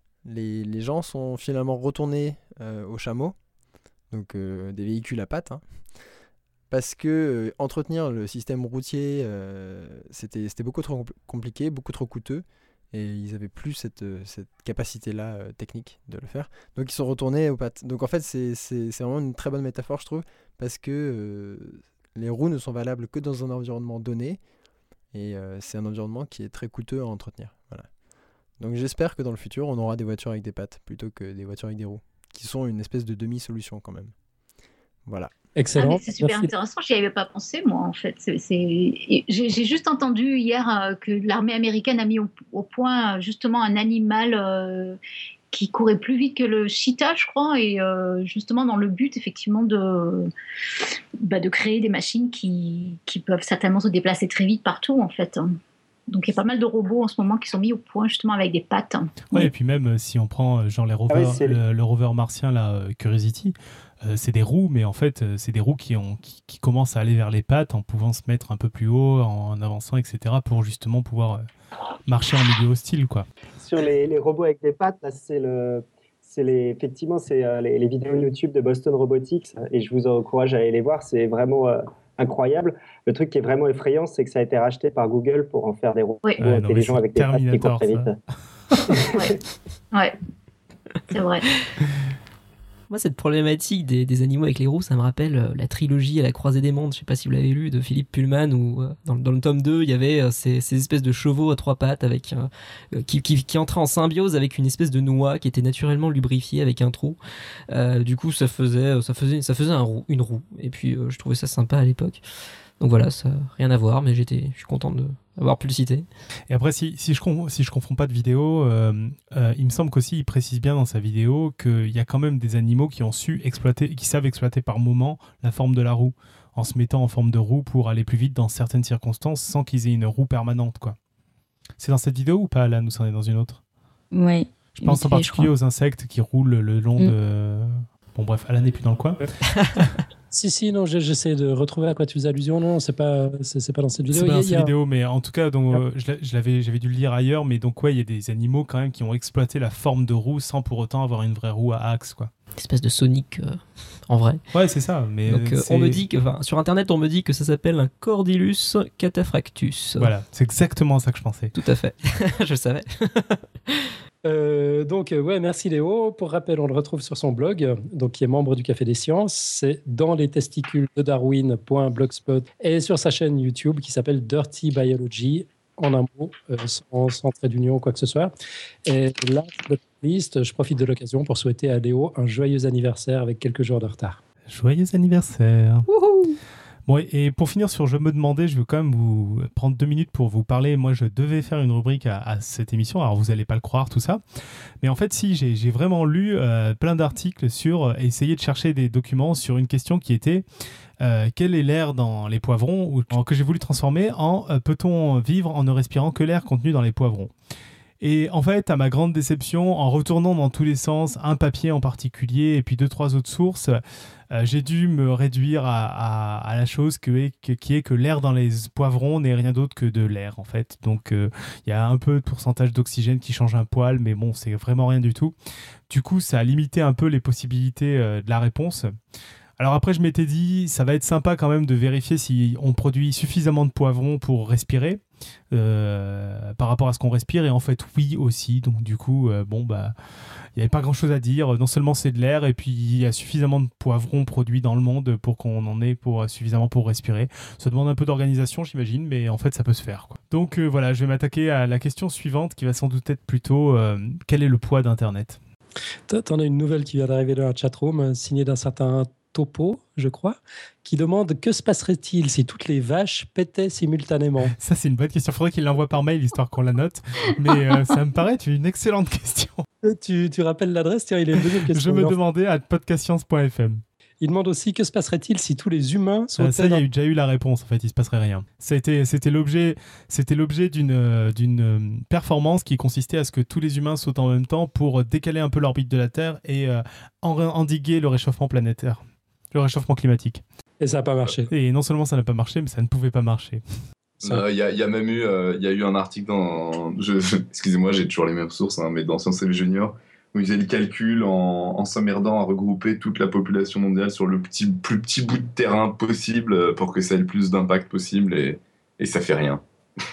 les gens sont finalement retournés aux chameaux, donc des véhicules à pattes, hein, parce que entretenir le système routier, c'était beaucoup trop compliqué, beaucoup trop coûteux, et ils n'avaient plus cette capacité-là technique de le faire. Donc ils sont retournés aux pattes. Donc en fait, c'est vraiment une très bonne métaphore, je trouve, parce que les roues ne sont valables que dans un environnement donné, et c'est un environnement qui est très coûteux à entretenir. Voilà. Donc j'espère que dans le futur, on aura des voitures avec des pattes plutôt que des voitures avec des roues, qui sont une espèce de demi-solution quand même. Voilà. Excellent. C'est super intéressant, j'y avais pas pensé moi en fait. J'ai juste entendu hier que l'armée américaine a mis au point justement un animal qui courait plus vite que le cheetah, je crois, et justement dans le but effectivement de créer des machines qui peuvent certainement se déplacer très vite partout en fait. Donc il y a pas mal de robots en ce moment qui sont mis au point justement avec des pattes. Ouais, et puis même si on prend genre les rovers, le rover martien là, Curiosity, c'est des roues, mais en fait c'est des roues qui commencent à aller vers les pattes en pouvant se mettre un peu plus haut, en avançant, etc. pour justement pouvoir marcher en milieu hostile, quoi. Sur les robots avec des pattes, là, effectivement, c'est les vidéos YouTube de Boston Robotics, et je vous encourage à aller les voir, c'est vraiment incroyable. Le truc qui est vraiment effrayant, c'est que ça a été racheté par Google pour en faire des robots intelligents avec des pattes qui courent très vite. Ouais, c'est vrai. Moi, cette problématique des animaux avec les roues, ça me rappelle la trilogie à la croisée des mondes. Je sais pas si vous l'avez lu, de Philippe Pullman, où dans le tome 2, il y avait ces espèces de chevaux à trois pattes qui entraient en symbiose avec une espèce de noix qui était naturellement lubrifiée avec un trou. Du coup, ça faisait une roue. Et puis, je trouvais ça sympa à l'époque. Donc voilà, ça n'a rien à voir, mais je suis content d'avoir pu le citer. Et après, si je confonds pas de vidéo, il me semble qu'aussi il précise bien dans sa vidéo qu'il y a quand même des animaux qui savent exploiter par moment la forme de la roue, en se mettant en forme de roue pour aller plus vite dans certaines circonstances sans qu'ils aient une roue permanente, quoi. C'est dans cette vidéo ou pas, Alan, ou c'en est dans une autre? Oui. Je pense en particulier aux insectes qui roulent le long de... Bon bref, Alan n'est plus dans le coin. Si, non, j'essaie de retrouver à quoi tu faisais allusion. Non, c'est pas dans cette vidéo. C'est pas dans cette vidéo, mais en tout cas, donc, j'avais dû le lire ailleurs, mais donc ouais, il y a des animaux quand même qui ont exploité la forme de roue sans pour autant avoir une vraie roue à axe, quoi. Une espèce de Sonic en vrai. Ouais, c'est ça. Mais donc on me dit sur Internet, on me dit que ça s'appelle un Cordylus cataphractus. Voilà, c'est exactement ça que je pensais. Tout à fait, je le savais. Merci Léo. Pour rappel, on le retrouve sur son blog, donc qui est membre du Café des Sciences. C'est dans les testicules de Darwin.blogspot et sur sa chaîne YouTube qui s'appelle Dirty Biology, en un mot, sans trait d'union ou quoi que ce soit. Et là, je profite de l'occasion pour souhaiter à Léo un joyeux anniversaire avec quelques jours de retard. Joyeux anniversaire. Wouhou. Bon, et pour finir sur Je me demandais, je veux quand même vous prendre 2 minutes pour vous parler. Moi, je devais faire une rubrique à cette émission, alors vous n'allez pas le croire, tout ça. Mais en fait, si, j'ai vraiment lu plein d'articles sur essayer de chercher des documents sur une question qui était quel est l'air dans les poivrons, que j'ai voulu transformer en peut-on vivre en ne respirant que l'air contenu dans les poivrons. Et en fait, à ma grande déception, en retournant dans tous les sens, un papier en particulier et puis 2-3 autres sources, j'ai dû me réduire à la chose qui est que l'air dans les poivrons n'est rien d'autre que de l'air, en fait. Donc, il y a un peu de pourcentage d'oxygène qui change un poil, mais bon, c'est vraiment rien du tout. Du coup, ça a limité un peu les possibilités de la réponse. Alors après, je m'étais dit, ça va être sympa quand même de vérifier si on produit suffisamment de poivrons pour respirer par rapport à ce qu'on respire. Et en fait, oui aussi. Donc du coup, il n'y avait pas grand-chose à dire. Non seulement c'est de l'air, et puis il y a suffisamment de poivrons produits dans le monde pour qu'on en ait suffisamment pour respirer. Ça demande un peu d'organisation, j'imagine, mais en fait, ça peut se faire, quoi. Donc voilà, je vais m'attaquer à la question suivante qui va sans doute être plutôt quel est le poids d'Internet ? T'en as une nouvelle qui vient d'arriver dans la chatroom, signée d'un certain Topo, je crois, qui demande que se passerait-il si toutes les vaches pétaient simultanément. Ça, c'est une bonne question. Il faudrait qu'il l'envoie par mail, histoire qu'on la note. Mais ça me paraît une excellente question. Tu rappelles l'adresse? Tiens, il est une deuxième question. Je me demandais à podcastscience.fm. Il demande aussi que se passerait-il si tous les humains sautaient ça, il y a déjà eu la réponse. En fait, il se passerait rien. C'était l'objet d'une performance qui consistait à ce que tous les humains sautent en même temps pour décaler un peu l'orbite de la Terre et endiguer le réchauffement planétaire, le réchauffement climatique. Et ça n'a pas marché. Et non seulement ça n'a pas marché, mais ça ne pouvait pas marcher. Il y a même eu, un article dans... excusez-moi, j'ai toujours les mêmes sources, hein, mais dans Sciences et Junior, où ils faisaient le calcul en s'emmerdant à regrouper toute la population mondiale sur le plus petit bout de terrain possible pour que ça ait le plus d'impact possible, et ça fait rien.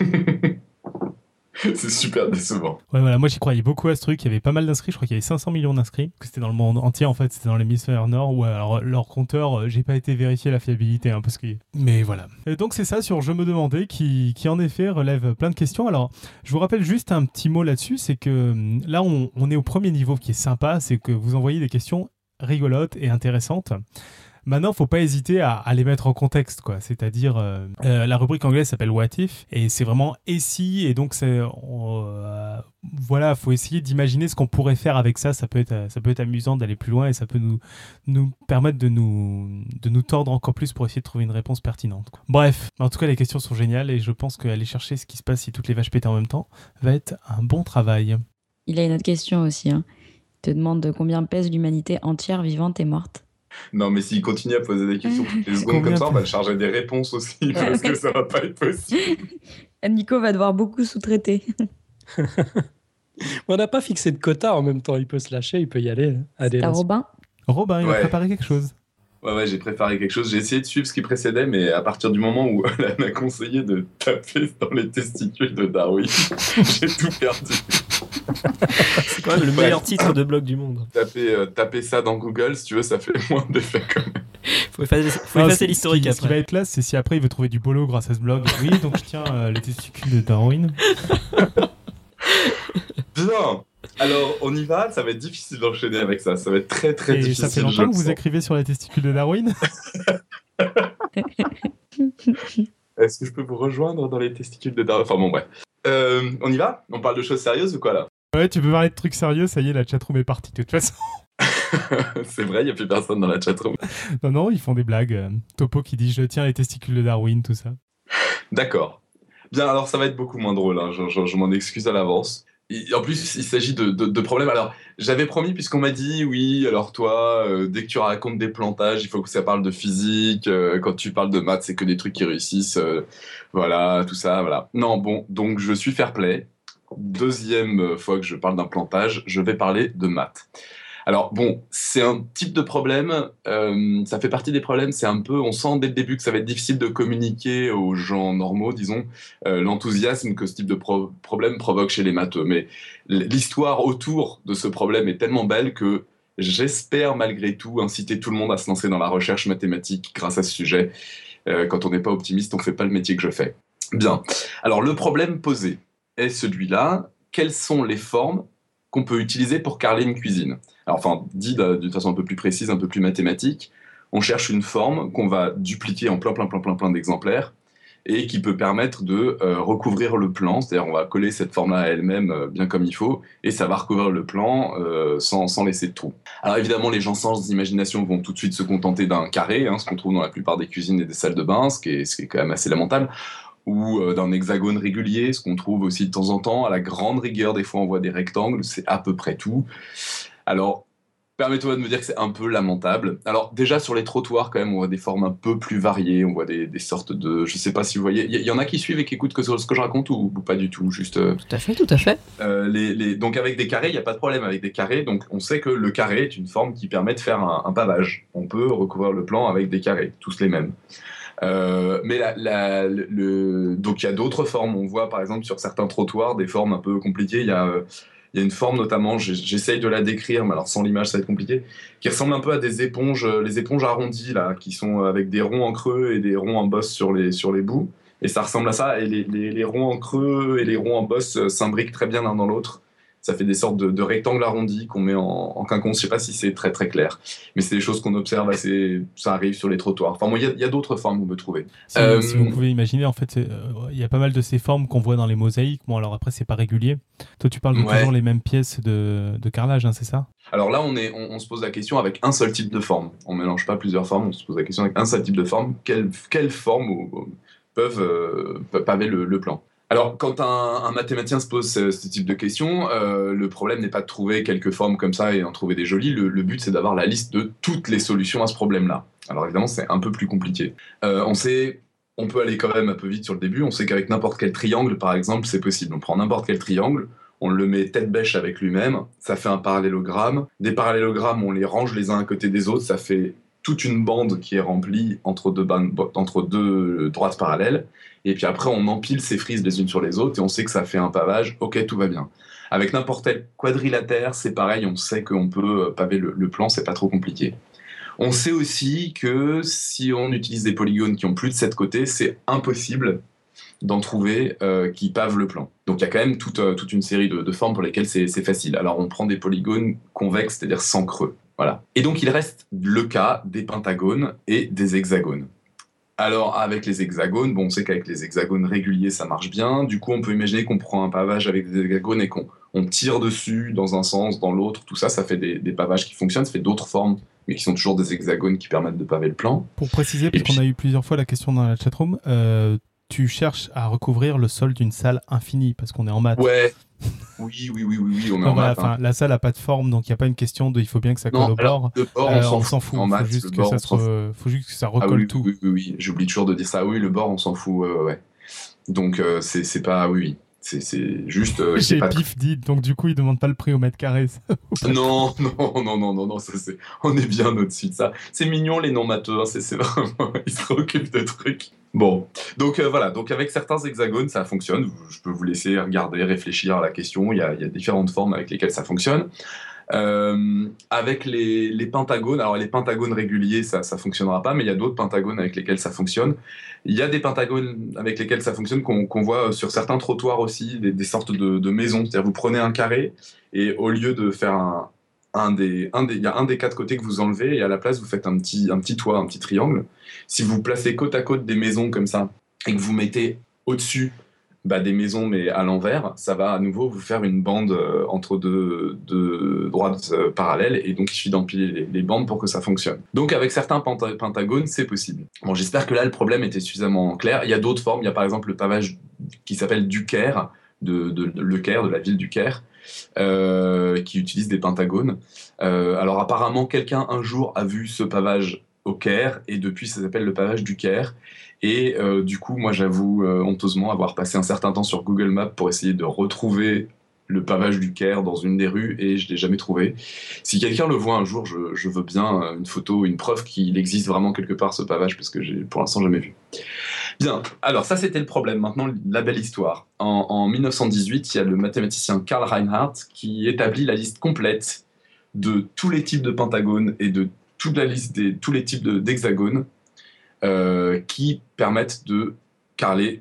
C'est super décevant. Ouais, voilà, moi j'y croyais beaucoup à ce truc. Il y avait pas mal d'inscrits, je crois qu'il y avait 500 millions d'inscrits. C'était dans le monde entier en fait, c'était dans l'hémisphère nord. Ou alors leur compteur, j'ai pas été vérifier la fiabilité, hein, parce que. Mais voilà. Et donc c'est ça sur Je me demandais qui en effet relève plein de questions. Alors je vous rappelle juste un petit mot là-dessus, c'est que là on est au premier niveau qui est sympa, c'est que vous envoyez des questions rigolotes et intéressantes. Maintenant, faut pas hésiter à les mettre en contexte, quoi. C'est-à-dire, la rubrique anglaise s'appelle What If, et c'est vraiment et si, et donc voilà, faut essayer d'imaginer ce qu'on pourrait faire avec ça. Ça peut être amusant d'aller plus loin, et ça peut nous permettre de nous tordre encore plus pour essayer de trouver une réponse pertinente, quoi. Bref, en tout cas, les questions sont géniales, et je pense qu'aller chercher ce qui se passe si toutes les vaches pètent en même temps va être un bon travail. Il a une autre question aussi, hein. Il te demande de combien pèse l'humanité entière, vivante et morte. Non, mais s'il continue à poser des questions toutes les secondes comme ça, on va le charger des réponses aussi, parce que ça va pas être possible. Nico va devoir beaucoup sous-traiter. On n'a pas fixé de quota en même temps, il peut se lâcher, il peut y aller. C'est à Robin. Robin, il a préparé quelque chose. Ouais, j'ai préparé quelque chose. J'ai essayé de suivre ce qui précédait, mais à partir du moment où elle m'a conseillé de taper dans les testicules de Darwin, j'ai tout perdu. C'est quand même le meilleur titre de blog du monde. Taper ça dans Google, si tu veux, ça fait moins d'effet quand même. Faut effacer l'historique après. Ce qui va être là, c'est si après il veut trouver du boulot grâce à ce blog. Oui, donc je tiens les testicules de Darwin. Bien. Alors, on y va. Ça va être difficile d'enchaîner avec ça. Ça va être très, très difficile. Et ça fait longtemps que vous écrivez sur les testicules de Darwin. Est-ce que je peux vous rejoindre dans les testicules de Darwin? Enfin bon, bref. On y va? On parle de choses sérieuses ou quoi, là? Ouais, tu peux parler de trucs sérieux. Ça y est, la chatroom est partie, de toute façon. C'est vrai, il n'y a plus personne dans la chatroom. Non, ils font des blagues. Topo qui dit « Je tiens les testicules de Darwin », tout ça. D'accord. Bien, alors ça va être beaucoup moins drôle, hein. Je m'en excuse à l'avance. En plus, il s'agit de problèmes. Alors, j'avais promis, puisqu'on m'a dit, oui, alors toi, dès que tu racontes des plantages, il faut que ça parle de physique. Quand tu parles de maths, c'est que des trucs qui réussissent. Voilà, tout ça, voilà. Non, bon, donc je suis fair play. Deuxième fois que je parle d'un plantage, je vais parler de maths. Alors bon, c'est un type de problème, ça fait partie des problèmes, c'est un peu, on sent dès le début que ça va être difficile de communiquer aux gens normaux, disons, l'enthousiasme que ce type de problème provoque chez les matheux. Mais l'histoire autour de ce problème est tellement belle que j'espère malgré tout inciter tout le monde à se lancer dans la recherche mathématique grâce à ce sujet. Quand on n'est pas optimiste, on ne fait pas le métier que je fais. Bien, alors le problème posé est celui-là, quelles sont les formes qu'on peut utiliser pour carreler une cuisine? Alors, enfin, dit d'une façon un peu plus précise, un peu plus mathématique, on cherche une forme qu'on va dupliquer en plein d'exemplaires et qui peut permettre de recouvrir le plan, c'est-à-dire on va coller cette forme-là à elle-même bien comme il faut et ça va recouvrir le plan sans laisser de trou. Alors évidemment, les gens sans imagination vont tout de suite se contenter d'un carré, hein, ce qu'on trouve dans la plupart des cuisines et des salles de bain, ce qui est quand même assez lamentable, ou d'un hexagone régulier, ce qu'on trouve aussi de temps en temps. À la grande rigueur, des fois on voit des rectangles, c'est à peu près tout. Alors, permettez-moi de me dire que c'est un peu lamentable. Alors déjà sur les trottoirs quand même, on voit des formes un peu plus variées, on voit des sortes de... Je sais pas si vous voyez, il y en a qui suivent et qui écoutent ce que je raconte ou pas du tout, juste... Tout à fait. Donc avec des carrés, il n'y a pas de problème avec des carrés, donc on sait que le carré est une forme qui permet de faire un pavage. On peut recouvrir le plan avec des carrés, tous les mêmes. Mais donc il y a d'autres formes. On voit par exemple sur certains trottoirs des formes un peu compliquées. Il y a une forme notamment, j'essaye de la décrire, mais alors sans l'image ça va être compliqué, qui ressemble un peu à des éponges, les éponges arrondies là, qui sont avec des ronds en creux et des ronds en bosse sur les bouts. Et ça ressemble à ça. Et les ronds en creux et les ronds en bosse s'imbriquent très bien l'un dans l'autre. Ça fait des sortes de rectangles arrondis qu'on met en quinconce. Je sais pas si c'est très très clair, mais c'est des choses qu'on observe assez. Ça arrive sur les trottoirs. Enfin, il y a d'autres formes qu'on peut trouver. Si vous pouvez imaginer, en fait, il y a pas mal de ces formes qu'on voit dans les mosaïques. Bon, alors après, c'est pas régulier. Toi, tu parles de toujours les mêmes pièces de carrelage, hein, c'est ça? Alors là, on se pose la question avec un seul type de forme. On mélange pas plusieurs formes. On se pose la question avec un seul type de forme. Quelles formes peuvent paver le plan? Alors, quand un mathématicien se pose ce type de questions, le problème n'est pas de trouver quelques formes comme ça et en trouver des jolies. Le but, c'est d'avoir la liste de toutes les solutions à ce problème-là. Alors évidemment, c'est un peu plus compliqué. On peut aller quand même un peu vite sur le début. On sait qu'avec n'importe quel triangle, par exemple, c'est possible. On prend n'importe quel triangle, on le met tête-bêche avec lui-même, ça fait un parallélogramme. Des parallélogrammes, on les range les uns à côté des autres, ça fait toute une bande qui est remplie entre deux droites parallèles. Et puis après, on empile ces frises les unes sur les autres et on sait que ça fait un pavage. Ok, tout va bien. Avec n'importe quel quadrilatère, c'est pareil, on sait qu'on peut paver le plan, c'est pas trop compliqué. On sait aussi que si on utilise des polygones qui ont plus de 7 côtés, c'est impossible d'en trouver qui pavent le plan. Donc il y a quand même toute une série de formes pour lesquelles c'est facile. Alors on prend des polygones convexes, c'est-à-dire sans creux. Voilà. Et donc il reste le cas des pentagones et des hexagones. Alors avec les hexagones, on sait qu'avec les hexagones réguliers ça marche bien. Du coup on peut imaginer qu'on prend un pavage avec des hexagones et qu'on tire dessus dans un sens, dans l'autre. Tout ça, ça fait des pavages qui fonctionnent, ça fait d'autres formes mais qui sont toujours des hexagones qui permettent de paver le plan. Pour préciser, parce qu'on a eu plusieurs fois la question dans la chatroom, tu cherches à recouvrir le sol d'une salle infinie, parce qu'on est en maths. Ouais. Oui, on est en maths. La salle n'a pas de forme, donc il n'y a pas une question de il faut bien que ça colle au bord. Le bord, on s'en fout. Il faut juste que ça recolle tout. Oui, j'oublie toujours de dire ça. Oui, le bord, on s'en fout. Ouais. Donc, c'est pas... Oui. C'est juste. J'ai dit, donc du coup, il demande pas le prix au mètre carré. Non, on est bien au-dessus de ça. C'est mignon les non-matheux, c'est vraiment, ils se préoccupent de trucs. Bon, donc voilà, donc avec certains hexagones, ça fonctionne. Je peux vous laisser regarder, réfléchir à la question. Il y a différentes formes avec lesquelles ça fonctionne. Avec les pentagones, alors les pentagones réguliers, ça fonctionnera pas, mais il y a d'autres pentagones avec lesquels ça fonctionne. Il y a des pentagones avec lesquels ça fonctionne qu'on voit sur certains trottoirs aussi, des sortes de maisons. C'est-à-dire vous prenez un carré et au lieu de faire il y a un des 4 côtés que vous enlevez et à la place vous faites un petit toit, un petit triangle. Si vous placez côte à côte des maisons comme ça et que vous mettez au-dessus des maisons mais à l'envers, ça va à nouveau vous faire une bande entre deux droites parallèles et donc il suffit d'empiler les bandes pour que ça fonctionne. Donc avec certains pentagones, c'est possible. Bon, j'espère que là le problème était suffisamment clair. Il y a d'autres formes, il y a par exemple le pavage qui s'appelle du Caire, Le Caire, de la ville du Caire, qui utilise des pentagones. Alors apparemment quelqu'un un jour a vu ce pavage au Caire et depuis ça s'appelle le pavage du Caire. Et du coup, moi, j'avoue honteusement avoir passé un certain temps sur Google Maps pour essayer de retrouver le pavage du Caire dans une des rues et je ne l'ai jamais trouvé. Si quelqu'un le voit un jour, je veux bien une photo, une preuve qu'il existe vraiment quelque part ce pavage parce que j'ai pour l'instant jamais vu. Bien, alors ça c'était le problème. Maintenant, la belle histoire. En 1918, il y a le mathématicien Karl Reinhardt qui établit la liste complète de tous les types de pentagones et de toute la liste de tous les types d'hexagones qui permettent de carreler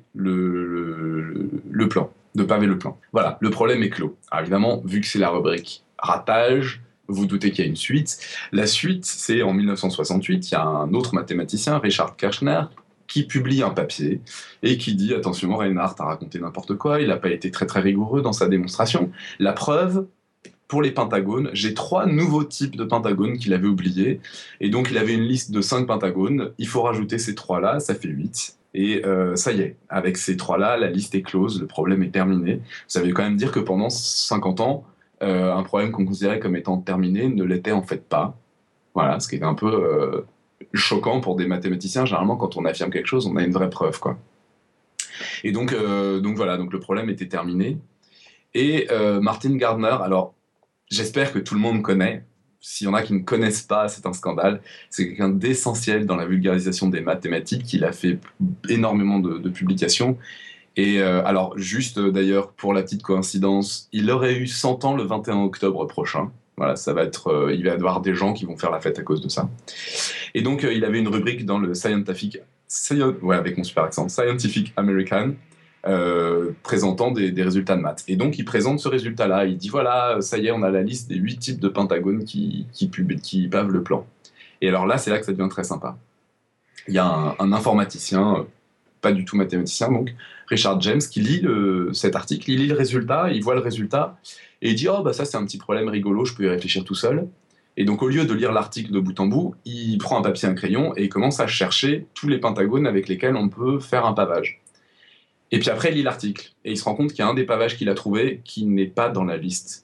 le plan, de paver le plan. Voilà, le problème est clos. Alors évidemment, vu que c'est la rubrique ratage, vous doutez qu'il y a une suite. La suite, c'est en 1968, il y a un autre mathématicien, Richard Kirchner, qui publie un papier et qui dit « Attention, Reinhardt a raconté n'importe quoi, il n'a pas été très très rigoureux dans sa démonstration. La preuve, pour les pentagones, j'ai 3 nouveaux types de pentagones qu'il avait oubliés. Et donc, il avait une liste de 5 pentagones. Il faut rajouter ces 3-là, ça fait 8. Et ça y est, avec ces 3-là, la liste est close, le problème est terminé. Ça veut quand même dire que pendant 50 ans, un problème qu'on considérait comme étant terminé ne l'était en fait pas. Voilà, ce qui est un peu choquant pour des mathématiciens. Généralement, quand on affirme quelque chose, on a une vraie preuve, quoi. Et donc voilà, donc le problème était terminé. Et Martin Gardner, alors, j'espère que tout le monde connaît. S'il y en a qui ne connaissent pas, c'est un scandale. C'est quelqu'un d'essentiel dans la vulgarisation des mathématiques. Il a fait énormément de publications. Et alors, juste d'ailleurs, pour la petite coïncidence, il aurait eu 100 ans le 21 octobre prochain. Voilà, ça va être, il va y avoir des gens qui vont faire la fête à cause de ça. Et donc, il avait une rubrique dans le avec mon super accent, Scientific American, présentant des résultats de maths. Et donc, il présente ce résultat-là. Il dit, voilà, ça y est, on a la liste des 8 types de pentagones qui pavent le plan. Et alors là, c'est là que ça devient très sympa. Il y a un informaticien, pas du tout mathématicien, donc, Richard James, qui lit cet article, il lit le résultat, il voit le résultat, et il dit, oh, bah ça, c'est un petit problème rigolo, je peux y réfléchir tout seul. Et donc, au lieu de lire l'article de bout en bout, il prend un papier et un crayon, et il commence à chercher tous les pentagones avec lesquels on peut faire un pavage. Et puis après, il lit l'article, et il se rend compte qu'il y a un des pavages qu'il a trouvé qui n'est pas dans la liste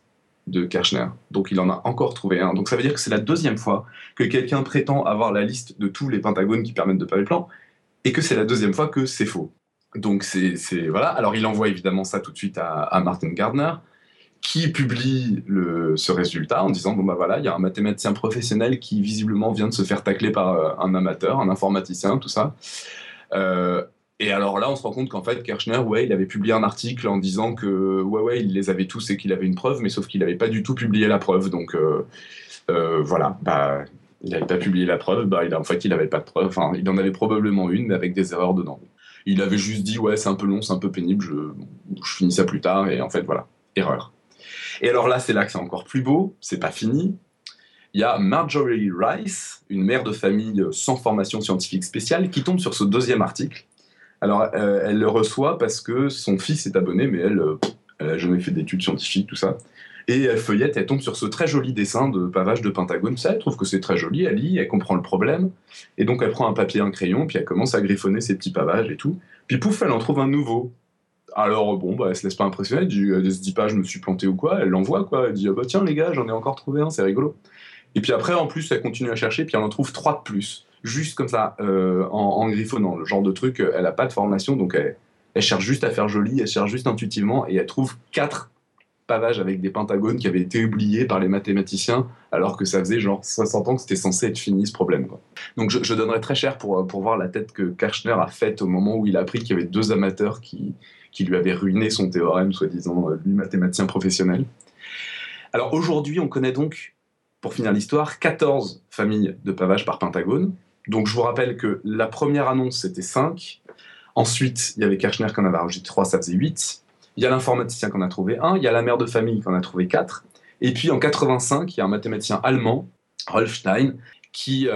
de Kirchner. Donc il en a encore trouvé un. Donc ça veut dire que c'est la deuxième fois que quelqu'un prétend avoir la liste de tous les pentagones qui permettent de paver le plan, et que c'est la deuxième fois que c'est faux. Donc voilà. Alors il envoie évidemment ça tout de suite à Martin Gardner, qui publie ce résultat en disant bon bah voilà, il y a un mathématicien professionnel qui visiblement vient de se faire tacler par un amateur, un informaticien, tout ça. Et alors là, on se rend compte qu'en fait, Kirchner, il avait publié un article en disant que il les avait tous et qu'il avait une preuve, mais sauf qu'il n'avait pas du tout publié la preuve. Donc voilà, il n'avait pas publié la preuve. En fait, il n'avait pas de preuve. Enfin, il en avait probablement une, mais avec des erreurs dedans. Il avait juste dit c'est un peu long, c'est un peu pénible, je finis ça plus tard. Et en fait, voilà, erreur. Et alors là, c'est là que c'est encore plus beau, c'est pas fini. Il y a Marjorie Rice, une mère de famille sans formation scientifique spéciale, qui tombe sur ce deuxième article. Alors, elle le reçoit parce que son fils est abonné, mais elle n'a jamais fait d'études scientifiques, tout ça. Et elle feuillette, elle tombe sur ce très joli dessin de pavage de Pentagone. Ça, elle trouve que c'est très joli, elle lit, elle comprend le problème. Et donc, elle prend un papier, un crayon, puis elle commence à griffonner ses petits pavages et tout. Puis pouf, elle en trouve un nouveau. Alors elle se laisse pas impressionner, elle se dit pas je me suis planté ou quoi, elle l'envoie quoi, elle dit tiens les gars, j'en ai encore trouvé un, c'est rigolo. Et puis après en plus elle continue à chercher, puis elle en trouve 3 de plus, juste comme ça, en griffonnant, le genre de truc, elle a pas de formation, donc elle cherche juste à faire joli, elle cherche juste intuitivement, et elle trouve 4 pavages avec des pentagones qui avaient été oubliés par les mathématiciens, alors que ça faisait genre 60 ans que c'était censé être fini ce problème, quoi. Donc je donnerais très cher pour voir la tête que Kirchner a faite au moment où il a appris qu'il y avait 2 amateurs qui lui avait ruiné son théorème, soi-disant, lui, mathématicien professionnel. Alors aujourd'hui, on connaît donc, pour finir l'histoire, 14 familles de pavages par pentagone. Donc je vous rappelle que la première annonce, c'était 5. Ensuite, il y avait Kirchner qui en avait rajouté 3, ça faisait 8. Il y a l'informaticien qui en a trouvé 1. Il y a la mère de famille qui en a trouvé 4. Et puis en 85, il y a un mathématicien allemand, Rolf Stein, qui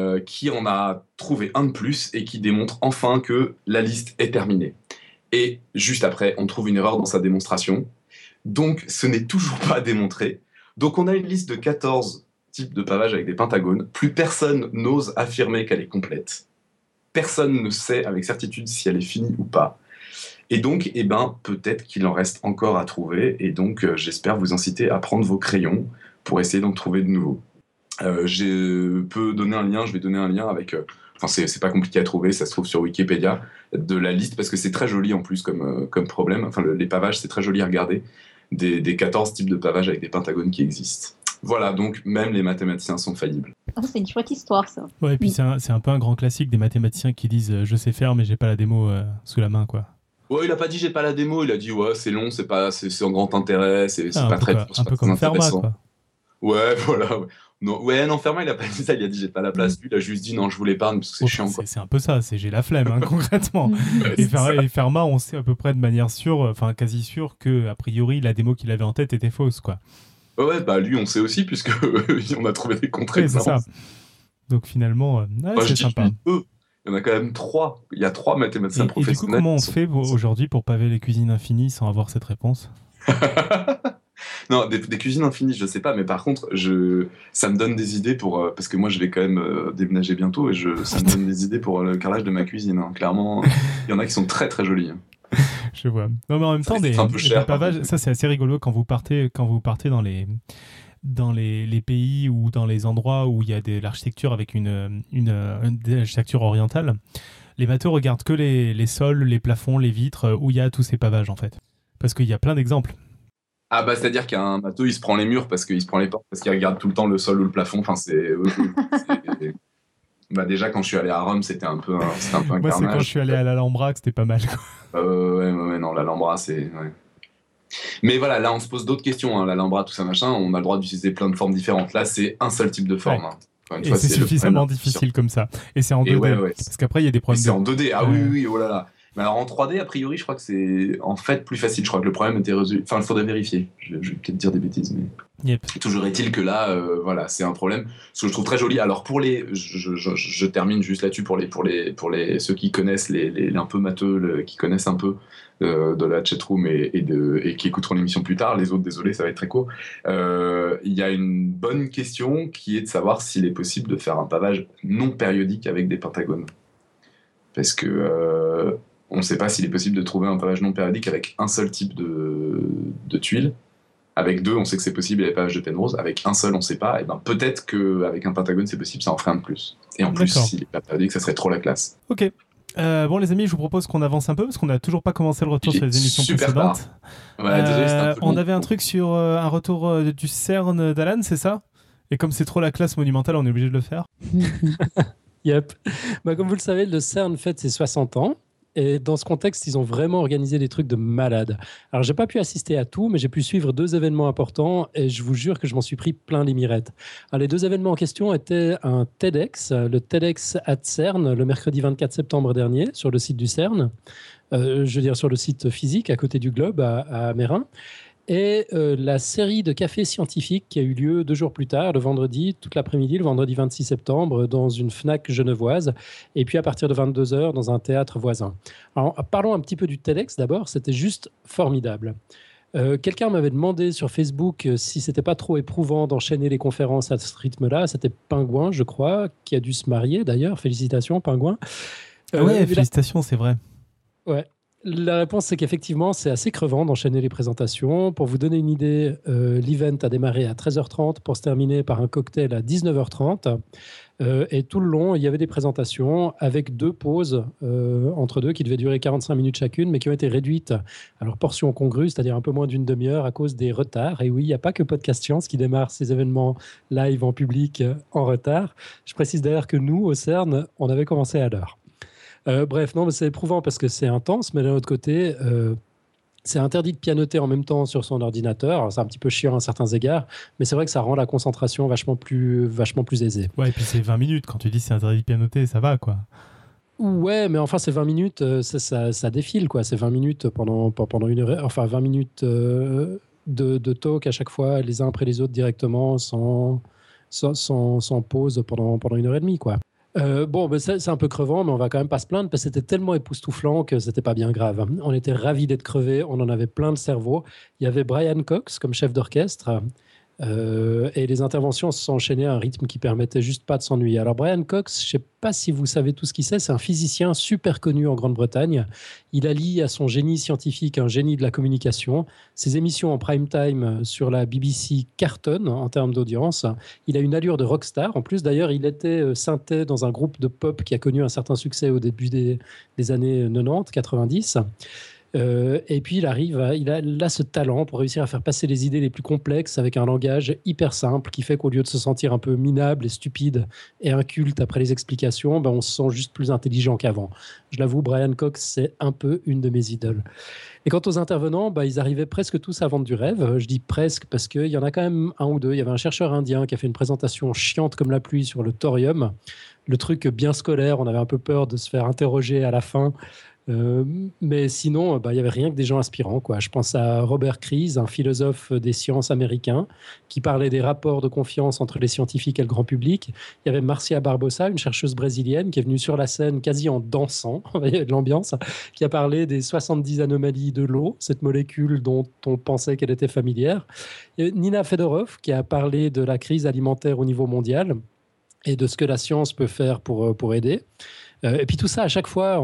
en a trouvé un de plus et qui démontre enfin que la liste est terminée. Et juste après, on trouve une erreur dans sa démonstration. Donc, ce n'est toujours pas démontré. Donc, on a une liste de 14 types de pavages avec des pentagones. Plus personne n'ose affirmer qu'elle est complète. Personne ne sait avec certitude si elle est finie ou pas. Et donc, peut-être qu'il en reste encore à trouver. Et donc, j'espère vous inciter à prendre vos crayons pour essayer d'en trouver de nouveaux. Je peux donner un lien, je vais donner un lien avec... c'est pas compliqué à trouver, ça se trouve sur Wikipédia, de la liste, parce que c'est très joli en plus comme problème. Enfin, les pavages, c'est très joli à regarder. Des 14 types de pavages avec des pentagones qui existent. Voilà, donc même les mathématiciens sont faillibles. Oh, c'est une chouette histoire, ça. Ouais, et puis c'est un peu un grand classique des mathématiciens qui disent je sais faire, mais j'ai pas la démo sous la main, quoi. Ouais, il a pas dit j'ai pas la démo, il a dit c'est long, c'est en grand intérêt, c'est pas très comme Fermat, quoi. Ouais, voilà. Non, Fermat, il a pas dit ça, il a dit j'ai pas la place. Lui, il a juste dit non, je vous l'épargne parce que c'est chiant, quoi. C'est un peu ça, c'est j'ai la flemme, concrètement. Et Fermat, on sait à peu près de manière sûre, quasi sûre, que a priori, la démo qu'il avait en tête était fausse, quoi. Ouais, lui, on sait aussi, puisque on a trouvé des contre-exemples. C'est ça. Donc finalement, c'est sympa. Il y en a quand même 3. Il y a 3 mathématiciens professionnels. Et du coup, comment on fait aujourd'hui pour paver les cuisines infinies sans avoir cette réponse? Non, des cuisines infinies, je sais pas, mais par contre, ça me donne des idées pour... parce que moi, je vais quand même déménager bientôt, et ça me donne des idées pour le carrelage de ma cuisine. Clairement, il y en a qui sont très très jolis. Je vois. Non, mais en même temps, des pavages, ça c'est assez rigolo quand vous partez dans les pays ou dans les endroits où il y a de l'architecture avec une architecture orientale. Les bateaux regardent que les sols, les plafonds, les vitres, où il y a tous ces pavages, en fait. Parce qu'il y a plein d'exemples. Ah c'est-à-dire qu'il y a un bateau, il se prend les murs parce qu'il se prend les portes, parce qu'il regarde tout le temps le sol ou le plafond. Enfin, déjà, quand je suis allé à Rome, c'était un peu un carnage. Moi, c'est quand je suis allé à l'Alhambra que c'était pas mal, quoi. Non, l'Alhambra, c'est... Ouais. Mais voilà, là, on se pose d'autres questions. L'Alhambra, tout ça, machin, on a le droit d'utiliser plein de formes différentes. Là, c'est un seul type de forme. Ouais. Et c'est suffisamment difficile comme ça. Et c'est en 2D. Ouais. Parce qu'après, il y a des problèmes. C'est en 2D. Ah oui, oh là là. Mais alors en 3D, a priori, je crois que c'est en fait plus facile. Je crois que le problème était résolu. Enfin, il faudrait vérifier. Je vais peut-être dire des bêtises, mais. Yep. Toujours est-il que là, c'est un problème. Ce que je trouve très joli. Alors pour je termine juste là-dessus pour les ceux qui connaissent les un peu matheux, qui connaissent un peu de la chatroom et qui écouteront l'émission plus tard. Les autres, désolé, ça va être très court. Il y a une bonne question qui est de savoir s'il est possible de faire un pavage non périodique avec des pentagones. Parce que on ne sait pas s'il est possible de trouver un pavage non périodique avec un seul type de tuile. Avec 2, on sait que c'est possible, il n'y avait pas de Penrose. Avec un seul, on ne sait pas. Et ben peut-être qu'avec un pentagone, c'est possible, ça en ferait un de plus. Et en plus, s'il n'est pas périodique, ça serait trop la classe. Ok. Bon les amis, je vous propose qu'on avance un peu parce qu'on n'a toujours pas commencé le retour sur les émissions précédentes. Ouais, désolé, on avait un truc sur un retour du CERN d'Alan, c'est ça? Et comme c'est trop la classe monumentale, on est obligé de le faire. Yep. Comme vous le savez, le CERN fête ses 60 ans. Et dans ce contexte, ils ont vraiment organisé des trucs de malade. Alors, j'ai pas pu assister à tout, mais j'ai pu suivre 2 événements importants et je vous jure que je m'en suis pris plein les mirettes. Alors, les 2 événements en question étaient un TEDx, le TEDx at CERN, le mercredi 24 septembre dernier, sur le site du CERN. Je veux dire, sur le site physique, à côté du Globe, à Mérin. Et la série de cafés scientifiques qui a eu lieu 2 jours plus tard, le vendredi, toute l'après-midi, le vendredi 26 septembre, dans une FNAC genevoise, et puis à partir de 22h, dans un théâtre voisin. Alors, parlons un petit peu du TEDx d'abord, c'était juste formidable. Quelqu'un m'avait demandé sur Facebook si c'était pas trop éprouvant d'enchaîner les conférences à ce rythme-là. C'était Pingouin, je crois, qui a dû se marier d'ailleurs. Félicitations, Pingouin. Ouais, félicitations, c'est vrai. Ouais. La réponse, c'est qu'effectivement, c'est assez crevant d'enchaîner les présentations. Pour vous donner une idée, l'event a démarré à 13h30 pour se terminer par un cocktail à 19h30. Et tout le long, il y avait des présentations avec 2 pauses entre deux qui devaient durer 45 minutes chacune, mais qui ont été réduites à leur portion congrue, c'est-à-dire un peu moins d'une demi-heure à cause des retards. Et oui, il n'y a pas que Podcast Science qui démarre ces événements live en public en retard. Je précise d'ailleurs que nous, au CERN, on avait commencé à l'heure. Bref, non, mais c'est éprouvant parce que c'est intense, mais d'un autre côté, c'est interdit de pianoter en même temps sur son ordinateur. Alors, c'est un petit peu chiant à certains égards, mais c'est vrai que ça rend la concentration vachement plus aisée. Ouais, et puis c'est 20 minutes. Quand tu dis c'est interdit de pianoter, ça va, quoi. Ouais, mais enfin, c'est 20 minutes, ça défile, quoi. C'est 20 minutes pendant une heure, enfin 20 minutes de talk à chaque fois, les uns après les autres directement, sans pause pendant 1h30, quoi. C'est un peu crevant, mais on va quand même pas se plaindre parce que c'était tellement époustouflant que c'était pas bien grave. On était ravis d'être crevés, on en avait plein le cerveau. Il y avait Brian Cox comme chef d'orchestre et les interventions se sont enchaînées à un rythme qui permettait juste pas de s'ennuyer. Alors Brian Cox, je sais pas si vous savez tout ce qu'il c'est un physicien super connu en Grande-Bretagne. Il allie à son génie scientifique un génie de la communication. Ses émissions en prime time sur la BBC cartonnent en termes d'audience. Il a une allure de rockstar. En plus, d'ailleurs, il était synthé dans un groupe de pop qui a connu un certain succès au début des années 90, 90. Et puis il a ce talent pour réussir à faire passer les idées les plus complexes avec un langage hyper simple qui fait qu'au lieu de se sentir un peu minable et stupide et inculte après les explications, on se sent juste plus intelligent qu'avant. Je l'avoue, Brian Cox, c'est un peu une de mes idoles. Et quant aux intervenants, ils arrivaient presque tous à vendre du rêve. Je dis presque parce qu'il y en a quand même un ou deux. Il y avait un chercheur indien qui a fait une présentation chiante comme la pluie sur le thorium. Le truc bien scolaire, on avait un peu peur de se faire interroger à la fin. Mais sinon, il n'y avait rien que des gens inspirants, quoi. Je pense à Robert Kries, un philosophe des sciences américain, qui parlait des rapports de confiance entre les scientifiques et le grand public. Il y avait Marcia Barbosa, une chercheuse brésilienne, qui est venue sur la scène quasi en dansant, il y avait de l'ambiance, qui a parlé des 70 anomalies de l'eau, cette molécule dont on pensait qu'elle était familière. Et Nina Fedorov, qui a parlé de la crise alimentaire au niveau mondial et de ce que la science peut faire pour aider. Et puis tout ça, à chaque fois,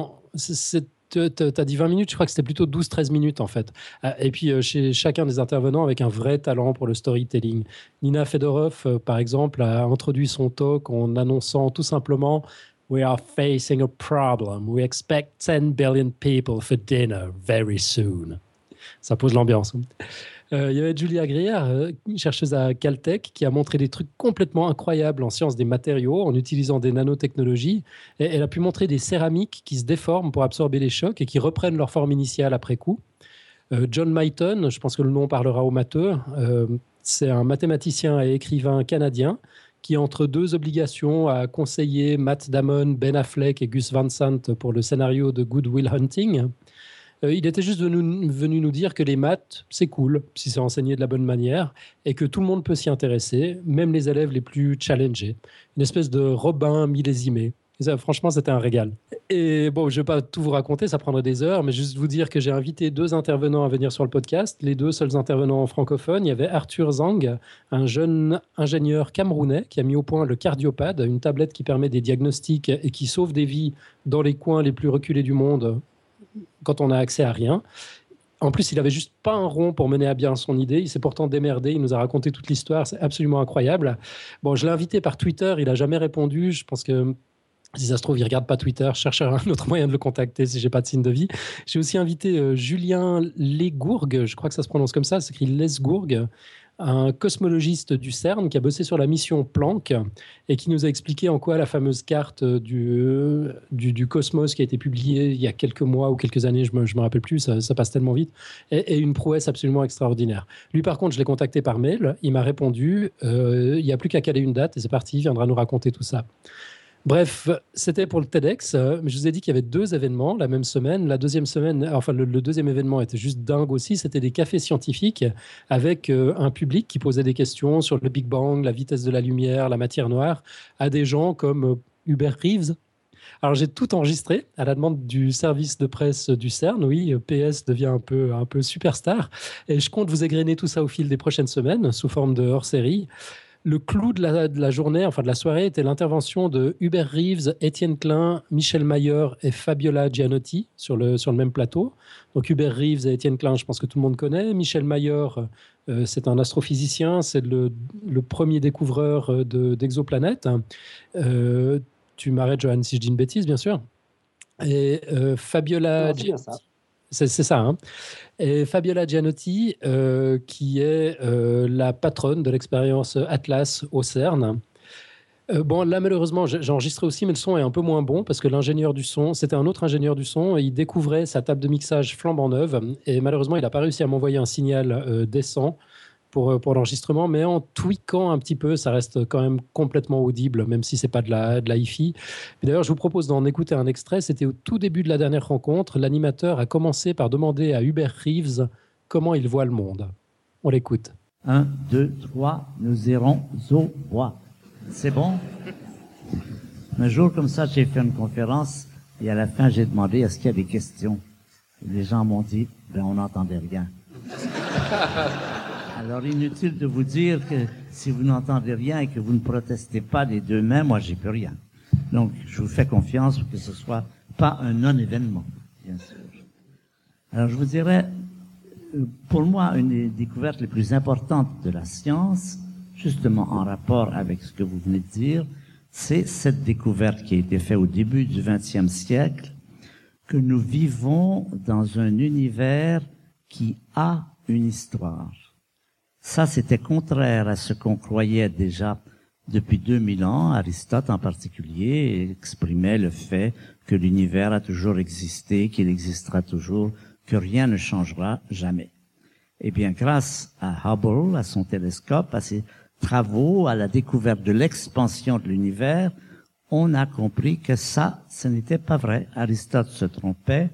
t'as dit 20 minutes, je crois que c'était plutôt 12-13 minutes en fait. Et puis chez chacun des intervenants avec un vrai talent pour le storytelling. Nina Fedorov, par exemple, a introduit son talk en annonçant tout simplement « We are facing a problem. We expect 10 billion people for dinner very soon. » Ça pose l'ambiance. Il y avait Julia Greer, chercheuse à Caltech, qui a montré des trucs complètement incroyables en sciences des matériaux, en utilisant des nanotechnologies. Et elle a pu montrer des céramiques qui se déforment pour absorber les chocs et qui reprennent leur forme initiale après coup. John Myton, je pense que le nom parlera aux matheux, c'est un mathématicien et écrivain canadien qui, entre 2 obligations, a conseillé Matt Damon, Ben Affleck et Gus Van Sant pour le scénario de Good Will Hunting. Il était juste venu nous dire que les maths, c'est cool, si c'est enseigné de la bonne manière, et que tout le monde peut s'y intéresser, même les élèves les plus challengés. Une espèce de Robin millésimé. Et ça, franchement, c'était un régal. Et bon, je ne vais pas tout vous raconter, ça prendrait des heures, mais juste vous dire que j'ai invité 2 intervenants à venir sur le podcast, les 2 seuls intervenants francophones. Il y avait Arthur Zhang, un jeune ingénieur camerounais qui a mis au point le Cardiopad, une tablette qui permet des diagnostics et qui sauve des vies dans les coins les plus reculés du monde quand on n'a accès à rien. En plus, il avait juste pas un rond pour mener à bien son idée. Il s'est pourtant démerdé. Il nous a raconté toute l'histoire. C'est absolument incroyable. Bon, je l'ai invité par Twitter. Il a jamais répondu. Je pense que si ça se trouve, il regarde pas Twitter. Je cherche un autre moyen de le contacter si j'ai pas de signe de vie. J'ai aussi invité Julien Lesgourg. Je crois que ça se prononce comme ça. Ça s'écrit Lesgourg, un cosmologiste du CERN qui a bossé sur la mission Planck et qui nous a expliqué en quoi la fameuse carte du cosmos qui a été publiée il y a quelques mois ou quelques années, je me rappelle plus, ça passe tellement vite, est une prouesse absolument extraordinaire. Lui, par contre, je l'ai contacté par mail, il m'a répondu, il n'y a plus qu'à caler une date et c'est parti, il viendra nous raconter tout ça. Bref, c'était pour le TEDx. Mais je vous ai dit qu'il y avait 2 événements la même semaine. La deuxième semaine, enfin le deuxième événement était juste dingue aussi. C'était des cafés scientifiques avec un public qui posait des questions sur le Big Bang, la vitesse de la lumière, la matière noire, à des gens comme Hubert Reeves. Alors j'ai tout enregistré à la demande du service de presse du CERN. Oui, PS devient un peu superstar. Et je compte vous égrener tout ça au fil des prochaines semaines sous forme de hors-série. Le clou de la journée, enfin de la soirée, était l'intervention de Hubert Reeves, Étienne Klein, Michel Mayer et Fabiola Gianotti sur le même plateau. Donc Hubert Reeves et Étienne Klein, je pense que tout le monde connaît. Michel Mayer, c'est un astrophysicien, c'est le premier découvreur d'exoplanètes. Tu m'arrêtes, Johan, si je dis une bêtise, bien sûr. Et Fabiola... C'est ça, hein. Et Fabiola Gianotti, qui est la patronne de l'expérience Atlas au CERN. Bon, là, malheureusement, j'ai enregistré aussi, mais le son est un peu moins bon parce que l'ingénieur du son, c'était un autre ingénieur du son, et il découvrait sa table de mixage flambant neuve. Et malheureusement, il n'a pas réussi à m'envoyer un signal décent pour l'enregistrement, mais en tweakant un petit peu, ça reste quand même complètement audible, même si c'est pas de la hi-fi. D'ailleurs, je vous propose d'en écouter un extrait. C'était au tout début de la dernière rencontre. L'animateur a commencé par demander à Hubert Reeves comment il voit le monde. On l'écoute. 1, 2, 3, nous irons au roi. C'est bon? Un jour comme ça, j'ai fait une conférence et à la fin, j'ai demandé est-ce qu'il y a des questions. Et les gens m'ont dit, on n'entendait rien. Alors, inutile de vous dire que si vous n'entendez rien et que vous ne protestez pas des 2 mains, moi, j'ai plus rien. Donc, je vous fais confiance pour que ce soit pas un non-événement, bien sûr. Alors, je vous dirais, pour moi, une des découvertes les plus importantes de la science, justement en rapport avec ce que vous venez de dire, c'est cette découverte qui a été faite au début du XXe siècle, que nous vivons dans un univers qui a une histoire. Ça, c'était contraire à ce qu'on croyait déjà depuis 2000 ans. Aristote, en particulier, exprimait le fait que l'univers a toujours existé, qu'il existera toujours, que rien ne changera jamais. Eh bien, grâce à Hubble, à son télescope, à ses travaux, à la découverte de l'expansion de l'univers, on a compris que ça, ce n'était pas vrai. Aristote se trompait.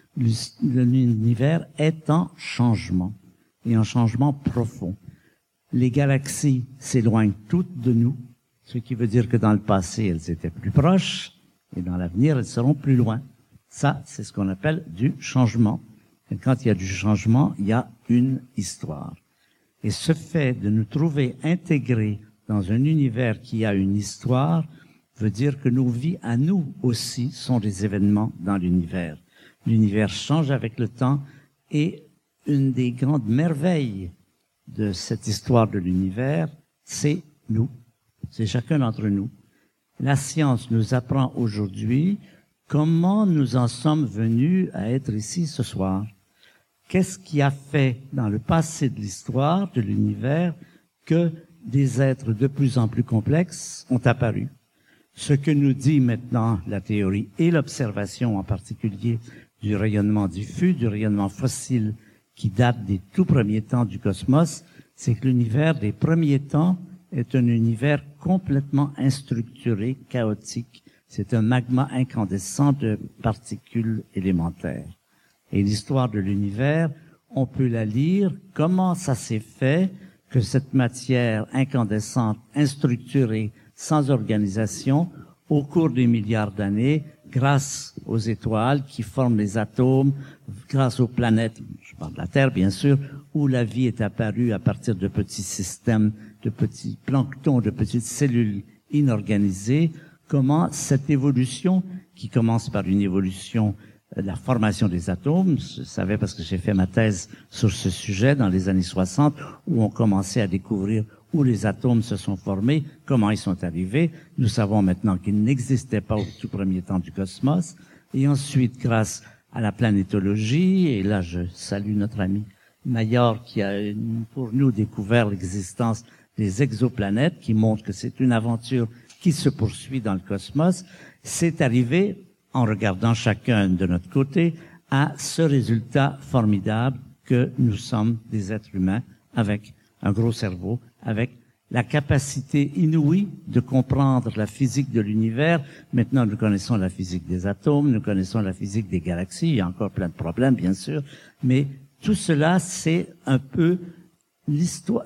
L'univers est en changement, et en changement profond. Les galaxies s'éloignent toutes de nous, ce qui veut dire que dans le passé, elles étaient plus proches, et dans l'avenir, elles seront plus loin. Ça, c'est ce qu'on appelle du changement. Et quand il y a du changement, il y a une histoire. Et ce fait de nous trouver intégrés dans un univers qui a une histoire veut dire que nos vies, à nous aussi, sont des événements dans l'univers. L'univers change avec le temps, et une des grandes merveilles de cette histoire de l'univers, c'est nous. C'est chacun d'entre nous. La science nous apprend aujourd'hui comment nous en sommes venus à être ici ce soir. Qu'est-ce qui a fait dans le passé de l'histoire de l'univers que des êtres de plus en plus complexes ont apparu? Ce que nous dit maintenant la théorie et l'observation en particulier du rayonnement diffus, du rayonnement fossile qui date des tout premiers temps du cosmos, c'est que l'univers des premiers temps est un univers complètement instructuré, chaotique. C'est un magma incandescent de particules élémentaires. Et l'histoire de l'univers, on peut la lire, comment ça s'est fait que cette matière incandescente, instructurée, sans organisation, au cours des milliards d'années, grâce aux étoiles qui forment les atomes, grâce aux planètes, je parle de la Terre bien sûr, où la vie est apparue à partir de petits systèmes, de petits planctons, de petites cellules inorganisées, comment cette évolution, qui commence par une évolution la formation des atomes. Je savais parce que j'ai fait ma thèse sur ce sujet dans les années 60, où on commençait à découvrir où les atomes se sont formés, comment ils sont arrivés. Nous savons maintenant qu'ils n'existaient pas au tout premier temps du cosmos. Et ensuite, grâce à la planétologie, et là je salue notre ami Maillard qui a pour nous découvert l'existence des exoplanètes, qui montre que c'est une aventure qui se poursuit dans le cosmos, c'est arrivé, en regardant chacun de notre côté, à ce résultat formidable que nous sommes des êtres humains avec un gros cerveau, avec la capacité inouïe de comprendre la physique de l'univers. Maintenant, nous connaissons la physique des atomes, nous connaissons la physique des galaxies, il y a encore plein de problèmes, bien sûr, mais tout cela, c'est un peu l'histoire,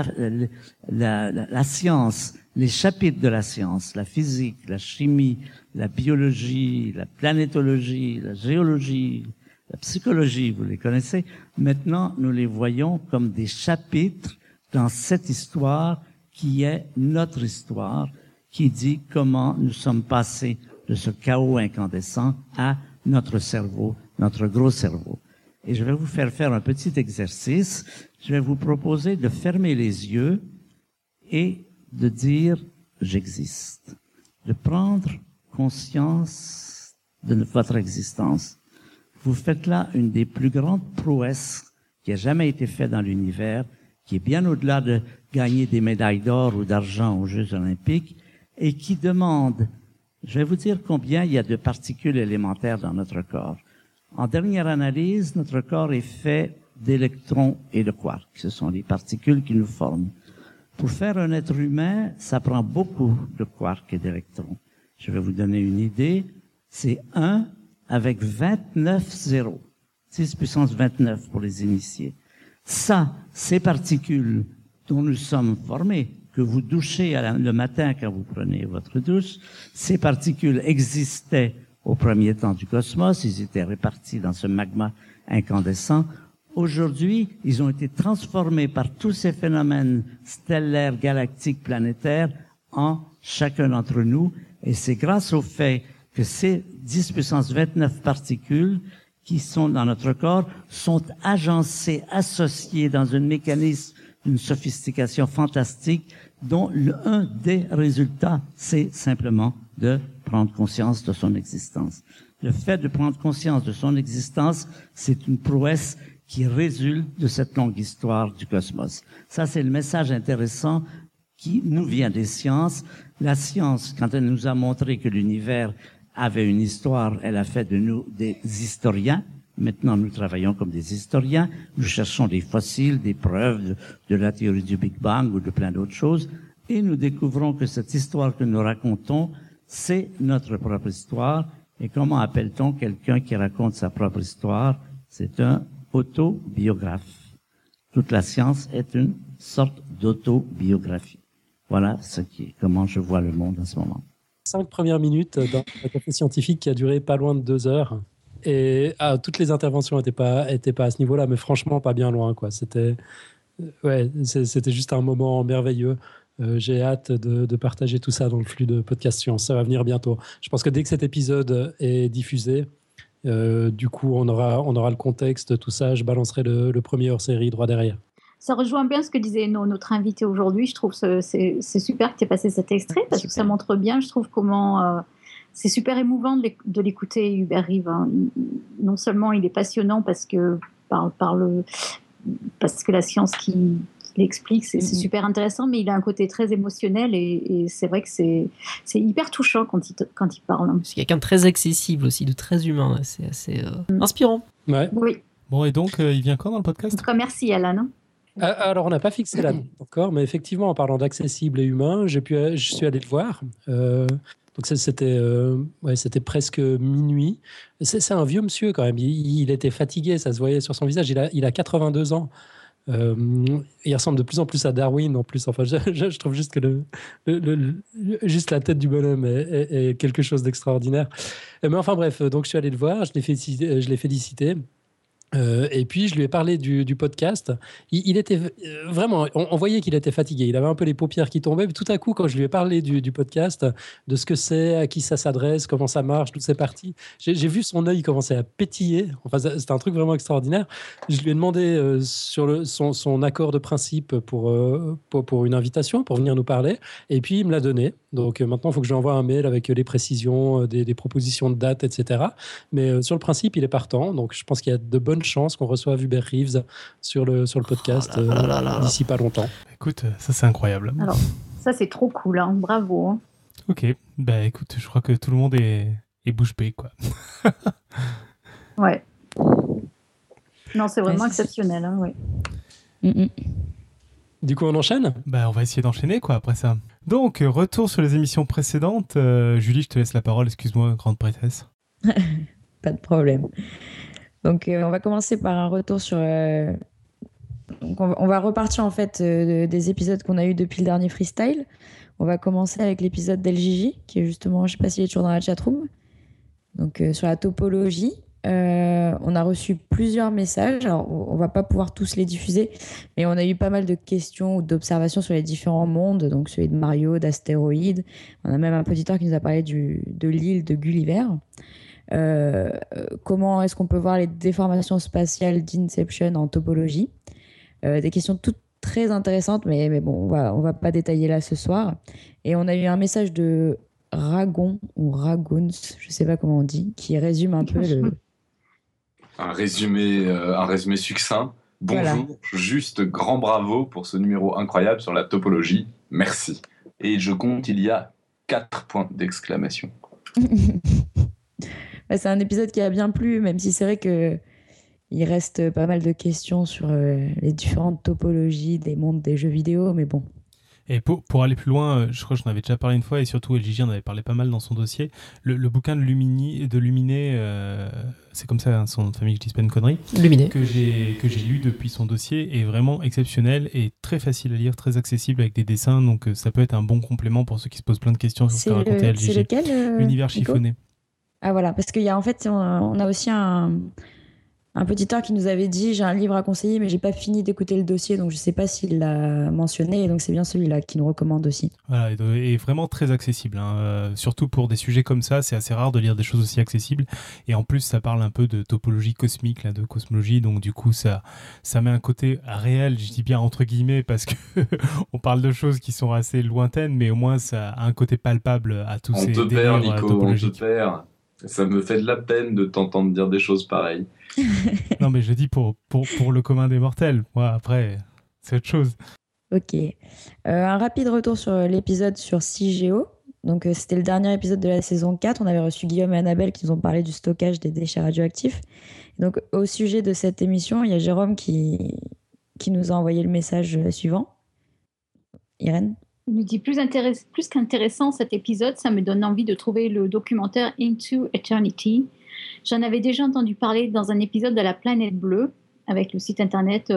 la science, les chapitres de la science, la physique, la chimie, la biologie, la planétologie, la géologie, la psychologie, vous les connaissez. Maintenant, nous les voyons comme des chapitres dans cette histoire qui est notre histoire, qui dit comment nous sommes passés de ce chaos incandescent à notre cerveau, notre gros cerveau. Et je vais vous faire un petit exercice. Je vais vous proposer de fermer les yeux et de dire « j'existe », de prendre conscience de votre existence. Vous faites là une des plus grandes prouesses qui a jamais été faite dans l'univers, qui est bien au-delà de gagner des médailles d'or ou d'argent aux Jeux olympiques, et qui demande, je vais vous dire combien il y a de particules élémentaires dans notre corps. En dernière analyse, notre corps est fait d'électrons et de quarks. Ce sont les particules qui nous forment. Pour faire un être humain, ça prend beaucoup de quarks et d'électrons. Je vais vous donner une idée. C'est 1 avec 29 zéros. 6 puissance 29 pour les initiés. Ça, ces particules dont nous sommes formés, que vous douchez le matin quand vous prenez votre douche, ces particules existaient au premier temps du cosmos, ils étaient répartis dans ce magma incandescent. Aujourd'hui, ils ont été transformés par tous ces phénomènes stellaires, galactiques, planétaires en chacun d'entre nous. Et c'est grâce au fait que ces 10 puissance 29 particules qui sont dans notre corps sont agencées, associées dans un mécanisme d'une sophistication fantastique dont un des résultats, c'est simplement de prendre conscience de son existence. Le fait de prendre conscience de son existence, c'est une prouesse qui résulte de cette longue histoire du cosmos. Ça, c'est le message intéressant qui nous vient des sciences. La science, quand elle nous a montré que l'univers avait une histoire, elle a fait de nous des historiens. Maintenant, nous travaillons comme des historiens. Nous cherchons des fossiles, des preuves de la théorie du Big Bang ou de plein d'autres choses. Et nous découvrons que cette histoire que nous racontons, c'est notre propre histoire. Et comment appelle-t-on quelqu'un qui raconte sa propre histoire? C'est un autobiographe. Toute la science est une sorte d'autobiographie. Voilà comment je vois le monde en ce moment. 5 premières minutes dans un café scientifique qui a duré pas loin de 2 heures. Et toutes les interventions étaient pas à ce niveau-là, mais franchement pas bien loin, quoi. C'était juste un moment merveilleux. J'ai hâte de partager tout ça dans le flux de Podcast Science. Ça va venir bientôt. Je pense que dès que cet épisode est diffusé, du coup, on aura le contexte, tout ça. Je balancerai le premier hors-série droit derrière. Ça rejoint bien ce que disait notre invité aujourd'hui. Je trouve que c'est super que tu aies passé cet extrait parce que ça montre bien, je trouve, comment c'est super émouvant de l'écouter, Hubert Reeves. Hein. Non seulement il est passionnant parce que la science qui l'explique, c'est super intéressant, mais il a un côté très émotionnel et c'est vrai que c'est hyper touchant quand il parle. C'est quelqu'un de très accessible aussi, de très humain. C'est assez inspirant. Ouais. Oui. Bon, et donc, il vient quand dans le podcast ? En tout cas, merci Alan. Alors, on n'a pas fixé la date encore, mais effectivement, en parlant d'accessible et humain, je suis allé le voir. Donc, c'était presque minuit. C'est un vieux monsieur quand même. Il était fatigué, ça se voyait sur son visage. Il a 82 ans. Il ressemble de plus en plus à Darwin en plus. Enfin, je trouve juste que juste la tête du bonhomme est quelque chose d'extraordinaire. Mais enfin bref, donc je suis allé le voir, je l'ai félicité. Et puis, je lui ai parlé du podcast. Il était vraiment... On voyait qu'il était fatigué. Il avait un peu les paupières qui tombaient. Mais tout à coup, quand je lui ai parlé du podcast, de ce que c'est, à qui ça s'adresse, comment ça marche, toutes ces parties, j'ai vu son œil commencer à pétiller. Enfin, c'était un truc vraiment extraordinaire. Je lui ai demandé sur son accord de principe pour une invitation, pour venir nous parler. Et puis, il me l'a donné. Donc, maintenant, il faut que je lui envoie un mail avec les précisions, des propositions de date, etc. Mais sur le principe, il est partant. Donc, je pense qu'il y a de bonnes chances qu'on reçoive Hubert Reeves sur le podcast d'ici pas longtemps. Écoute, ça c'est incroyable. Alors, ça c'est trop cool, hein. Bravo. Hein. Ok, bah écoute, je crois que tout le monde est bouche bée, quoi. Ouais. Non, c'est vraiment exceptionnel, hein, ouais. Du coup, on enchaîne ? Bah, on va essayer d'enchaîner, quoi, après ça. Donc, retour sur les émissions précédentes. Julie, je te laisse la parole, excuse-moi, grande prêtresse. Pas de problème. Donc, on va commencer par un retour sur... Donc on va repartir, en fait, des épisodes qu'on a eus depuis le dernier freestyle. On va commencer avec l'épisode d'LJJ, qui est justement, je ne sais pas s'il est toujours dans la chatroom. Donc, sur la topologie. On a reçu plusieurs messages. Alors, on ne va pas pouvoir tous les diffuser, mais on a eu pas mal de questions ou d'observations sur les différents mondes, donc celui de Mario, d'astéroïdes. On a même un auditeur qui nous a parlé de l'île de Gulliver. Comment est-ce qu'on peut voir les déformations spatiales d'Inception en topologie? Des questions toutes très intéressantes, mais bon, on va pas détailler là ce soir. Et on a eu un message de Ragon ou Raguns, je sais pas comment on dit, qui résume un peu le... Un résumé succinct. Bonjour, voilà. Juste grand bravo pour ce numéro incroyable sur la topologie. Merci. Et je compte, il y a 4 points d'exclamation. C'est un épisode qui a bien plu, même si c'est vrai qu'il reste pas mal de questions sur les différentes topologies des mondes des jeux vidéo, mais bon. Et pour aller plus loin, je crois que j'en avais déjà parlé une fois, et surtout LJJ en avait parlé pas mal dans son dossier. Le bouquin de Luminé, c'est comme ça, hein, son nom de famille, je dis pas une connerie, Luminé, que j'ai lu depuis son dossier, est vraiment exceptionnel et très facile à lire, très accessible avec des dessins, donc ça peut être un bon complément pour ceux qui se posent plein de questions sur ce qu'a raconté LJJ. C'est lequel L'univers chiffonné. Ah voilà, parce qu'il y a en fait, on a aussi un auditeur qui nous avait dit j'ai un livre à conseiller, mais j'ai pas fini d'écouter le dossier, donc je sais pas s'il l'a mentionné, et donc c'est bien celui-là qui nous recommande aussi. Voilà, et vraiment très accessible, hein. Surtout pour des sujets comme ça, c'est assez rare de lire des choses aussi accessibles, et en plus ça parle un peu de topologie cosmique, là, de cosmologie, donc du coup ça met un côté réel, je dis bien entre guillemets, parce que on parle de choses qui sont assez lointaines, mais au moins ça a un côté palpable à tous ces délires topologiques. On te perd. Ça me fait de la peine de t'entendre dire des choses pareilles. Non, mais je dis pour le commun des mortels. Moi, après, c'est autre chose. Ok. Un rapide retour sur l'épisode sur CIGEO. Donc, c'était le dernier épisode de la saison 4. On avait reçu Guillaume et Annabelle qui nous ont parlé du stockage des déchets radioactifs. Et donc, au sujet de cette émission, il y a Jérôme qui nous a envoyé le message suivant. Irène ? Il nous dit plus qu'intéressant cet épisode, ça me donne envie de trouver le documentaire Into Eternity. J'en avais déjà entendu parler dans un épisode de La Planète Bleue avec le site internet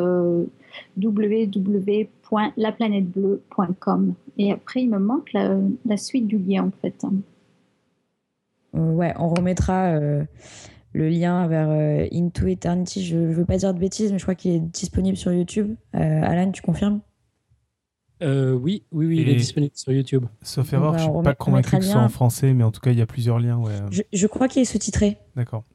www.laplanetebleue.com. Et après, il me manque la suite du lien en fait. Ouais, on remettra le lien vers Into Eternity. Je ne veux pas dire de bêtises, mais je crois qu'il est disponible sur YouTube. Alan, tu confirmes ? Oui, il est disponible sur YouTube. Sauf erreur, je ne suis pas convaincu que ce soit en français, mais en tout cas, il y a plusieurs liens. Ouais. Je crois qu'il est sous-titré. D'accord.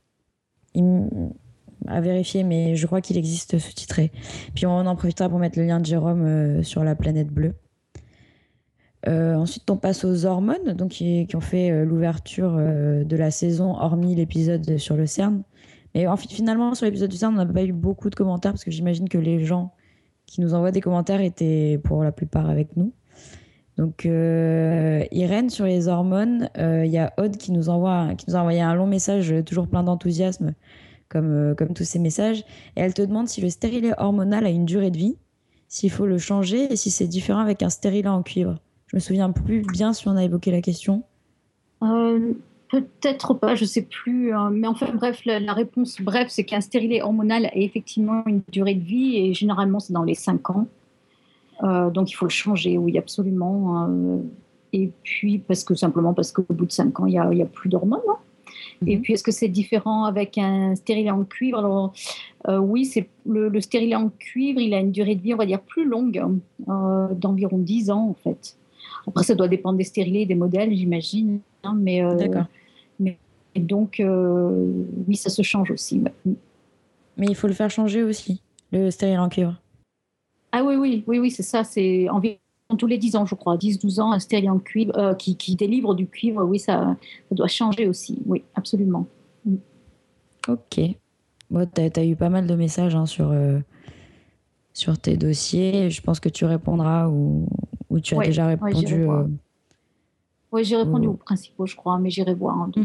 À vérifier, mais je crois qu'il existe sous-titré. Puis on en profitera pour mettre le lien de Jérôme sur La Planète Bleue. Ensuite, on passe aux hormones, donc qui ont fait l'ouverture de la saison, hormis l'épisode sur le CERN. Mais en fait, finalement, sur l'épisode du CERN, on n'a pas eu beaucoup de commentaires, parce que j'imagine que les gens qui nous envoient des commentaires étaient pour la plupart avec nous. Donc, Irène, sur les hormones, il y a Aude qui nous a envoyé un long message, toujours plein d'enthousiasme, comme tous ces messages. Et elle te demande si le stérilet hormonal a une durée de vie, s'il faut le changer et si c'est différent avec un stérilet en cuivre. Je me souviens plus bien si on a évoqué la question. Peut-être pas, je sais plus. Mais enfin, bref, la réponse, c'est qu'un stérilet hormonal a effectivement une durée de vie et généralement, c'est dans les 5 ans. Donc, il faut le changer, oui, absolument. Et puis, simplement parce qu'au bout de 5 ans, il y a plus d'hormones. Et puis, est-ce que c'est différent avec un stérilet en cuivre? Alors, oui, c'est le stérilet en cuivre, il a une durée de vie, on va dire, plus longue, d'environ 10 ans, en fait. Après, ça doit dépendre des stérilets et des modèles, j'imagine. Hein, D'accord. Mais donc, oui, ça se change aussi. Ouais. Mais il faut le faire changer aussi, le stérilet en cuivre. Ah oui, c'est ça. C'est environ tous les 10 ans, je crois. 10-12 ans, un stérilet en cuivre qui délivre du cuivre, oui, ça doit changer aussi. Oui, absolument. Ok. Bon, t'as eu pas mal de messages hein, sur tes dossiers. Je pense que tu répondras ou tu as déjà répondu. Oui, j'ai répondu aux principaux, je crois, mais j'irai voir. Hein,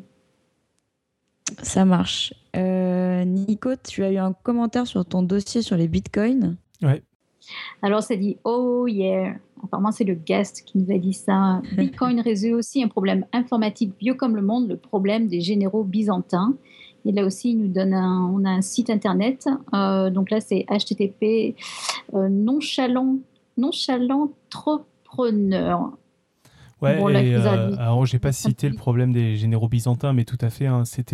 Ça marche. Nico, tu as eu un commentaire sur ton dossier sur les bitcoins. Ouais. Alors, ça dit « Oh yeah ». Apparemment, c'est le guest qui nous a dit ça. Bitcoin résout aussi un problème informatique vieux comme le monde, le problème des généraux byzantins. Et là aussi, il nous donne on a un site internet. Donc là, c'est http nonchalant entrepreneur. Ouais, bon, alors j'ai pas cité le problème des généraux byzantins, mais tout à fait, hein, c'est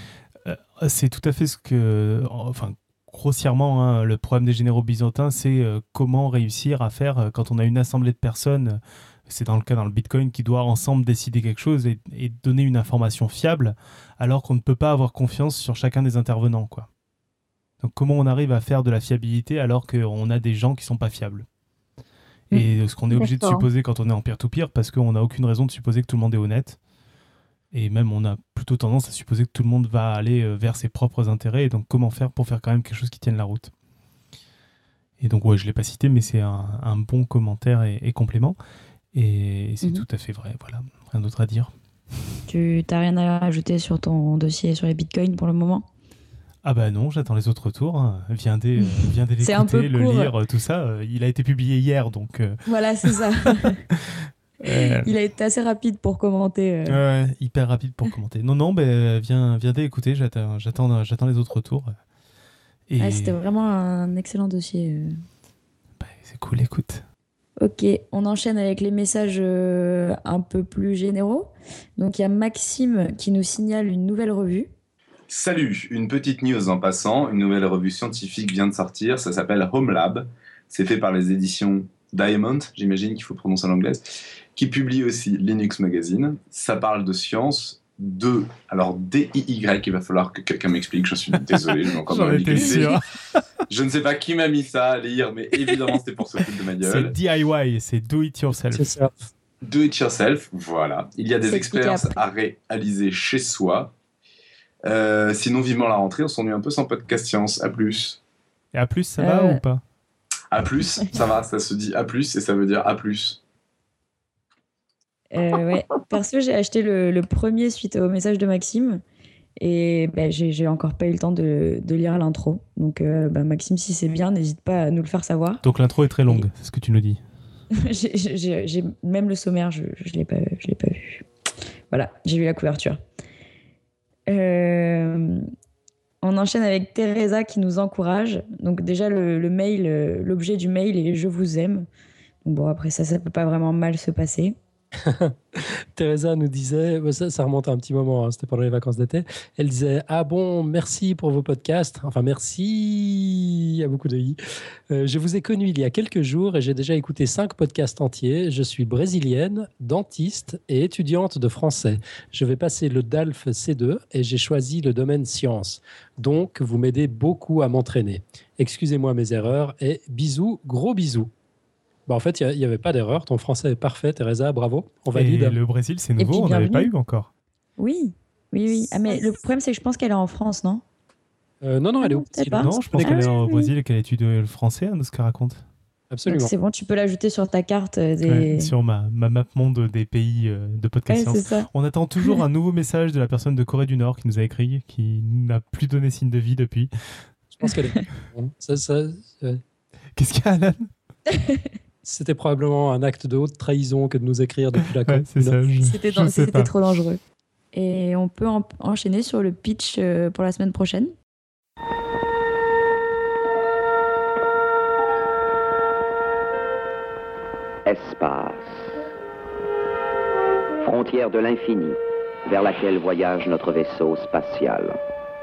tout à fait ce que, enfin, grossièrement, hein, le problème des généraux byzantins, c'est comment réussir à faire, quand on a une assemblée de personnes, c'est dans le cas dans le Bitcoin, qui doit ensemble décider quelque chose et donner une information fiable, alors qu'on ne peut pas avoir confiance sur chacun des intervenants, quoi. Donc comment on arrive à faire de la fiabilité alors qu'on a des gens qui sont pas fiables? Et ce qu'on est obligé de supposer quand on est en peer-to-peer, parce qu'on n'a aucune raison de supposer que tout le monde est honnête. Et même, on a plutôt tendance à supposer que tout le monde va aller vers ses propres intérêts. Et donc, comment faire pour faire quand même quelque chose qui tienne la route? Et donc, ouais, je ne l'ai pas cité, mais c'est un bon commentaire et complément. Et c'est tout à fait vrai. Voilà, rien d'autre à dire. Tu n'as rien à ajouter sur ton dossier sur les bitcoins pour le moment? Ah bah non, j'attends les autres retours. Hein. Viens d'écouter, le lire, tout ça. Il a été publié hier, donc... Voilà, c'est ça. Il a été assez rapide pour commenter. Ouais, hyper rapide pour commenter. Non, bah, viens d'écouter, j'attends les autres retours. Et... Ah, c'était vraiment un excellent dossier. Bah, c'est cool, écoute. Ok, on enchaîne avec les messages un peu plus généraux. Donc il y a Maxime qui nous signale une nouvelle revue. Salut, une petite news en passant. Une nouvelle revue scientifique vient de sortir. Ça s'appelle Home Lab. C'est fait par les éditions Diamond, j'imagine qu'il faut prononcer à l'anglaise, qui publie aussi Linux Magazine. Ça parle de science. Alors D-I-Y, il va falloir que quelqu'un m'explique. Je suis désolé, je vais encore J'en étais sûr. Je ne sais pas qui m'a mis ça à lire, mais évidemment c'était pour se foutre de ma gueule. C'est DIY, c'est do it yourself. C'est ça. Do it yourself, voilà. Il y a des expériences à réaliser chez soi. Sinon, vivement la rentrée, on s'ennuie un peu sans podcast science. A plus. Et A plus, ça va ou pas? A plus, ça va, ça se dit A plus et ça veut dire A plus. Ouais. Perso, j'ai acheté le premier suite au message de Maxime et j'ai encore pas eu le temps de lire l'intro. Donc, Maxime, si c'est bien, n'hésite pas à nous le faire savoir. Donc l'intro est très longue, c'est ce que tu nous dis. J'ai même le sommaire, je l'ai pas vu. Voilà, j'ai vu la couverture. On enchaîne avec Teresa qui nous encourage. Donc déjà le mail, l'objet du mail est « Je vous aime ». Donc bon, après ça peut pas vraiment mal se passer. Teresa nous disait, ça remonte à un petit moment, hein, c'était pendant les vacances d'été, elle disait « Ah bon, merci pour vos podcasts, enfin merci, il y a beaucoup de i. Je vous ai connu il y a quelques jours et j'ai déjà écouté 5 podcasts entiers. Je suis brésilienne, dentiste et étudiante de français. Je vais passer le DALF C2 et j'ai choisi le domaine sciences. Donc, vous m'aidez beaucoup à m'entraîner. Excusez-moi mes erreurs et bisous, gros bisous. » En fait, il n'y avait pas d'erreur. Ton français est parfait, Teresa, bravo. On valide. Et le Brésil, c'est nouveau, on n'avait pas eu encore. Oui. Ah, mais le problème, c'est que je pense qu'elle est en France, non? Non, elle est au Brésil. Non, je pense qu'elle est au Brésil et qu'elle étudie le français, de ce qu'elle raconte. Absolument. Donc c'est bon, tu peux l'ajouter sur ta carte. Sur ma map monde des pays de podcast science. On attend toujours un nouveau message de la personne de Corée du Nord qui nous a écrit, qui n'a plus donné signe de vie depuis. Je pense qu'elle est... Qu'est-ce qu'il y a, Alan? C'était probablement un acte de haute trahison que de nous écrire depuis la Corée. C'est ça, c'était trop dangereux. Et on peut enchaîner sur le pitch pour la semaine prochaine. Espace. Frontière de l'infini. vers laquelle voyage notre vaisseau spatial.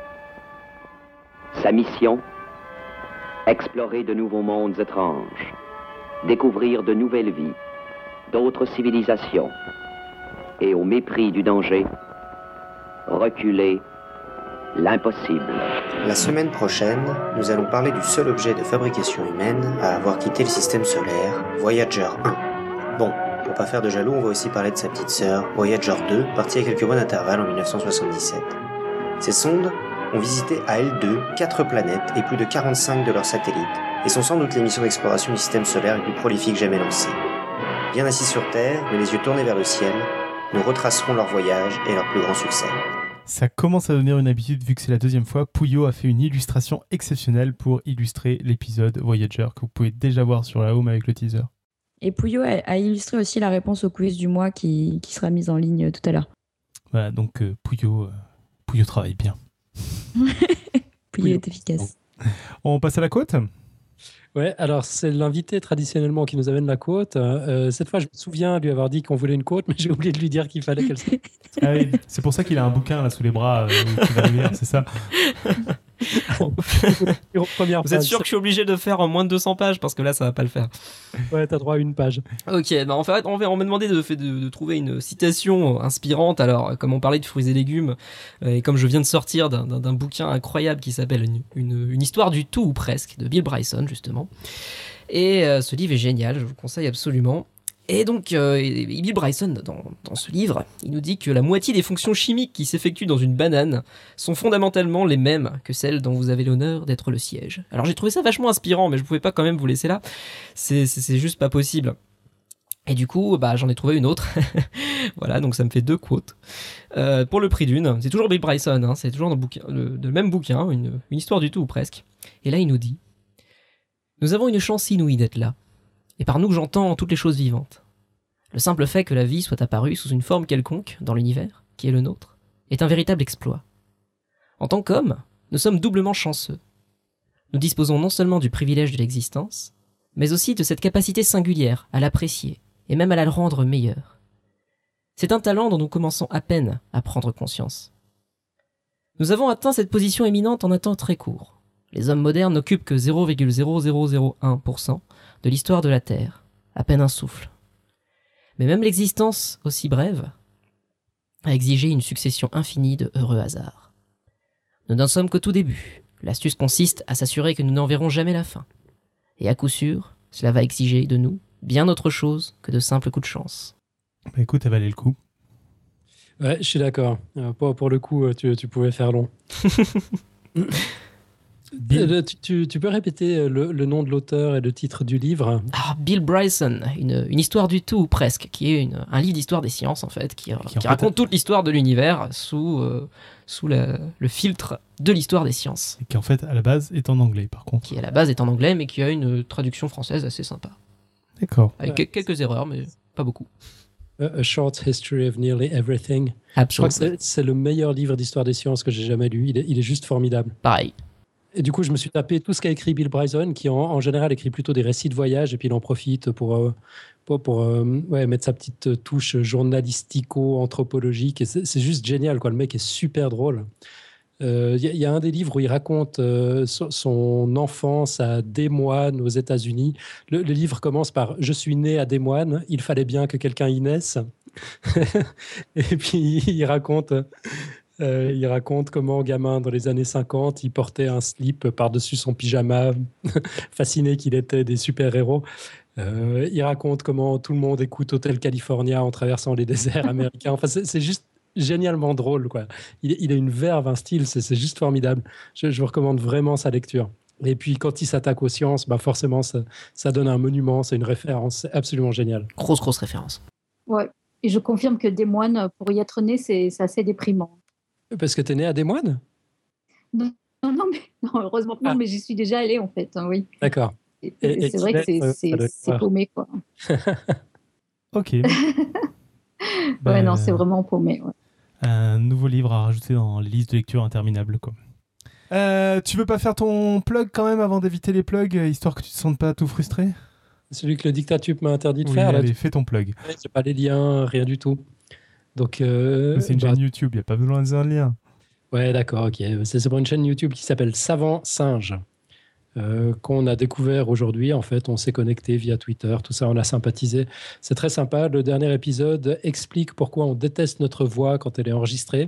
Sa mission ? Explorer de nouveaux mondes étranges, découvrir de nouvelles vies, d'autres civilisations, et au mépris du danger, reculer l'impossible. La semaine prochaine, nous allons parler du seul objet de fabrication humaine à avoir quitté le système solaire, Voyager 1. Bon, pour pas faire de jaloux, on va aussi parler de sa petite sœur, Voyager 2, partie à quelques mois d'intervalle en 1977. Ces sondes ont visité à elles deux 4 planètes et plus de 45 de leurs satellites, et sont sans doute les missions d'exploration du système solaire les plus prolifiques jamais lancées. Bien assis sur Terre, mais les yeux tournés vers le ciel, nous retracerons leur voyage et leur plus grand succès. Ça commence à devenir une habitude vu que c'est la deuxième fois. Pouillot a fait une illustration exceptionnelle pour illustrer l'épisode Voyager que vous pouvez déjà voir sur la home avec le teaser. Et Pouillot a illustré aussi la réponse au quiz du mois qui sera mise en ligne tout à l'heure. Voilà, donc Pouillot travaille bien. Pouillot est efficace. On passe à la côte ? Ouais, alors c'est l'invité traditionnellement qui nous amène la côte. Cette fois, je me souviens lui avoir dit qu'on voulait une côte, mais j'ai oublié de lui dire qu'il fallait qu'elle soit. Ah oui, c'est pour ça qu'il a un bouquin là sous les bras qui va lire, c'est ça. Vous êtes sûr que je suis obligé de faire moins de 200 pages parce que là ça va pas le faire. Ouais, t'as droit à une page. Ok, bah en fait on m'a demandé de trouver une citation inspirante. Alors comme on parlait de fruits et légumes et comme je viens de sortir d'un bouquin incroyable qui s'appelle une histoire du tout ou presque de Bill Bryson justement. Et ce livre est génial, je vous le conseille absolument. Et donc, Bill Bryson, dans ce livre, il nous dit que la moitié des fonctions chimiques qui s'effectuent dans une banane sont fondamentalement les mêmes que celles dont vous avez l'honneur d'être le siège. Alors j'ai trouvé ça vachement inspirant, mais je pouvais pas quand même vous laisser là. C'est juste pas possible. Et du coup, bah, j'en ai trouvé une autre. Voilà, donc ça me fait 2 quotes. Pour le prix d'une, c'est toujours Bill Bryson, hein, c'est toujours dans le même bouquin, une histoire du tout ou presque. Et là, il nous dit « Nous avons une chance inouïe d'être là. Et par nous j'entends toutes les choses vivantes. Le simple fait que la vie soit apparue sous une forme quelconque dans l'univers, qui est le nôtre, est un véritable exploit. En tant qu'hommes, nous sommes doublement chanceux. Nous disposons non seulement du privilège de l'existence, mais aussi de cette capacité singulière à l'apprécier, et même à la rendre meilleure. C'est un talent dont nous commençons à peine à prendre conscience. Nous avons atteint cette position éminente en un temps très court. Les hommes modernes n'occupent que 0,0001% de l'histoire de la Terre, à peine un souffle. Mais même l'existence, aussi brève, a exigé une succession infinie de heureux hasards. Nous n'en sommes qu'au tout début. L'astuce consiste à s'assurer que nous n'en verrons jamais la fin. Et à coup sûr, cela va exiger de nous bien autre chose que de simples coups de chance. Bah écoute, ça valait le coup. Ouais, je suis d'accord. Pour le coup, tu pouvais faire long. Tu peux répéter le nom de l'auteur et le titre du livre ? Bill Bryson, une histoire du tout, ou presque, qui est un livre d'histoire des sciences, en fait, qui raconte toute l'histoire de l'univers sous le filtre de l'histoire des sciences. Et qui, en fait, à la base, est en anglais, par contre. Qui, à la base, est en anglais, mais qui a une traduction française assez sympa. D'accord. Avec quelques erreurs, mais pas beaucoup. A Short History of Nearly Everything. Absolument. Je crois que c'est le meilleur livre d'histoire des sciences que j'ai jamais lu. Il est juste formidable. Pareil. Et du coup, je me suis tapé tout ce qu'a écrit Bill Bryson, qui en général écrit plutôt des récits de voyage, et puis il en profite pour mettre sa petite touche journalistico-anthropologique. Et c'est juste génial, quoi. Le mec est super drôle. Y a un des livres où il raconte son enfance à Des Moines aux États-Unis. Le livre commence par « Je suis né à Des Moines, il fallait bien que quelqu'un y naisse ». Et puis il raconte comment, gamin, dans les années 50, il portait un slip par-dessus son pyjama, fasciné qu'il était des super-héros. Il raconte comment tout le monde écoute Hotel California en traversant les déserts américains. Enfin, c'est juste génialement drôle, quoi. Il a une verve, un style, c'est juste formidable. Je vous recommande vraiment sa lecture. Et puis, quand il s'attaque aux sciences, bah forcément, ça donne un monument, c'est une référence. C'est absolument génial. Grosse référence. Ouais. Et je confirme que Des Moines, pour y être né, c'est assez déprimant. Parce que t'es né à Des Moines ? Non, heureusement que non, mais j'y suis déjà allée, en fait, hein, oui. D'accord. Et c'est vrai que c'est paumé, quoi. Ok. Ouais, non, c'est vraiment paumé, ouais. Un nouveau livre à rajouter dans les listes de lecture interminables, quoi. Tu veux pas faire ton plug quand même avant d'éviter les plugs, histoire que tu te sentes pas tout frustré ? Celui que le Dictatube m'a interdit de oui, faire. Allez, là, fais ton plug. J'ai pas les liens, rien du tout. Donc, c'est une chaîne YouTube, il n'y a pas besoin d'un lien. Ouais, d'accord, ok. C'est pour une chaîne YouTube qui s'appelle Savant Singe, qu'on a découvert aujourd'hui. En fait, on s'est connecté via Twitter, tout ça, on a sympathisé. C'est très sympa. Le dernier épisode explique pourquoi on déteste notre voix quand elle est enregistrée.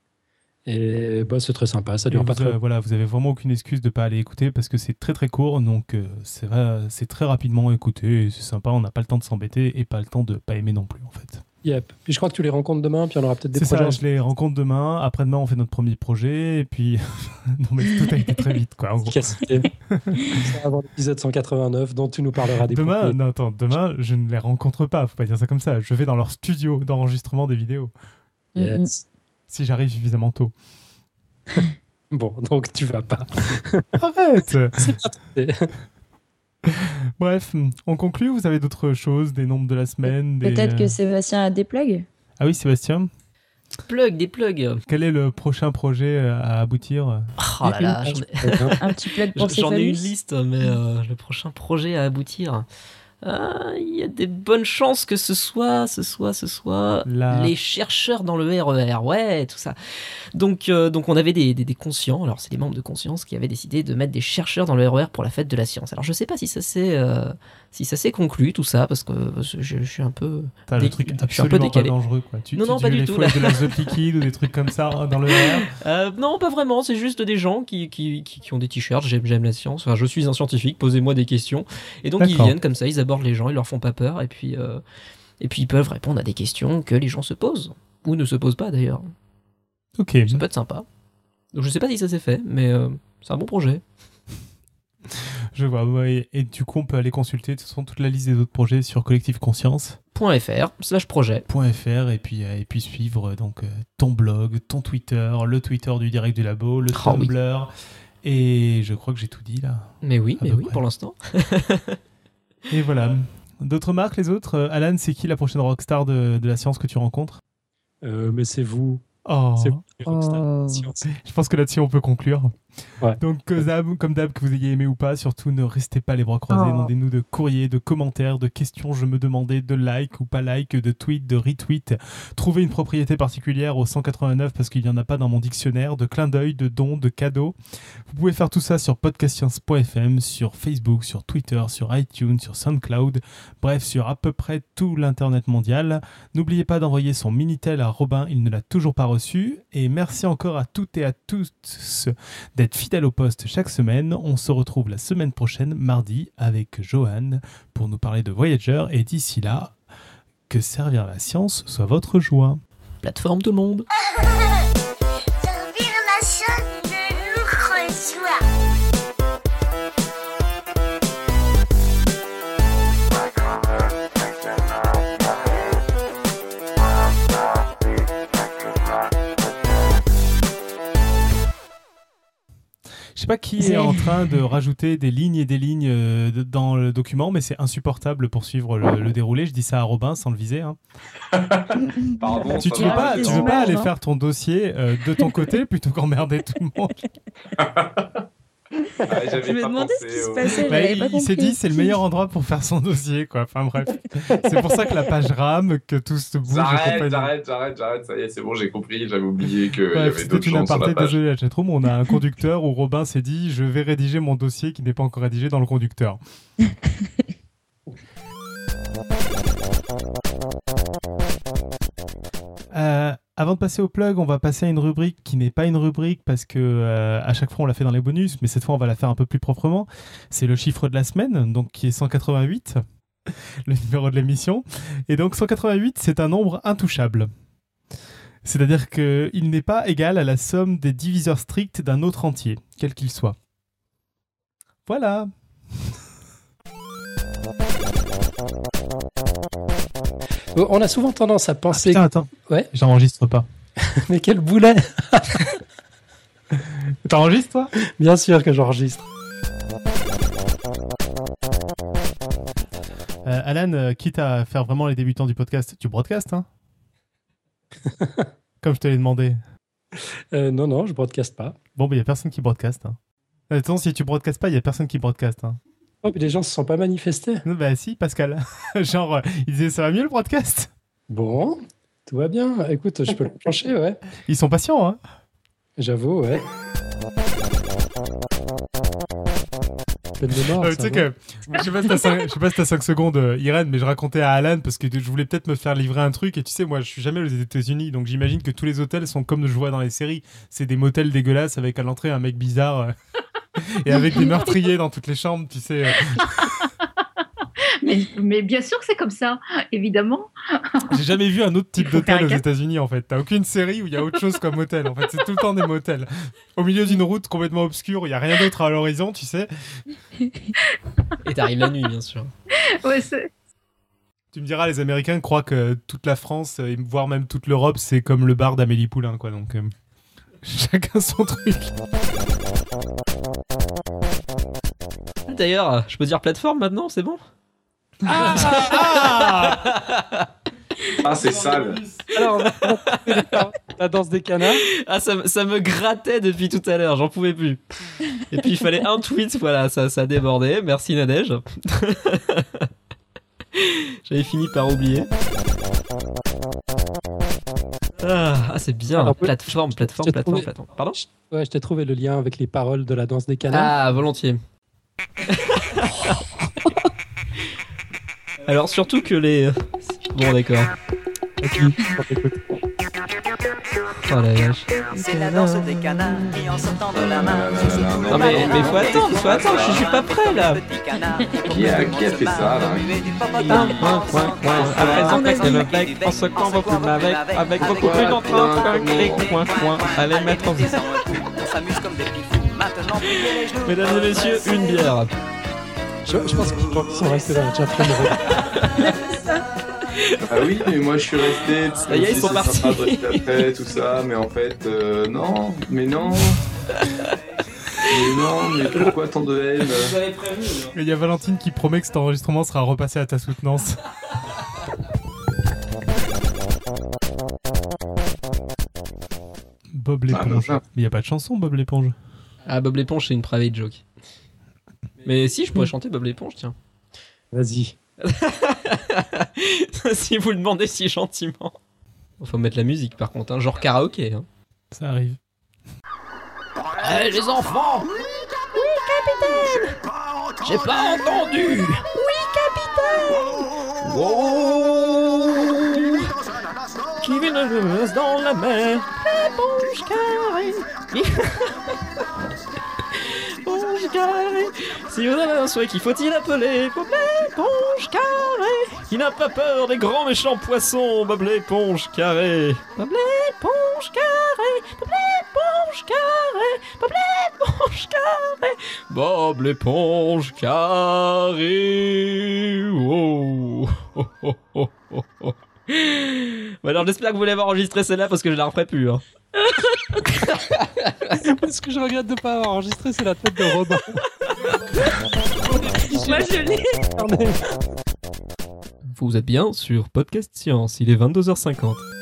Et bah, c'est très sympa, ça dure pas trop. Voilà, vous avez vraiment aucune excuse de pas aller écouter parce que c'est très très court, donc c'est très rapidement écouté, et c'est sympa, on n'a pas le temps de s'embêter et pas le temps de pas aimer non plus en fait. Yep. Puis je crois que tu les rencontres demain, puis on aura peut-être des projets. C'est ça, je les rencontre demain, après-demain on fait notre premier projet, et puis non mais tout a été très vite quoi en gros. Avant l'épisode 189 dont tu nous parleras des demain, demain je ne les rencontre pas, faut pas dire ça comme ça, je vais dans leur studio d'enregistrement des vidéos. Yes. Si j'arrive suffisamment tôt. Bon, donc tu vas pas. Arrête. C'est pas tenté. Bref, on conclut. Vous avez d'autres choses, des nombres de la semaine Peut-être que Sébastien a des plugs. Ah oui, Sébastien. Des plugs. Quel est le prochain projet à aboutir? Oh là là, un petit plug pour J'en ai une liste, mais le prochain projet à aboutir... Il y a des bonnes chances que ce soit les chercheurs dans le RER, ouais, tout ça. Donc on avait des conscients, alors c'est des membres de Conscience qui avaient décidé de mettre des chercheurs dans le RER pour la fête de la science. Alors je sais pas si ça s'est conclu tout ça, parce que je suis un peu décalé. Dangereux, quoi. Non, pas du tout. De l'azote liquide ou des trucs comme ça dans le RER. Non, pas vraiment. C'est juste des gens qui ont des t-shirts. J'aime la science. Enfin, je suis un scientifique. Posez-moi des questions. Et donc ils viennent comme ça, ils abordent les gens, ils leur font pas peur, et puis ils peuvent répondre à des questions que les gens se posent ou ne se posent pas d'ailleurs. Ok. Ça peut être sympa. Donc je sais pas si ça s'est fait, mais c'est un bon projet. Je vois, ouais, et du coup on peut aller consulter de toute façon toute la liste des autres projets sur collectifconscience.fr/projet. Et puis suivre donc ton blog, ton Twitter, le Twitter du Direct du Labo, le Tumblr, et je crois que j'ai tout dit là. Mais oui, pour l'instant. Et voilà. D'autres marques, les autres? Alan, c'est qui la prochaine rockstar de la science que tu rencontres? Mais c'est vous. Oh. C'est vous, les rockstars de la science. Je pense que là-dessus on peut conclure. Ouais. Donc comme d'hab, que vous ayez aimé ou pas, surtout ne restez pas les bras croisés, demandez-nous de courriers, de commentaires, de questions, je me demandais, de like ou pas like, de tweet, de retweet. Trouvez une propriété particulière au 189 parce qu'il n'y en a pas dans mon dictionnaire, de clin d'œil, de dons, de cadeaux. Vous pouvez faire tout ça sur podcastscience.fm, sur Facebook, sur Twitter, sur iTunes, sur SoundCloud, bref, sur à peu près tout l'internet mondial. N'oubliez pas d'envoyer son Minitel à Robin, il ne l'a toujours pas reçu. Et merci encore à toutes et à tous d'être fidèle au poste chaque semaine. On se retrouve la semaine prochaine, mardi, avec Johan pour nous parler de Voyager. Et d'ici là, que servir la science soit votre joie. Plateforme tout le monde. Servir la science de notre joie. Je sais pas qui est en train de rajouter des lignes et des lignes dans le document, mais c'est insupportable pour suivre le déroulé. Je dis ça à Robin sans le viser. Hein. Pardon, tu veux pas aller faire ton dossier de ton côté plutôt qu'emmerder tout le monde? Je me demandais ce qui se passait, j'avais pas compris. Il s'est dit c'est le meilleur endroit pour faire son dossier, quoi. Enfin bref, c'est pour ça que la page rame, que tout se bouge. J'arrête, ça y est, c'est bon, j'ai compris, j'avais oublié qu'il y avait d'autres gens sur la page. Désolé la chatroom, on a un conducteur où Robin s'est dit je vais rédiger mon dossier qui n'est pas encore rédigé dans le conducteur. Avant de passer au plug, on va passer à une rubrique qui n'est pas une rubrique parce que à chaque fois on l'a fait dans les bonus, mais cette fois on va la faire un peu plus proprement. C'est le chiffre de la semaine, donc qui est 188, le numéro de l'émission. Et donc 188, c'est un nombre intouchable. C'est-à-dire qu'il n'est pas égal à la somme des diviseurs stricts d'un autre entier, quel qu'il soit. Voilà. On a souvent tendance à penser... Attends. Ouais. J'enregistre pas. Mais quel boulet. T'enregistres, toi? Bien sûr que j'enregistre. Alan, quitte à faire vraiment les débutants du podcast, tu broadcastes, hein? Comme je te l'ai demandé. Non, je broadcaste pas. Bon, il y a personne qui broadcaste. Hein. Attends, si tu broadcastes pas, il y a personne qui broadcaste. Hein. Oh, mais les gens se sont pas manifestés. Bah si, Pascal. Genre, il disait ça va mieux le broadcast? Bon. Tout va bien. Écoute, je peux le plancher, ouais. Ils sont patients, hein. J'avoue, ouais. Tu sais que, je sais pas si t'as 5 secondes, Irène, mais je racontais à Alan parce que je voulais peut-être me faire livrer un truc et tu sais, moi je suis jamais aux États-Unis donc j'imagine que tous les hôtels sont comme je vois dans les séries. C'est des motels dégueulasses avec à l'entrée un mec bizarre et avec des meurtriers dans toutes les chambres, tu sais. Mais bien sûr que c'est comme ça, évidemment. J'ai jamais vu un autre type d'hôtel aux États-Unis en fait. T'as aucune série où il y a autre chose comme hôtel. En fait, c'est tout le temps des motels. Au milieu d'une route complètement obscure, où il y a rien d'autre à l'horizon, tu sais. Et t'arrives la nuit, bien sûr. Ouais, tu me diras, les Américains croient que toute la France, voire même toute l'Europe, c'est comme le bar d'Amélie Poulain, quoi. Donc, chacun son truc. D'ailleurs, je peux dire plateforme maintenant, c'est bon? C'est sale. Alors, la danse des canards. Ah, ça me grattait depuis tout à l'heure, j'en pouvais plus. Et puis il fallait un tweet, voilà, ça débordait. Merci Nadège. J'avais fini par oublier. Ah, c'est bien. Alors, plateforme. Pardon? Ouais, je t'ai trouvé le lien avec les paroles de la danse des canards. Ah, volontiers. Alors surtout que les... Bon d'accord. Oh la vache. C'est la danse des canards qui en sortant de la main. Non mais faut attendre, je suis pas prêt là. Qui a fait ça là? À présent c'est le bec, on se convoque plus avec beaucoup plus d'entrain. Allez mettre en vie. Mesdames et messieurs, une bière. Je pense qu'ils sont restés dans le chat très mauvais. Ah oui, mais moi je suis resté. Ça y est, ils sont partis. Après, tout ça, mais en fait, non. Mais pourquoi tant de haine? Il y a Valentine qui promet que cet enregistrement sera repassé à ta soutenance. Bob l'éponge. Mais il n'y a pas de chanson, Bob l'éponge. Ah, Bob l'éponge, c'est une private joke. Mais si, je pourrais chanter Bob l'éponge, tiens. Vas-y. Si vous le demandez si gentiment. Faut mettre la musique par contre, hein, genre karaoké. Hein. Ça arrive. Hey, les enfants! Oui, capitaine! J'ai pas entendu! Oui, capitaine! Wow! Qui vit dans la mer? L'éponge carrée! L'éponge carrée! Si vous avez un souhait, qu'il faut-il appeler Bob l'éponge carrée? Qui n'a pas peur des grands méchants poissons? Bob l'éponge carrée! Bob l'éponge carrée! Bob l'éponge carrée! Bob l'éponge carrée! Bob l'éponge carrée! Oh. Bah alors j'espère que vous l'avez enregistré celle-là parce que je la referai plus. Hein. Ce que je regrette de ne pas avoir enregistré, c'est la tête de Robin. Moi je l'ai. Vous êtes bien sur Podcast Science, il est 22h50.